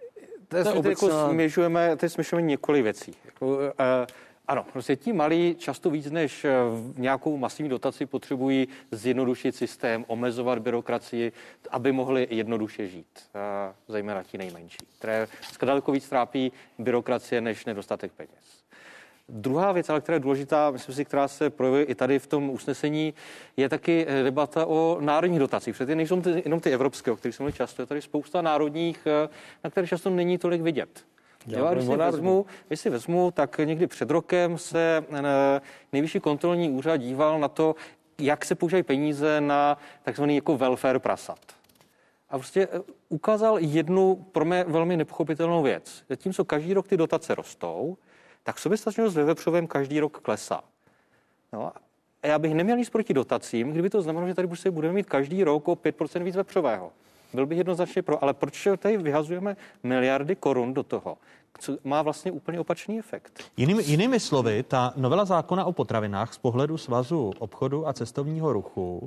Teď směšujeme několik věcí. Ano, prostě ti malí často víc než nějakou masivní dotaci potřebují zjednodušit systém, omezovat byrokracii, aby mohli jednoduše žít, zejména ti nejmenší, které daleko víc trápí byrokracie než nedostatek peněz. Druhá věc, ale která je důležitá, myslím si, která se projevuje i tady v tom usnesení, je taky debata o národních dotacích. Protože nejsou jenom ty evropské, o kterých jsme mluvili často, je tady spousta národních, na které často není tolik vidět. Když si vezmu, tak někdy před rokem se Nejvyšší kontrolní úřad díval na to, jak se používají peníze na takzvaný jako welfare prasat. A prostě ukázal jednu pro mě velmi nepochopitelnou věc. Zatímco každý rok ty dotace rostou, tak soběstačnost ve vepřovém každý rok klesá. No, a já bych neměl nic proti dotacím, kdyby to znamenalo, že tady budeme mít každý rok o 5% víc vepřového. Byl bych jednoznačně pro, ale proč tady vyhazujeme miliardy korun do toho, co má vlastně úplně opačný efekt? Jinými slovy, ta novela zákona o potravinách z pohledu Svazu obchodu a cestovního ruchu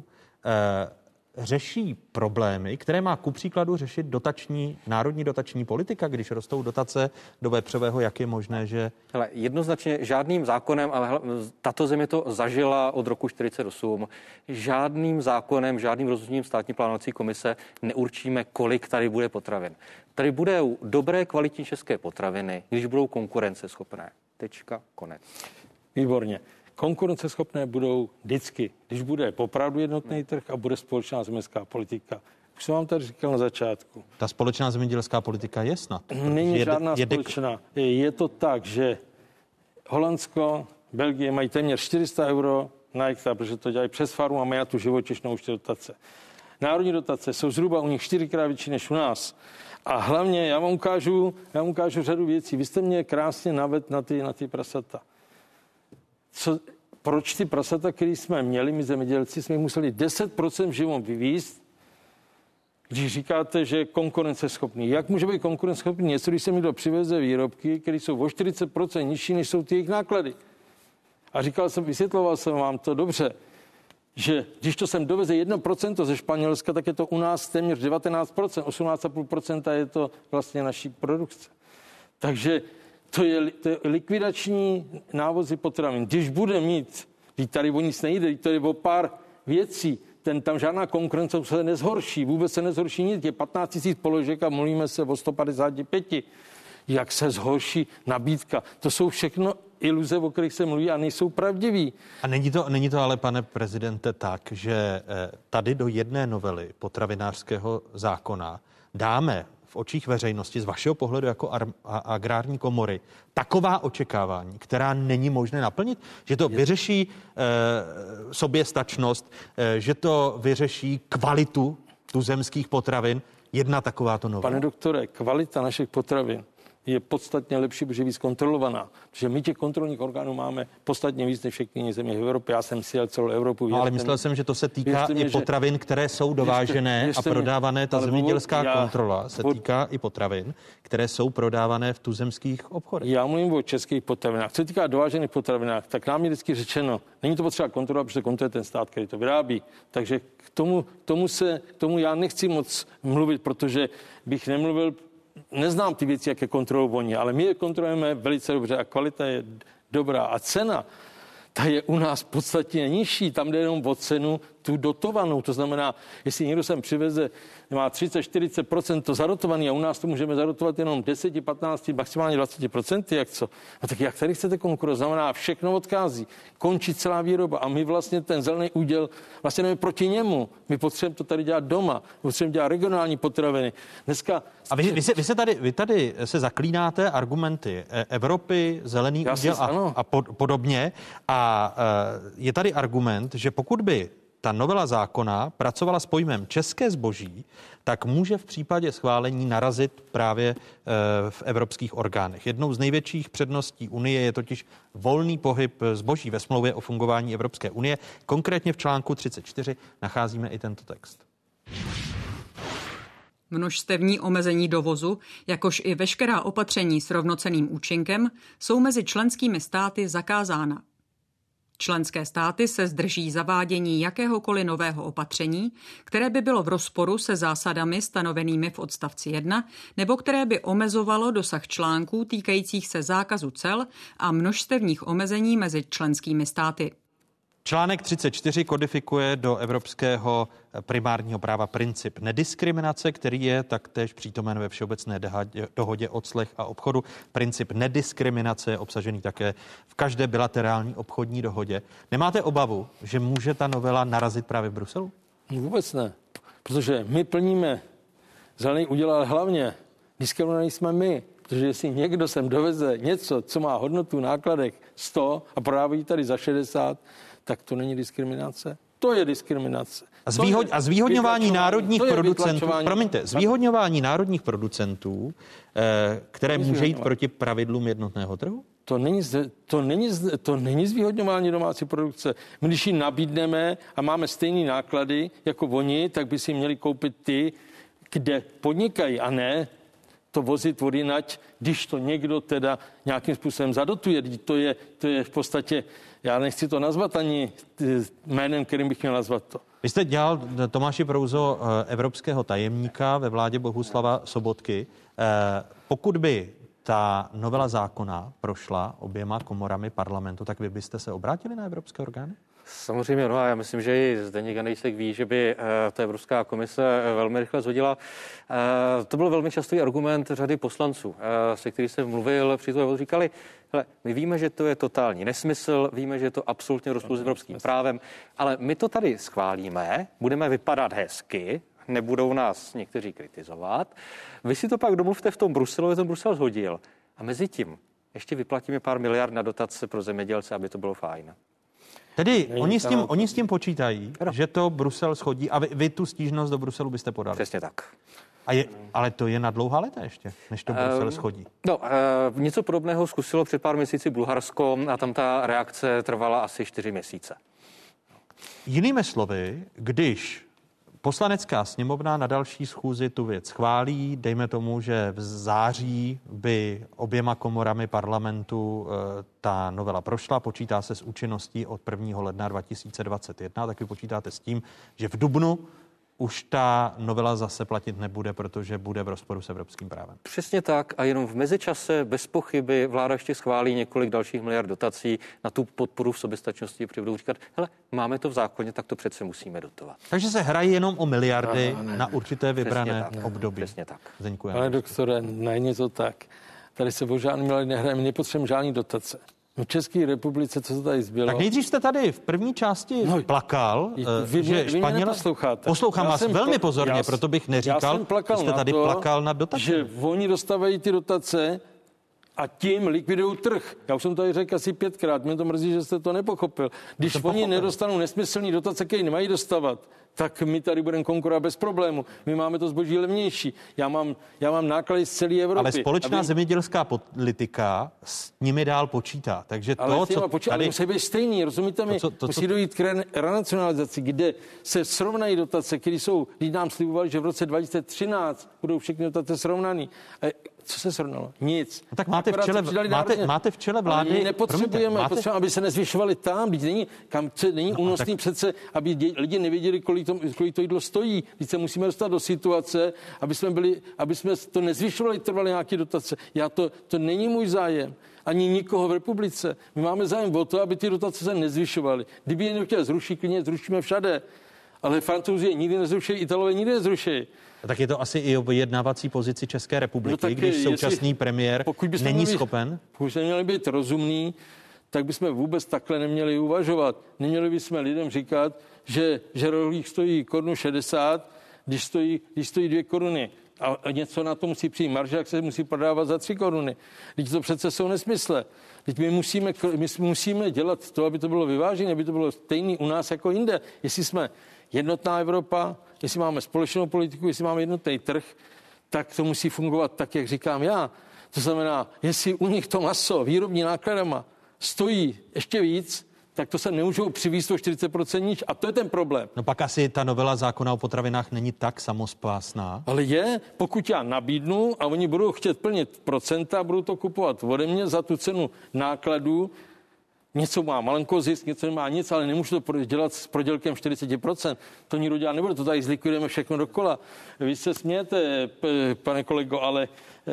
řeší problémy, které má ku příkladu řešit národní dotační politika, když rostou dotace do vepřového, jak je možné, že... Hele, jednoznačně žádným zákonem, ale tato země to zažila od roku 1948, žádným zákonem, žádným rozhodnutím státní plánovací komise neurčíme, kolik tady bude potravin. Tady budou dobré kvalitní české potraviny, když budou konkurenceschopné. Tečka, konec. Výborně. Konkurenceschopné budou vždycky, když bude opravdu jednotný trh a bude společná zemědělská politika. Už jsem vám tady říkal na začátku. Ta společná zemědělská politika je snad. Není žádná společná. Je to tak, že Holandsko, Belgie mají téměř 400 euro na hektar, protože to dělají přes farmu a mají na tu živočišnou už dotace. Národní dotace jsou zhruba u nich 4krát větší než u nás. A hlavně já vám ukážu řadu věcí. Vy jste mě krásně navedl na ty prasata. Proč ty prasata, které jsme měli, my zemědělci, jsme museli 10% živom vyvízt, když říkáte, že je konkurenceschopný. Jak může být konkurenceschopný něco, když se mi přiveze výrobky, které jsou o 40% nižší, než jsou ty jejich náklady? A vysvětloval jsem vám to dobře, že když to sem doveze 1% ze Španělska, tak je to u nás téměř 19%, 18,5% je to vlastně naší produkce. Takže to je likvidační návozy potravin. Když bude mít, když tady o nic nejde, to je o pár věcí, tam žádná konkurence se nezhorší, vůbec se nezhorší nic, je 15 000 položek a mluvíme se o 155. Jak se zhorší nabídka? To jsou všechno iluze, o kterých se mluví a nejsou pravdivý. A není to ale, pane prezidente, tak, že tady do jedné novely potravinářského zákona dáme v očích veřejnosti z vašeho pohledu jako agrární komory taková očekávání, která není možné naplnit? Že to vyřeší soběstačnost, že to vyřeší kvalitu tuzemských potravin, jedna takováto novela? Pane doktore, kvalita našich potravin je podstatně lepší, protože je víc kontrolovaná. Protože my těch kontrolních orgánů máme podstatně víc než všechny země v Evropě. Já jsem si jel celou Evropu. No, ale myslel jsem, že to se týká i potravin, které jsou dovážené a prodávané. Ta zemědělská kontrola se týká i potravin, které jsou prodávané v tuzemských obchodech. Já mluvím o českých potravinách. Co se týká dovážených potravinách, tak nám je vždycky řečeno, není to potřeba kontrolovat, protože kontroluje ten stát, který to vyrábí. Takže k tomu já nechci moc mluvit, protože bych nemluvil. Neznám ty věci, jak je kontrolují oni, ale my je kontrolujeme velice dobře a kvalita je dobrá. A cena, ta je u nás podstatně nižší. Tam jde jenom o cenu tu dotovanou. To znamená, jestli někdo sem přiveze, má 30-40% to zarotovaný a u nás to můžeme zarotovat jenom 10, 15, maximálně 20%, jak co? No tak jak tady chcete konkurovat? Znamená, všechno odchází. Končí celá výroba a my vlastně ten zelený úděl vlastně jdeme proti němu. My potřebujeme to tady dělat doma. Potřebujeme dělat regionální potraviny. Dneska... A vy tady se zaklínáte argumenty Evropy, zelený úděl a podobně. A je tady argument, že pokud by ta novela zákona pracovala s pojmem české zboží, tak může v případě schválení narazit právě v evropských orgánech. Jednou z největších předností Unie je totiž volný pohyb zboží. Ve smlouvě o fungování Evropské unie, konkrétně v článku 34, nacházíme i tento text. Množstevní omezení dovozu, jakož i veškerá opatření s rovnocenným účinkem, jsou mezi členskými státy zakázána. Členské státy se zdrží zavádění jakéhokoliv nového opatření, které by bylo v rozporu se zásadami stanovenými v odstavci 1 nebo které by omezovalo dosah článků týkajících se zákazu cel a množstevních omezení mezi členskými státy. Článek 34 kodifikuje do evropského primárního práva princip nediskriminace, který je taktéž přítomen ve Všeobecné dohodě o clech a obchodu. Princip nediskriminace je obsažený také v každé bilaterální obchodní dohodě. Nemáte obavu, že může ta novela narazit právě v Bruselu? Vůbec ne, protože my plníme zelený úděl, ale hlavně diskriminovaní jsme my. Protože jestli někdo sem doveze něco, co má hodnotu nákladek 100 a prodávají tady za 60, tak to není diskriminace. To je diskriminace. A zvýhodňování národních producentů, zvýhodňování národních producentů, které může jít proti pravidlům jednotného trhu? To není zvýhodňování domácí produkce. My, když ji nabídneme a máme stejné náklady jako oni, tak by si měli koupit ty, kde podnikají, a ne to vozit odinať, když to někdo teda nějakým způsobem zadotuje. To je v podstatě, já nechci to nazvat ani jménem, kterým bych měl nazvat to. Vy jste dělal, Tomáši Prouzo, evropského tajemníka ve vládě Bohuslava Sobotky. Pokud by ta novela zákona prošla oběma komorami parlamentu, tak vy byste se obrátili na evropské orgány? Samozřejmě, no a já myslím, že i Zdeněk Janejsek ví, že by ta Evropská komise velmi rychle zhodila. To byl velmi častý argument řady poslanců, se kterých jsem mluvil, přitom říkali, hele, my víme, že to je totální nesmysl, víme, že je to absolutně rozpor s evropským právem, ale my to tady schválíme, budeme vypadat hezky, nebudou nás někteří kritizovat. Vy si to pak domluvte v tom Bruselu, ten Brusel zhodil. A mezi tím ještě vyplatíme pár miliard na dotace pro zemědělce, aby to bylo fajn. Tedy oni s tím počítají, že to Brusel shodí a vy tu stížnost do Bruselu byste podali. Přesně tak. Ale to je na dlouhá léta ještě, než to Brusel shodí. Něco podobného zkusilo před pár měsíci Bulharsko a tam ta reakce trvala asi 4 měsíce. Jinými slovy, když Poslanecká sněmovna na další schůzi tu věc schválí, dejme tomu, že v září by oběma komorami parlamentu ta novela prošla, počítá se s účinností od 1. ledna 2021, tak vy počítáte s tím, že v dubnu už ta novela zase platit nebude, protože bude v rozporu s evropským právem. Přesně tak a jenom v mezičase bez pochyby vláda ještě schválí několik dalších miliard dotací na tu podporu v soběstačnosti, protože budou říkat, hele, máme to v zákoně, tak to přece musíme dotovat. Takže se hrají jenom o miliardy na určité vybrané období. Přesně tak. Pane doktore, není to tak. Tady se o žádný miliardy nehrajeme, nepotřebujeme žádný dotace. V České republice, co to tady zbylo? Tak nejdřív jste tady v první části plakal, že Španěl... Poslouchám vás velmi pozorně, proto bych neříkal, že jste tady plakal nad dotace. Že oni dostávají ty dotace a tím likvidují trh. Já už jsem to tady řekl asi 5krát, mě to mrzí, že jste to nepochopil. Když oni nedostanou nesmyslný dotace, které nemají dostávat, tak my tady budeme konkurovat bez problému. My máme to zboží levnější. Já mám náklady z celé Evropy. Ale společná zemědělská politika s nimi dál počítá. Takže ale musí být stejný, rozumíte mi? Musí dojít k renacionalizaci, kde se srovnají dotace, které jsou, když nám slibovali, že v roce 2013 budou všechny dotace srovnaný. Co se srovnalo? Nic. No tak máte v čele vlády... Ale nepotřebujeme, aby se nezvyšovali tam, není únosný přece, aby lidi nevěděli, kolik to jídlo stojí. Když se musíme dostat do situace, aby jsme to nezvyšovali, trvali nějaké dotace. To není můj zájem. Ani nikoho v republice. My máme zájem o to, aby ty dotace se nezvyšovaly. Kdyby je chtěl zrušit, klidně zrušíme všade. Ale Francouzi nikdy nezruší, Italové nikdy nezruší. Tak je to asi i o vyjednávací pozici České republiky, když současný premiér není schopen? Pokud bychom měli být rozumní, tak bychom vůbec takhle neměli uvažovat. Neměli bychom lidem říkat, že rohlík stojí 1,60 Kč, když stojí 2 koruny. A něco na to musí přijít marže, jak se musí prodávat za 3 koruny. Teď to přece jsou nesmysle. Teď my musíme dělat to, aby to bylo vyvážené, aby to bylo stejné u nás jako jinde. Jestli jsme jednotná Evropa, jestli máme společnou politiku, jestli máme jednotný trh, tak to musí fungovat tak, jak říkám já. To znamená, jestli u nich to maso výrobní nákladama stojí ještě víc, tak to se nemůžou přivízt o 40% níž. A to je ten problém. No pak asi ta novela zákona o potravinách není tak samospásná. Ale je, pokud já nabídnu a oni budou chtět plnit procenta, budou to kupovat ode mě za tu cenu nákladů, něco má malinko zisk, něco nemá nic, ale nemůžu to dělat s prodělkem 40%. To nikdo dělat nebude, to tady zlikvidujeme všechno dokola. Vy se smějete, pane kolego, ale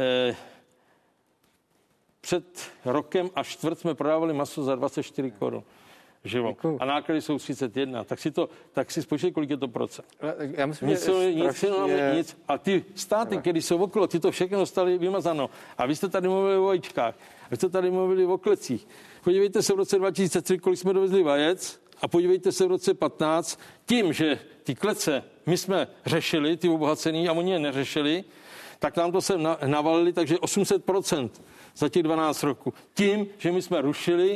před rokem a čtvrt jsme prodávali maso za 24 korun. A náklady jsou 31. Tak si spočítej, kolik je to procent. Já myslím, nic. A ty státy, které jsou okolo, ty to všechno dostali vymazano. A vy jste tady mluvili o vajíčkách. Vy jste tady mluvili o klecích. Podívejte se v roce 2003, kolik jsme dovezli vajec, a podívejte se v roce 15, tím, že ty klece my jsme řešili, ty obohacený, a oni je neřešili, tak nám to sem navalili, takže 800% za těch 12 roků. Tím, že my jsme rušili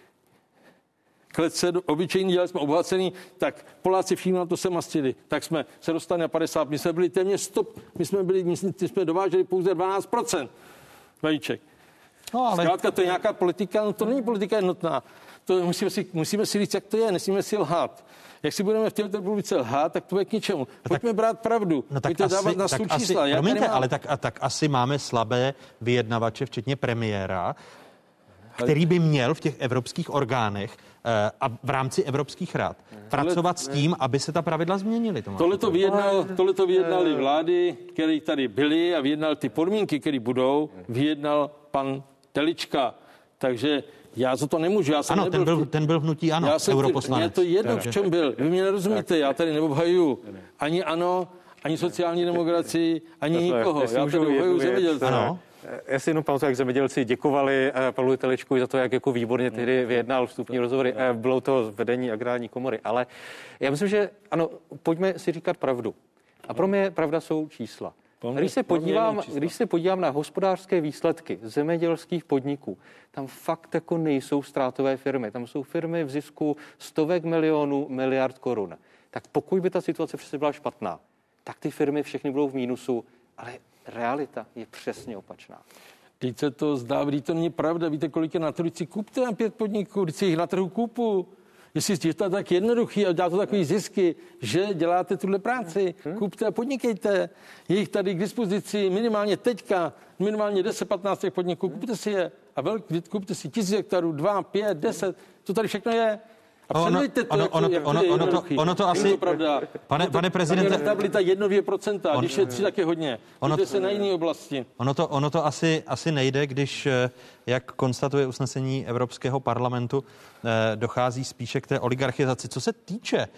klece obyčejný, dělali jsme obohacený, tak Poláci všichni na to se mastili. Tak jsme se dostali na 50, my jsme byli téměř stop, my jsme dováželi pouze 12% vajíček. No, ale... Zkrátka, to je nějaká politika, no to není politika jednotná. To musíme si říct, jak to je, nesmíme si lhát. Jak si budeme v této republice lhát, tak to je k ničemu. Pojďme brát pravdu. No tak pojďme dávat na stůl čísla. Promiňte, ale tak asi máme slabé vyjednavače, včetně premiéra, který by měl v těch evropských orgánech a v rámci evropských rad pracovat s tím, aby se ta pravidla změnily. Tohle to vyjednali vlády, které tady byly, a vyjednal ty podmínky, které budou, vyjednal pan Telička. Takže já za to nemůžu. Já jsem ten byl v hnutí ANO, europoslanec. Mně to jedno, v čem byl. Vy mě nerozumíte, já tady neobhajuju ani ANO, ani sociální demokracii, ani nikoho. Já tady obhajuju zemědělce. Já si jenom pamatuju, jak zemědělci děkovali Pavlu Teličkovi za to, jak jako výborně tehdy vyjednal vstupní rozhovory. Bylo to vedení agrární komory. Ale já myslím, že ano, pojďme si říkat pravdu. A pro mě pravda jsou čísla. Když se podívám na hospodářské výsledky zemědělských podniků, tam fakt jako nejsou ztrátové firmy. Tam jsou firmy v zisku stovek milionů, miliard korun. Tak pokud by ta situace přece byla špatná, tak ty firmy všechny budou v mínusu, ale realita je přesně opačná. Teď se to zdá, to není pravda. Víte, kolik je na trhu? Kupte tam 5 podniků, když si jich na trhu kupu. Jestli je to tak jednoduchý a dá to takový zisky, že děláte tuhle práci, kupte a podnikejte. Je jich tady k dispozici minimálně teďka, minimálně 10-15 těch podniků, kupte si je a kupte si 1000 hektarů, 2, 5, 10, to tady všechno je. A předvejte to, ono to asi... Pane prezidente... Stabilita 1-2%, když je 3, tak je hodně. Jde se na jiné oblasti. Ono to asi nejde, když, jak konstatuje usnesení Evropského parlamentu, dochází spíše k té oligarchizaci. Co se týče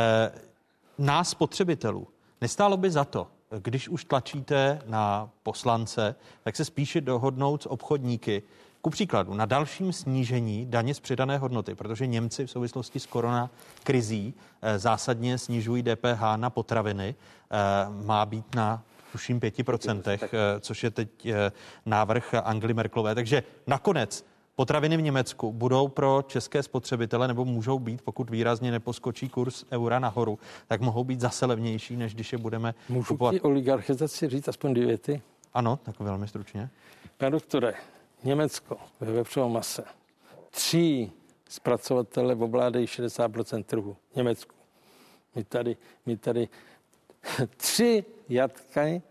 nás, spotřebitelů, nestálo by za to, když už tlačíte na poslance, tak se spíše dohodnout s obchodníky, ku příkladu na dalším snížení daně z přidané hodnoty, protože Němci v souvislosti s koronakrizí zásadně snižují DPH na potraviny, má být na tuším 5%, což je teď návrh Angely Merkelové. Takže nakonec potraviny v Německu budou pro české spotřebitele, nebo můžou být, pokud výrazně neposkočí kurz eura nahoru, tak mohou být zase levnější, než když je budeme kupovat. Můžu oligarchizaci říct aspoň 2 věty? Ano, tak velmi stručně. Pane doktore, Německo ve vepřovém mase. 3 zpracovatele ovládají 60% trhu. Německu. My tady 3 jatkany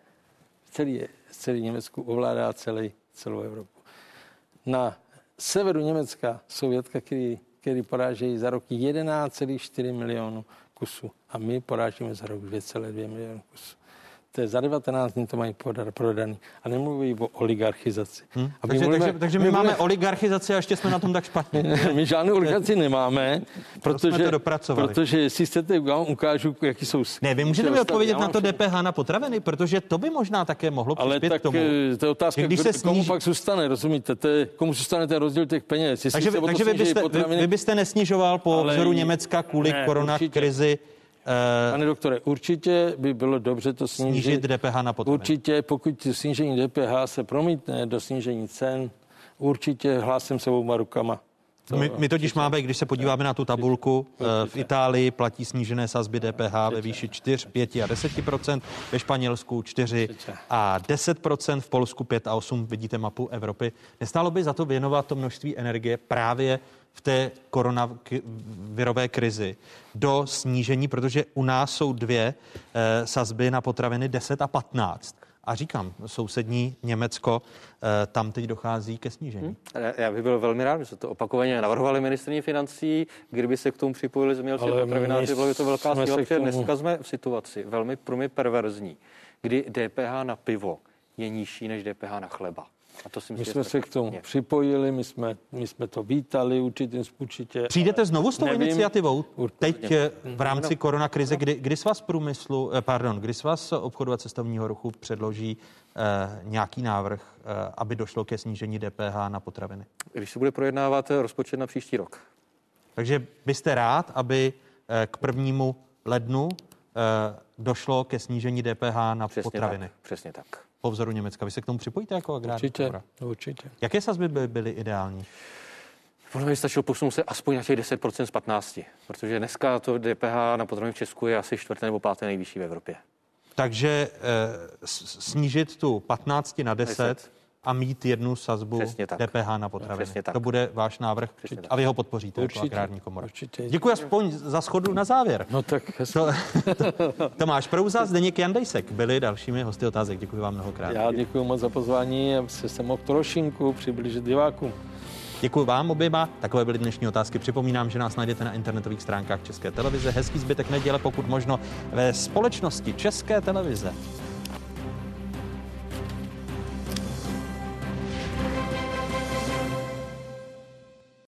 celý Německu ovládá celou Evropu. Na severu Německa jsou jatka, které porážejí za rok 11,4 milionu kusů. A my porážíme za rok 2,2 milionu kusů. To je za 19 dní to mají prodaný. A nemluví o oligarchizaci. Takže my máme oligarchizaci a ještě jsme na tom tak špatně. My žádnou oligarchizaci nemáme, protože jestli chcete, ukážu, jaký jsou... Ne, vy můžete mi odpovědět na to DPH na potraviny, protože to by možná také mohlo přispět k tomu. Ale to je otázka, komu pak zůstane, rozumíte? Komu zůstane ten rozdíl těch peněz? Takže vy byste nesnižoval po vzoru Německa kvůli koronakrizi Pane doktore, určitě by bylo dobře to snížit DPH na potraviny. Určitě, pokud snížení DPH se promítne do snížení cen, určitě hlásím se obouma rukama. My totiž máme, když se podíváme na tu tabulku, v Itálii platí snížené sazby DPH ve výši 4, 5 a 10%, ve Španělsku 4 a 10%, v Polsku 5 a 8, vidíte mapu Evropy. Nestálo by za to věnovat to množství energie právě v té koronavirové krizi do snížení, protože u nás jsou dvě sazby na potraviny 10 a 15. A říkám, sousední Německo, tam teď dochází ke snížení. Já bych byl velmi rád, že se to opakovaně navrhovali ministryni financí, kdyby se k tomu připojili zemědělci a potravináři, bylo by to velká síla, protože dneska jsme v situaci velmi pro mě perverzní, kdy DPH na pivo je nižší než DPH na chleba. A to si myslím, my jsme se k tomu připojili, my jsme to vítali určitě. Přijdete znovu s tou iniciativou? Teď v rámci koronakrize, kdy svaz průmyslu, kdy svaz obchodu a cestovního ruchu předloží nějaký návrh, aby došlo ke snížení DPH na potraviny? Když se bude projednávat rozpočet na příští rok. Takže byste rád, aby k 1. lednu došlo ke snížení DPH na potraviny? Přesně tak. Po vzoru Německa. Vy se k tomu připojíte jako agrární komora? Určitě. Jaké sazby by byly ideální? Podle mě stačilo posunout se aspoň na těch 10% z 15%, protože dneska to DPH na potraviny v Česku je asi 4. nebo 5. nejvyšší v Evropě. Takže snížit tu 15 na 10 a mít jednu sazbu DPH na potraviny. To bude váš návrh a vy ho podpoříte jako agrární komora. Určitě. Děkuji aspoň za shodu na závěr. No tak Tomáš Prouza, Zdeněk Jandejsek byli dalšími hosty otázek. Děkuji vám mnohokrát. Já děkuji moc za pozvání a se mohl trošinku přiblížit divákům. Děkuji vám oběma. Takové byly dnešní otázky. Připomínám, že nás najdete na internetových stránkách České televize. Hezký zbytek neděle, pokud možno ve společnosti České televize.